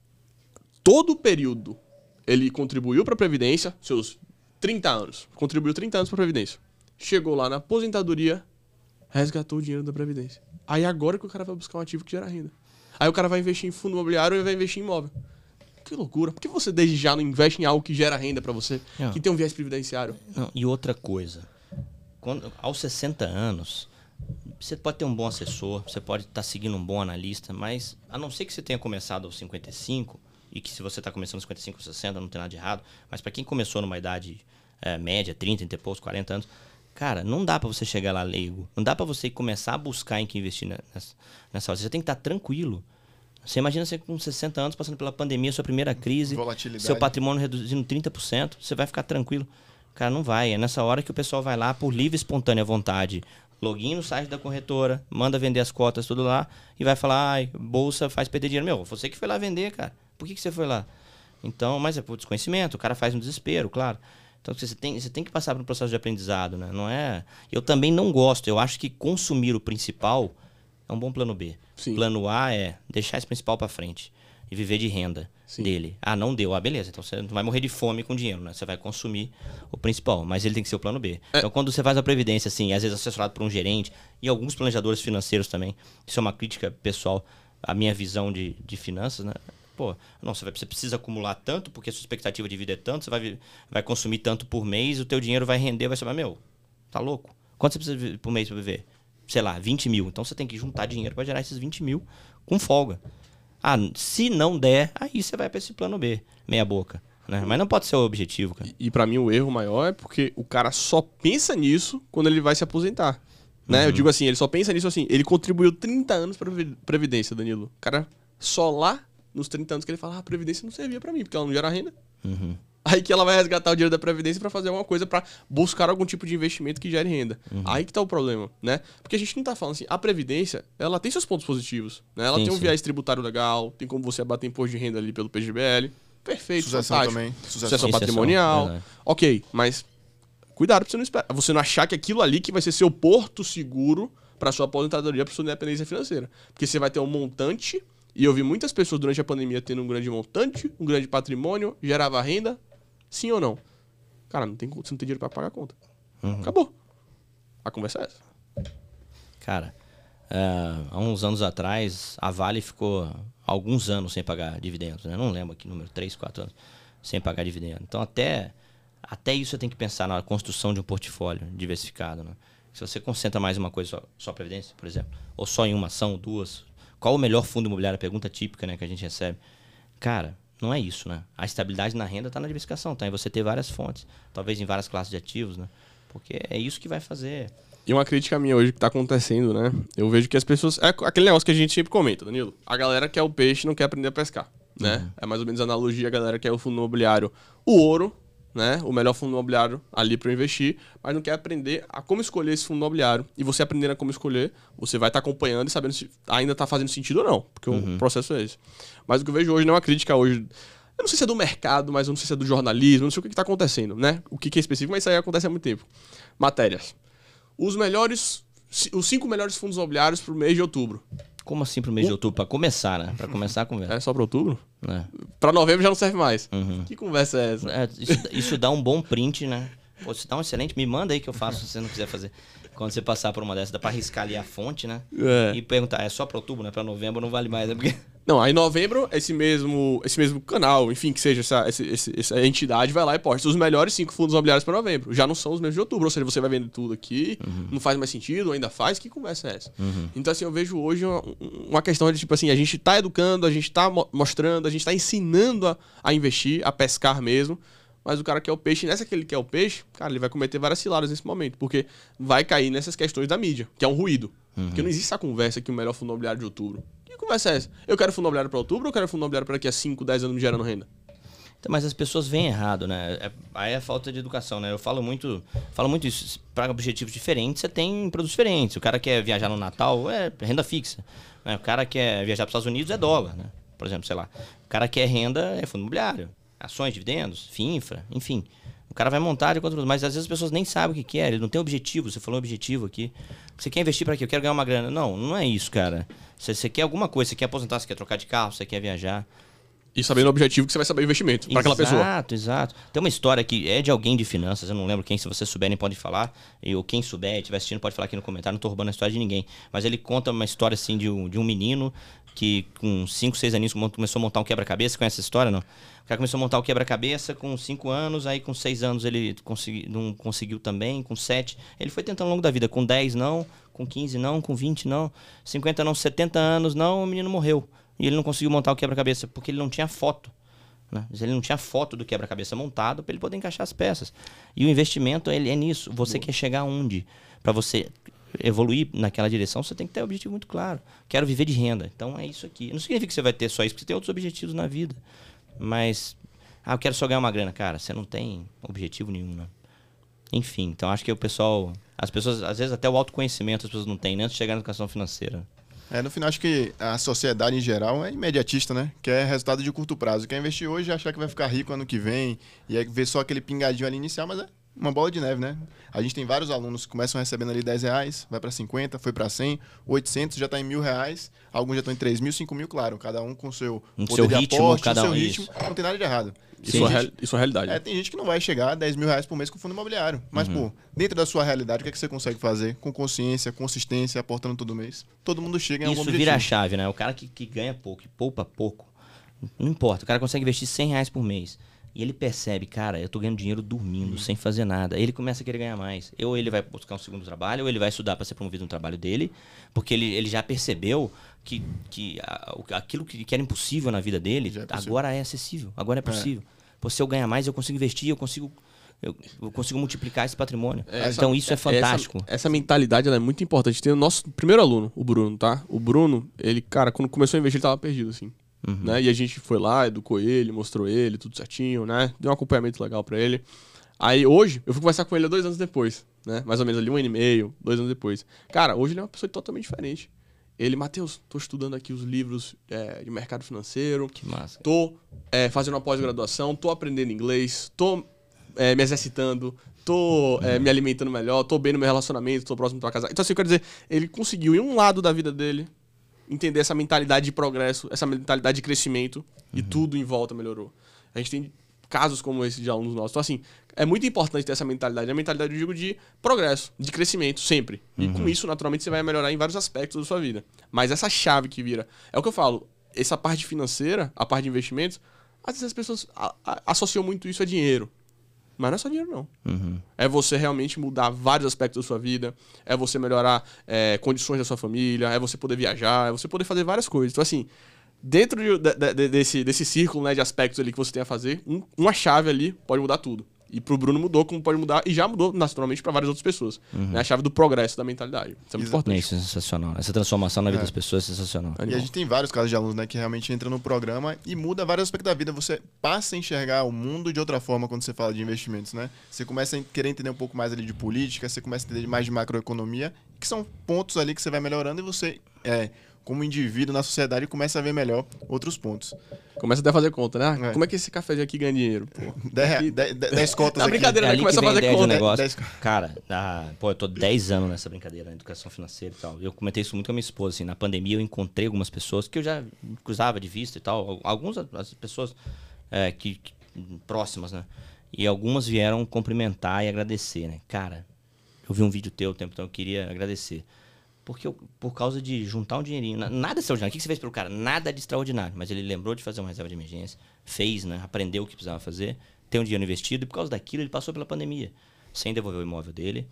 todo o período, ele contribuiu para a Previdência, seus trinta anos. Contribuiu trinta anos para a Previdência. Chegou lá na aposentadoria, resgatou o dinheiro da Previdência. Aí agora que o cara vai buscar um ativo que gera renda. Aí o cara vai investir em fundo imobiliário e vai investir em imóvel. Que loucura. Por que você desde já não investe em algo que gera renda para você? Não. Que tem um viés previdenciário? Não. E outra coisa. Quando, aos sessenta anos, você pode ter um bom assessor, você pode estar tá seguindo um bom analista, mas a não ser que você tenha começado aos cinquenta e cinco, e que se você está começando aos cinquenta e cinco, sessenta, não tem nada de errado, mas para quem começou numa idade é, média, trinta, trinta e poucos, quarenta anos, cara, não dá para você chegar lá leigo, não dá para você começar a buscar em que investir nessa, nessa hora. Você tem que estar tá tranquilo. Você imagina você com sessenta anos, passando pela pandemia, sua primeira crise, Volatilidade. seu patrimônio reduzindo trinta por cento, você vai ficar tranquilo. Cara, não vai. É nessa hora que o pessoal vai lá por livre e espontânea vontade. Login no site da corretora, manda vender as cotas, tudo lá, e vai falar, ai, bolsa faz perder dinheiro. Meu, você que foi lá vender, cara. Por que, que você foi lá? Então, mas é por desconhecimento, o cara faz um desespero, claro. Então você tem, você tem que passar por um processo de aprendizado, né? Não é... Eu também não gosto, eu acho que consumir o principal é um bom plano B. Sim. Plano A é deixar esse principal para frente e viver de renda Sim. dele. Ah, não deu. Ah, beleza. Então você não vai morrer de fome com dinheiro, né? Você vai consumir o principal, mas ele tem que ser o plano B. É. Então quando você faz a previdência, assim, às vezes assessorado por um gerente e alguns planejadores financeiros também, isso é uma crítica pessoal à minha visão de, de finanças, né? Pô, não, você, vai, você precisa acumular tanto porque a sua expectativa de vida é tanto, você vai, vai consumir tanto por mês, o teu dinheiro vai render, vai ser, mas, meu, tá louco? Quanto você precisa por mês para viver? Sei lá, vinte mil. Então você tem que juntar dinheiro para gerar esses vinte mil com folga. Ah, se não der, aí você vai para esse plano B, meia boca. Né? Mas não pode ser o objetivo, cara. E, e para mim o erro maior é porque o cara só pensa nisso quando ele vai se aposentar. Né? Uhum. Eu digo assim, ele só pensa nisso assim. Ele contribuiu trinta anos para Previdência, Danilo. O cara só lá nos trinta anos que ele fala, ah, a Previdência não servia para mim, porque ela não gera renda. Uhum. Aí que ela vai resgatar o dinheiro da Previdência para fazer alguma coisa, para buscar algum tipo de investimento que gere renda. Uhum. Aí que tá o problema, né? Porque a gente não tá falando assim, a Previdência, ela tem seus pontos positivos, né? Ela sim, tem um sim. viés tributário legal, tem como você abater imposto de renda ali pelo P G B L. Perfeito, Sucessão fantástico. também. Sucessão, Sucessão patrimonial. verdade. Ok, mas cuidado pra você não esperar. Você não achar que aquilo ali que vai ser seu porto seguro para sua aposentadoria, para sua independência financeira. Porque você vai ter um montante, e eu vi muitas pessoas durante a pandemia tendo um grande montante, um grande patrimônio, gerava renda. Sim ou não? Cara, não tem, você não tem dinheiro pra pagar a conta. Uhum. Acabou. A conversa é essa. Cara, uh, há uns anos atrás, a Vale ficou alguns anos sem pagar dividendos, né? Não lembro que número, três, quatro anos, sem pagar dividendos. Então, até, até isso você tem que pensar na construção de um portfólio diversificado, né? Se você concentra mais em uma coisa, só, só Previdência, por exemplo, ou só em uma ação, duas, qual o melhor fundo imobiliário? A pergunta típica, né, que a gente recebe. Cara, não é isso, né? A estabilidade na renda está na diversificação, tá? Em você ter várias fontes, talvez em várias classes de ativos, né? Porque é isso que vai fazer. E uma crítica minha hoje que tá acontecendo, né? Eu vejo que as pessoas... É aquele negócio que a gente sempre comenta, Danilo. A galera quer o peixe não quer aprender a pescar, né? Uhum. É mais ou menos a analogia, a galera quer o fundo imobiliário, o ouro, né? O melhor fundo imobiliário ali para investir, mas não quer aprender a como escolher esse fundo imobiliário. E você aprendendo a como escolher, você vai estar tá acompanhando e sabendo se ainda tá fazendo sentido ou não, porque uhum. o processo é esse. Mas o que eu vejo hoje não é uma crítica hoje... Eu não sei se é do mercado, mas eu não sei se é do jornalismo, eu não sei o que está acontecendo, né? O que, que é específico, mas isso aí acontece há muito tempo. Matérias. Os melhores... Os cinco melhores fundos imobiliários para o mês de outubro. Como assim para o mês o... de outubro? Para começar, né? Para começar a conversa. É só para outubro? É. Para novembro já não serve mais. Uhum. Que conversa é essa? É, isso, isso dá um bom print, né? Pô, isso dá um excelente... Me manda aí que eu faço, se você não quiser fazer. Quando você passar por uma dessas, dá para arriscar ali a fonte, né? É. E perguntar, é só para outubro, né? Para novembro não vale mais, né? Porque... Não, aí em novembro, esse mesmo, esse mesmo canal, enfim, que seja essa, essa, essa entidade, vai lá e posta os melhores cinco fundos imobiliários para novembro. Já não são os mesmos de outubro, ou seja, você vai vender tudo aqui, uhum. não faz mais sentido, ainda faz, que conversa é essa? Uhum. Então, assim, eu vejo hoje uma, uma questão de, tipo assim, a gente tá educando, a gente tá mostrando, a gente tá ensinando a, a investir, a pescar mesmo, mas o cara quer o peixe, e nessa que ele quer o peixe, cara, ele vai cometer várias ciladas nesse momento, porque vai cair nessas questões da mídia, que é um ruído. Uhum. Porque não existe essa conversa que o melhor fundo imobiliário de outubro. Que conversa é essa? Eu quero fundo imobiliário para outubro ou eu quero fundo imobiliário para daqui a cinco, dez anos me gerando renda? Então, mas as pessoas veem errado, né? É, aí é falta de educação, né? Eu falo muito, falo muito isso. Para objetivos diferentes, você tem produtos diferentes. O cara quer viajar no Natal, é renda fixa. Né? O cara quer viajar para os Estados Unidos, é dólar, né? Por exemplo, sei lá. O cara quer renda, é fundo imobiliário. Ações, dividendos, FINFRA, enfim. O cara vai montar de quanto, mas às vezes as pessoas nem sabem o que quer, ele não tem objetivo. Você falou um objetivo aqui. Você quer investir para quê? Eu quero ganhar uma grana. Não, não é isso, cara. Você, você quer alguma coisa, você quer aposentar, você quer trocar de carro, você quer viajar. E sabendo o objetivo que você vai saber o investimento para aquela pessoa. Exato, exato. Tem uma história que é de alguém de finanças, eu não lembro quem, se vocês souberem pode falar, e, ou quem souber, estiver assistindo pode falar aqui no comentário, não tô roubando a história de ninguém. Mas ele conta uma história assim de um, de um menino que com cinco, seis aninhos começou a montar um quebra-cabeça. Conhece essa história, não? O cara começou a montar o quebra-cabeça com cinco anos, aí com seis anos ele consegui, não conseguiu também, com sete. Ele foi tentando ao longo da vida, com dez não, com quinze não, com vinte não, cinquenta não, setenta anos não, o menino morreu. E ele não conseguiu montar o quebra-cabeça porque ele não tinha foto. Né? Ele não tinha foto do quebra-cabeça montado para ele poder encaixar as peças. E o investimento ele é nisso. Você Boa. Quer chegar onde? Para você evoluir naquela direção, você tem que ter um objetivo muito claro. Quero viver de renda. Então é isso aqui. Não significa que você vai ter só isso, porque você tem outros objetivos na vida. Mas, ah, eu quero só ganhar uma grana. Cara, você não tem objetivo nenhum, né? Enfim, então acho que o pessoal... As pessoas, às vezes até o autoconhecimento as pessoas não têm, né? Antes de chegar na educação financeira. É, no final, acho que a sociedade em geral é imediatista, né? Quer resultado de curto prazo. Quer investir hoje e achar que vai ficar rico ano que vem. E aí ver só aquele pingadinho ali inicial, mas é uma bola de neve, né? A gente tem vários alunos que começam recebendo ali dez reais, vai para cinquenta, foi para cem, oitocentos, já está em mil reais. Alguns já estão em três mil, cinco mil, claro. Cada um com o seu No poder seu de sim, aporte, cada no seu um, ritmo. isso. Não tem nada de errado. Isso, Tem é, real- gente- isso é realidade. É, tem gente que não vai chegar a dez mil reais por mês com fundo imobiliário. Mas, Uhum. pô, dentro da sua realidade, o que, é que você consegue fazer? Com consciência, consistência, aportando todo mês. Todo mundo chega em algum Isso objetivo. vira a chave, né? O cara que, que ganha pouco e poupa pouco, não importa. O cara consegue investir cem reais por mês. E ele percebe, cara, eu tô ganhando dinheiro dormindo, sem fazer nada. Aí ele começa a querer ganhar mais. Ou ele vai buscar um segundo trabalho, ou ele vai estudar para ser promovido no trabalho dele, porque ele, ele já percebeu que, que a- o- aquilo que, que era impossível na vida dele, Já é possível. agora é acessível, agora é possível. Pô, se eu ganhar mais, eu consigo investir, eu consigo, eu, eu consigo multiplicar esse patrimônio. Essa- então isso é fantástico. Essa, essa mentalidade ela é muito importante. Tem o nosso primeiro aluno, o Bruno, tá? O Bruno, ele, cara, quando começou a investir, ele tava perdido, assim. Uhum. Né? E a gente foi lá, educou ele, mostrou ele, tudo certinho, né? Deu um acompanhamento legal pra ele. Aí hoje, eu fui conversar com ele há dois anos depois, né? Mais ou menos ali um ano e meio, dois anos depois. Cara, hoje ele é uma pessoa totalmente diferente. Ele, Matheus, tô estudando aqui os livros é, de mercado financeiro. Que massa. Tô é, fazendo uma pós-graduação, tô aprendendo inglês, tô é, me exercitando, tô é, me alimentando melhor, tô bem no meu relacionamento, tô próximo pra casar. Então, assim, eu quero dizer, ele conseguiu, em um lado da vida dele, entender essa mentalidade de progresso, essa mentalidade de crescimento, e tudo em volta melhorou. A gente tem casos como esse de alunos nossos. Então, assim, é muito importante ter essa mentalidade. A mentalidade, eu digo, de progresso, de crescimento, sempre. E com isso, naturalmente, você vai melhorar em vários aspectos da sua vida. Mas essa chave que vira... É o que eu falo, essa parte financeira, a parte de investimentos, às vezes as pessoas a- a- associam muito isso a dinheiro. Mas não é só dinheiro, não. Uhum. É você realmente mudar vários aspectos da sua vida, é você melhorar é, condições da sua família, é você poder viajar, é você poder fazer várias coisas. Então, assim, dentro de- de- de- desse, desse círculo, né, de aspectos ali que você tem a fazer, um- uma chave ali pode mudar tudo. E pro Bruno mudou, como pode mudar, e já mudou naturalmente para várias outras pessoas. Né? A chave do progresso da mentalidade. Isso é muito Exato. importante. Isso é sensacional. Essa transformação na vida É. das pessoas é sensacional. E Animal. a gente tem vários casos de alunos, né, que realmente entram no programa e muda vários aspectos da vida. Você passa a enxergar o mundo de outra forma quando você fala de investimentos, né? Você começa a querer entender um pouco mais ali de política, você começa a entender mais de macroeconomia, que são pontos ali que você vai melhorando e você, é, como indivíduo na sociedade, começa a ver melhor outros pontos. Começa até a fazer conta, né? É. Como é que esse cafezinho aqui ganha dinheiro? Pô? dez, dez, dez cotas Na aqui. brincadeira, É né? ali Começa que a vem a fazer ideia de um conta. negócio. Dez- Cara, ah, pô, eu tô dez anos nessa brincadeira, na educação financeira e tal. Eu comentei isso muito com a minha esposa, assim, na pandemia eu encontrei algumas pessoas que eu já cruzava de vista e tal. Algumas as pessoas é, que, que- próximas, né? E algumas vieram cumprimentar e agradecer, né? Cara, eu vi um vídeo teu o tempo, então eu queria agradecer. Porque eu, por causa de juntar um dinheirinho, na- nada extraordinário. O que que você fez pelo cara? Nada de extraordinário. Mas ele lembrou de fazer uma reserva de emergência, fez, né? Aprendeu o que precisava fazer, tem um dinheiro investido e por causa daquilo ele passou pela pandemia. Sem devolver o imóvel dele,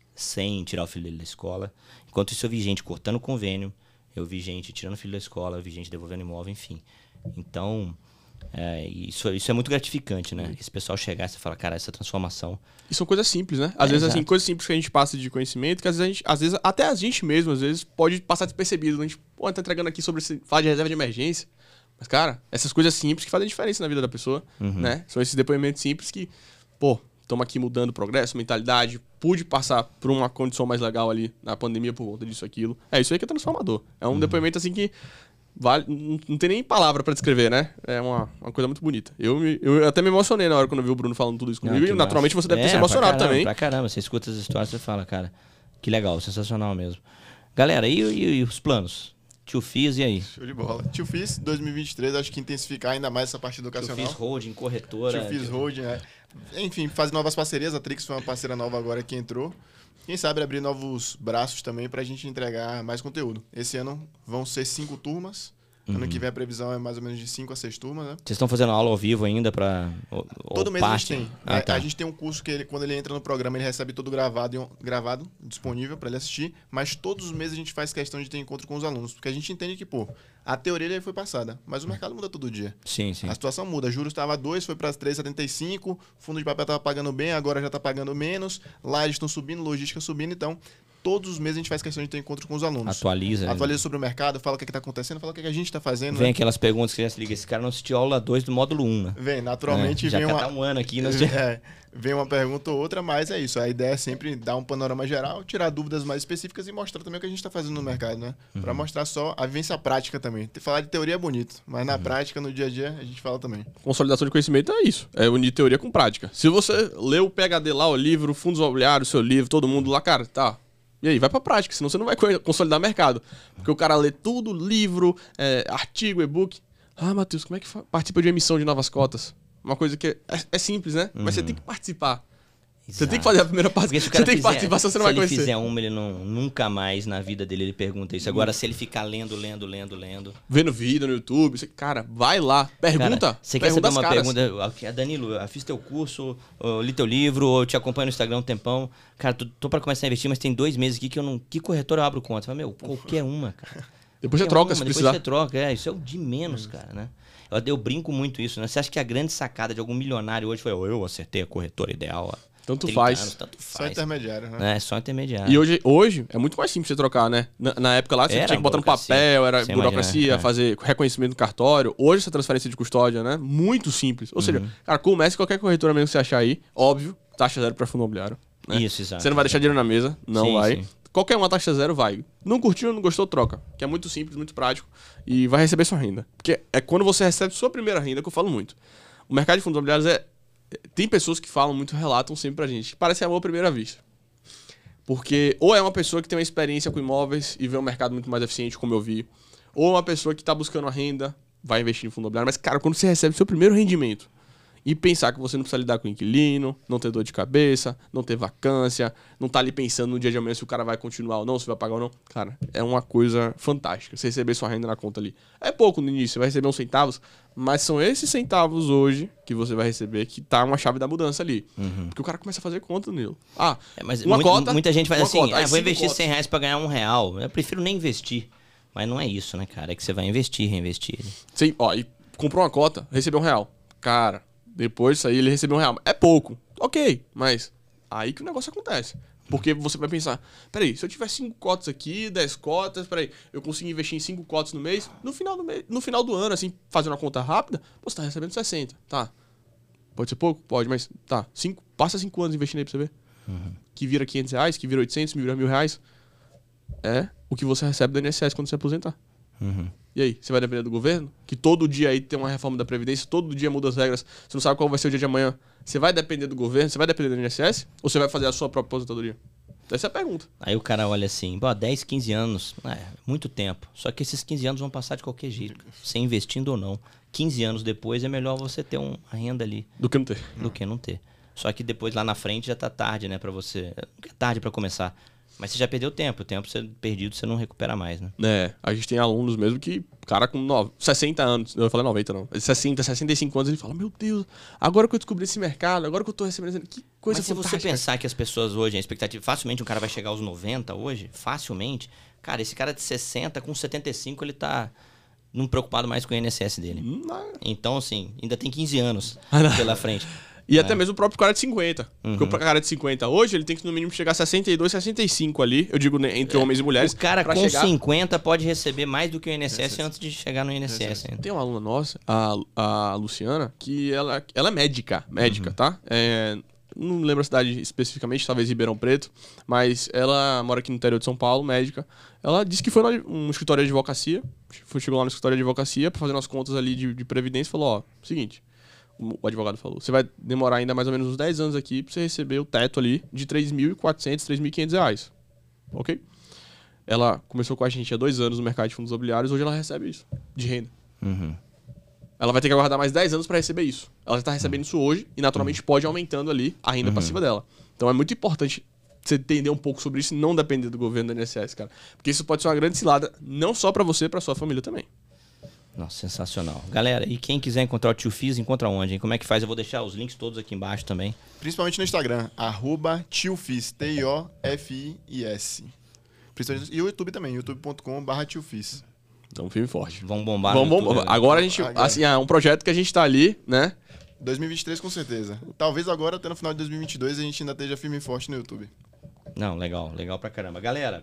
sem tirar o filho dele da escola. Enquanto isso eu vi gente cortando convênio, eu vi gente tirando o filho da escola, eu vi gente devolvendo imóvel, enfim. Então, é, isso, isso é muito gratificante, né? Esse pessoal chegar e você fala, cara, essa transformação... E são coisas simples, né? Às É, vezes, exato. assim, coisas simples que a gente passa de conhecimento, que às vezes, a gente, às vezes até a gente mesmo, às vezes, pode passar despercebido. A gente, pô, tá entregando aqui sobre esse, falar de reserva de emergência. Mas, cara, essas coisas simples que fazem diferença na vida da pessoa, né? São esses depoimentos simples que, pô, estamos aqui mudando o progresso, mentalidade, pude passar por uma condição mais legal ali na pandemia por conta disso, aquilo. É isso aí que é transformador. É um depoimento, assim, que vale, não, não tem nem palavra pra descrever, né? É uma, uma coisa muito bonita. Eu, me- eu até me emocionei na hora quando eu vi o Bruno falando tudo isso comigo. Ah, que e naturalmente massa. você deve ter É, se emocionado pra caramba, também. Pra caramba, você escuta as histórias e você fala, cara, que legal, sensacional mesmo. Galera, e, e- e os planos? Tio Fiz, e aí? Show de bola. Tio Fiz, dois mil e vinte e três, acho que intensificar ainda mais essa parte Tio educacional. Fiz Holding, corretora. Tio Fiz Holding, é. Enfim, fazer novas parcerias. A Trix foi uma parceira nova agora que entrou. Quem sabe abrir novos braços também pra gente entregar mais conteúdo. Esse ano vão ser cinco turmas. Ano que vem a previsão é mais ou menos de cinco a seis turmas, né? Vocês estão fazendo aula ao vivo ainda pra... ou- ou Todo mês a parte? gente tem. Ah, A- tá. A gente tem um curso que ele, quando ele entra no programa, ele recebe todo gravado, em um- gravado disponível para ele assistir, mas todos os meses a gente faz questão de ter encontro com os alunos, porque a gente entende que, pô, a teoria ele foi passada, mas o mercado muda todo dia. Sim, sim. A situação muda. Juros estava dois, foi para três vírgula setenta e cinco, fundo de papel estava pagando bem, agora já está pagando menos, lá eles estão subindo, logística subindo, então todos os meses a gente faz questão de ter encontro com os alunos. Atualiza. Atualiza sobre o mercado, fala o que está acontecendo, fala o que a gente está fazendo. Vem né? aquelas perguntas que já se liga. Esse cara não assistiu a aula dois do módulo um, né? Vem, naturalmente é, já vem tá uma... um ano aqui. Nós... é, vem uma pergunta ou outra, mas é isso. A ideia é sempre dar um panorama geral, tirar dúvidas mais específicas e mostrar também o que a gente está fazendo no mercado, né? Uhum. Para mostrar só a vivência prática também. Falar de teoria é bonito, mas na uhum. prática, no dia a dia, a gente fala também. Consolidação de conhecimento é isso. É unir teoria com prática. Se você leu o P H D lá, o livro, Fundos Imobiliários, seu livro, todo mundo lá, cara, tá... E aí, vai pra prática, senão você não vai consolidar mercado. Porque o cara lê tudo, livro, é, artigo, e-book. Ah, Matheus, como é que participa de emissão de novas cotas? Uma coisa que é, é simples, né? Uhum. Mas você tem que participar. Exato. Você tem que fazer a primeira parte. Você tem que fizer, participar, senão você não vai conhecer. Se ele fizer uma, ele não, nunca mais na vida dele ele pergunta isso. Agora, se ele ficar lendo, lendo, lendo, lendo... Vendo vídeo no YouTube, você, cara, vai lá, pergunta. Cara, você quer saber uma caras. pergunta? Danilo, eu fiz teu curso, eu li teu livro, eu te acompanho no Instagram um tempão. Cara, tô, tô pra começar a investir, mas tem dois meses aqui que eu não... Que corretora eu abro conta? Fala, meu, qualquer uma, cara. Depois qualquer você troca, uma, se depois precisar. você troca, é. Isso é o de menos, hum. cara, né? Eu, eu brinco muito isso, né? Você acha que a grande sacada de algum milionário hoje foi eu acertei a corretora ideal, ó. Tanto faz. Anos, tanto faz. Só intermediário, né? É, só intermediário. E hoje, hoje é muito mais simples você trocar, né? Na, na época lá, você era tinha que botar no papel, era Você burocracia, imagina, é. fazer reconhecimento no cartório. Hoje, essa transferência de custódia, né? Muito simples. Ou uhum. seja, cara, comece qualquer corretora mesmo que você achar aí. Óbvio, taxa zero para fundo imobiliário. Né? Isso, exato. Você não vai deixar dinheiro na mesa, não sim, vai. Sim. Qualquer uma taxa zero vai. Não curtiu, não gostou, troca. Que é muito simples, muito prático. E vai receber sua renda. Porque é quando você recebe sua primeira renda que eu falo muito. O mercado de fundos imobiliários é... Tem pessoas que falam muito, relatam sempre pra gente. Parece amor à primeira vista. Porque ou é uma pessoa que tem uma experiência com imóveis e vê um mercado muito mais eficiente, como eu vi. Ou é uma pessoa que tá buscando a renda, vai investir em fundo imobiliário. Mas, cara, quando você recebe seu primeiro rendimento e pensar que você não precisa lidar com inquilino, não ter dor de cabeça, não ter vacância, não tá ali pensando no dia de amanhã se o cara vai continuar ou não, se vai pagar ou não. Cara, é uma coisa fantástica. Você receber sua renda na conta ali. É pouco no início, você vai receber uns centavos, mas são esses centavos hoje que você vai receber que tá uma chave da mudança ali. Uhum. Porque o cara começa a fazer conta nele. Ah, é, mas uma muito, cota... Muita gente faz assim, cota, ah, vou investir cotas. cem reais pra ganhar um real. Eu prefiro nem investir. Mas não é isso, né, cara? É que você vai investir, reinvestir. Sim, ó, e comprou uma cota, recebeu um real. Cara... Depois disso aí ele recebeu um real. É pouco. Ok, mas aí que o negócio acontece. Porque você vai pensar, peraí, se eu tiver cinco cotas aqui, dez cotas, peraí, eu consigo investir em cinco cotas no mês, no final do mês, no final do ano, assim, fazendo uma conta rápida, você tá recebendo sessenta, tá? Pode ser pouco? Pode, mas tá. Cinco, passa cinco anos investindo aí pra você ver. Uhum. Que vira quinhentos reais, que vira oitocentos, que vira mil reais. É o que você recebe do I N S S quando você aposentar. Uhum. E aí, você vai depender do governo? Que todo dia aí tem uma reforma da Previdência, todo dia muda as regras, você não sabe qual vai ser o dia de amanhã. Você vai depender do governo? Você vai depender do I N S S? Ou você vai fazer a sua própria aposentadoria? Essa é a pergunta. Aí o cara olha assim, pô, dez, quinze anos, é muito tempo. Só que esses quinze anos vão passar de qualquer jeito, você investindo ou não. quinze anos depois é melhor você ter uma renda ali. Do que não ter. Do que não ter. Só que depois lá na frente já tá tarde, né, pra você... Nunca é tarde pra começar. Mas você já perdeu tempo. O tempo você perdido você não recupera mais, né? É, a gente tem alunos mesmo que, cara com nove, sessenta anos, eu falei noventa não, sessenta, sessenta e cinco anos, ele fala, meu Deus, agora que eu descobri esse mercado, agora que eu tô recebendo, que coisa Mas se fantástica. você pensar que as pessoas hoje, a expectativa, facilmente um cara vai chegar aos noventa hoje, facilmente, cara, esse cara de sessenta com setenta e cinco, ele tá não preocupado mais com o I N S S dele. Não. Então, assim, ainda tem quinze anos pela frente. E é. até mesmo o próprio cara de cinquenta. Uhum. Porque o cara de cinquenta hoje, ele tem que no mínimo chegar a sessenta e dois, sessenta e cinco ali, eu digo entre é. homens e mulheres. O cara com chegar... cinquenta pode receber mais do que o I N S S antes de chegar no I N S S. Ainda. Tem uma aluna nossa, a, a Luciana, que ela, ela é médica, médica, uhum. tá? É, não lembro a cidade especificamente, talvez Ribeirão Preto, mas ela mora aqui no interior de São Paulo, médica. Ela disse que foi num escritório de advocacia, chegou lá no escritório de advocacia para fazer umas contas ali de, de previdência e falou, ó, seguinte... O advogado falou, você vai demorar ainda mais ou menos uns dez anos aqui pra você receber o teto ali de três mil e quatrocentos, três mil e quinhentos reais. Ok? Ela começou com a gente há dois anos no mercado de fundos imobiliários, hoje ela recebe isso, de renda. Uhum. Ela vai ter que aguardar mais dez anos pra receber isso. Ela já tá recebendo isso hoje e naturalmente uhum. pode ir aumentando ali a renda uhum. passiva dela. Então é muito importante você entender um pouco sobre isso e não depender do governo do I N S S, cara. Porque isso pode ser uma grande cilada, não só pra você, pra sua família também. Nossa, sensacional. Galera, e quem quiser encontrar o Tio Fis, encontra onde, hein? Como é que faz? Eu vou deixar os links todos aqui embaixo também. Principalmente no Instagram, arroba tiofis, T I O F I I S. E o YouTube também, youtube ponto com barra tiofis. Então, firme e forte. Vamos bombar Vamos, no YouTube, bombar. Né? Agora a gente, assim, é um projeto que a gente tá ali, né? dois mil e vinte e três com certeza. Talvez agora, até no final de dois mil e vinte e dois, a gente ainda esteja firme e forte no YouTube. Não, legal, legal pra caramba. Galera,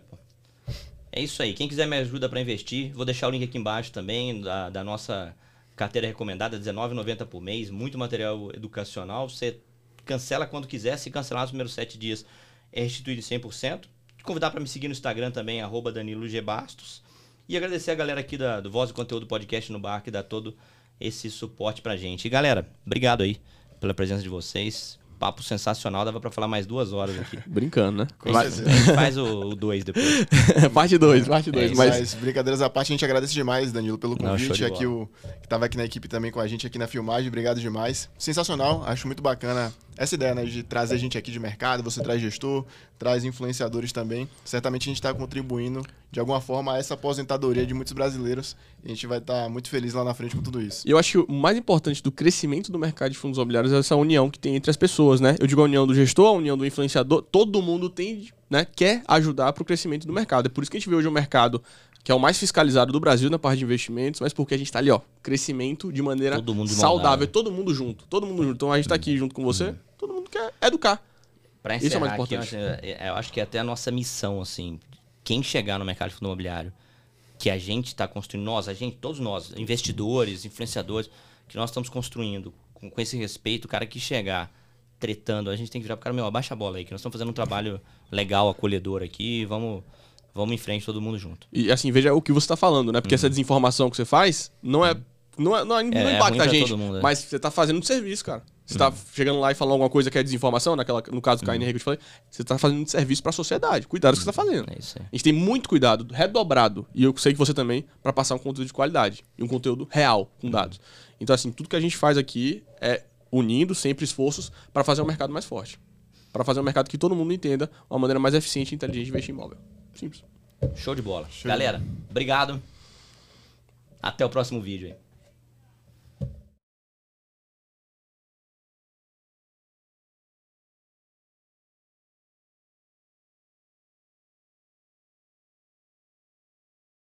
é isso aí. Quem quiser me ajuda para investir, vou deixar o link aqui embaixo também da, da nossa carteira recomendada, dezenove reais e noventa centavos por mês, muito material educacional. Você cancela quando quiser, se cancelar nos primeiros sete dias é restituído em cem por cento. Te convidar para me seguir no Instagram também, arroba Danilo G. Bastos. E agradecer a galera aqui da, do Voz do Conteúdo Podcast no Bar, que dá todo esse suporte pra gente. E galera, obrigado aí pela presença de vocês. Papo sensacional, dava pra falar mais duas horas aqui. Brincando, né? Mas, a gente faz o dois depois. parte dois, parte dois. É, mas... mas brincadeiras à parte, a gente agradece demais, Danilo, pelo convite. Não, aqui o que tava aqui na equipe também com a gente aqui na filmagem. Obrigado demais. Sensacional, acho muito bacana essa ideia, né, de trazer gente aqui de mercado. Você traz gestor, traz influenciadores também. Certamente a gente está contribuindo de alguma forma a essa aposentadoria de muitos brasileiros. E a gente vai estar tá muito feliz lá na frente com tudo isso. E eu acho que o mais importante do crescimento do mercado de fundos imobiliários é essa união que tem entre as pessoas, né? Eu digo a união do gestor, a união do influenciador. Todo mundo tem, né, quer ajudar para o crescimento do mercado. É por isso que a gente vê hoje um mercado que é o mais fiscalizado do Brasil na parte de investimentos, mas porque a gente está ali, ó, crescimento de maneira todo mundo saudável, todo mundo junto, todo mundo junto. Então a gente está aqui junto com você, todo mundo quer educar. Para encerrar, isso é mais importante. Aqui, eu acho que é até a nossa missão, assim, quem chegar no mercado de fundo imobiliário, que a gente está construindo, nós, a gente, todos nós, investidores, influenciadores, que nós estamos construindo com, com esse respeito, o cara que chegar tretando, a gente tem que virar pro cara, meu, abaixa a bola aí, que nós estamos fazendo um trabalho legal, acolhedor aqui, vamos... Vamos em frente, todo mundo junto. E assim, veja o que você está falando, né? Porque uhum. essa desinformação que você faz não é. Não, é, não, é, não é, impacta é a gente. Mundo, mas você está fazendo um serviço, cara. Você está uhum. chegando lá e falando alguma coisa que é desinformação, naquela, no caso do K N R que eu te falei. Você está fazendo um serviço para a sociedade. Cuidado com o que você está fazendo. É isso aí. A gente tem muito cuidado, redobrado, e eu sei que você também, para passar um conteúdo de qualidade. E um conteúdo real, com dados. Então, assim, tudo que a gente faz aqui é unindo sempre esforços para fazer um mercado mais forte. Para fazer um mercado que todo mundo entenda uma maneira mais eficiente e inteligente de investir em imóvel. Simples. Show de bola. Show Galera, de bola. Obrigado. Até o próximo vídeo aí.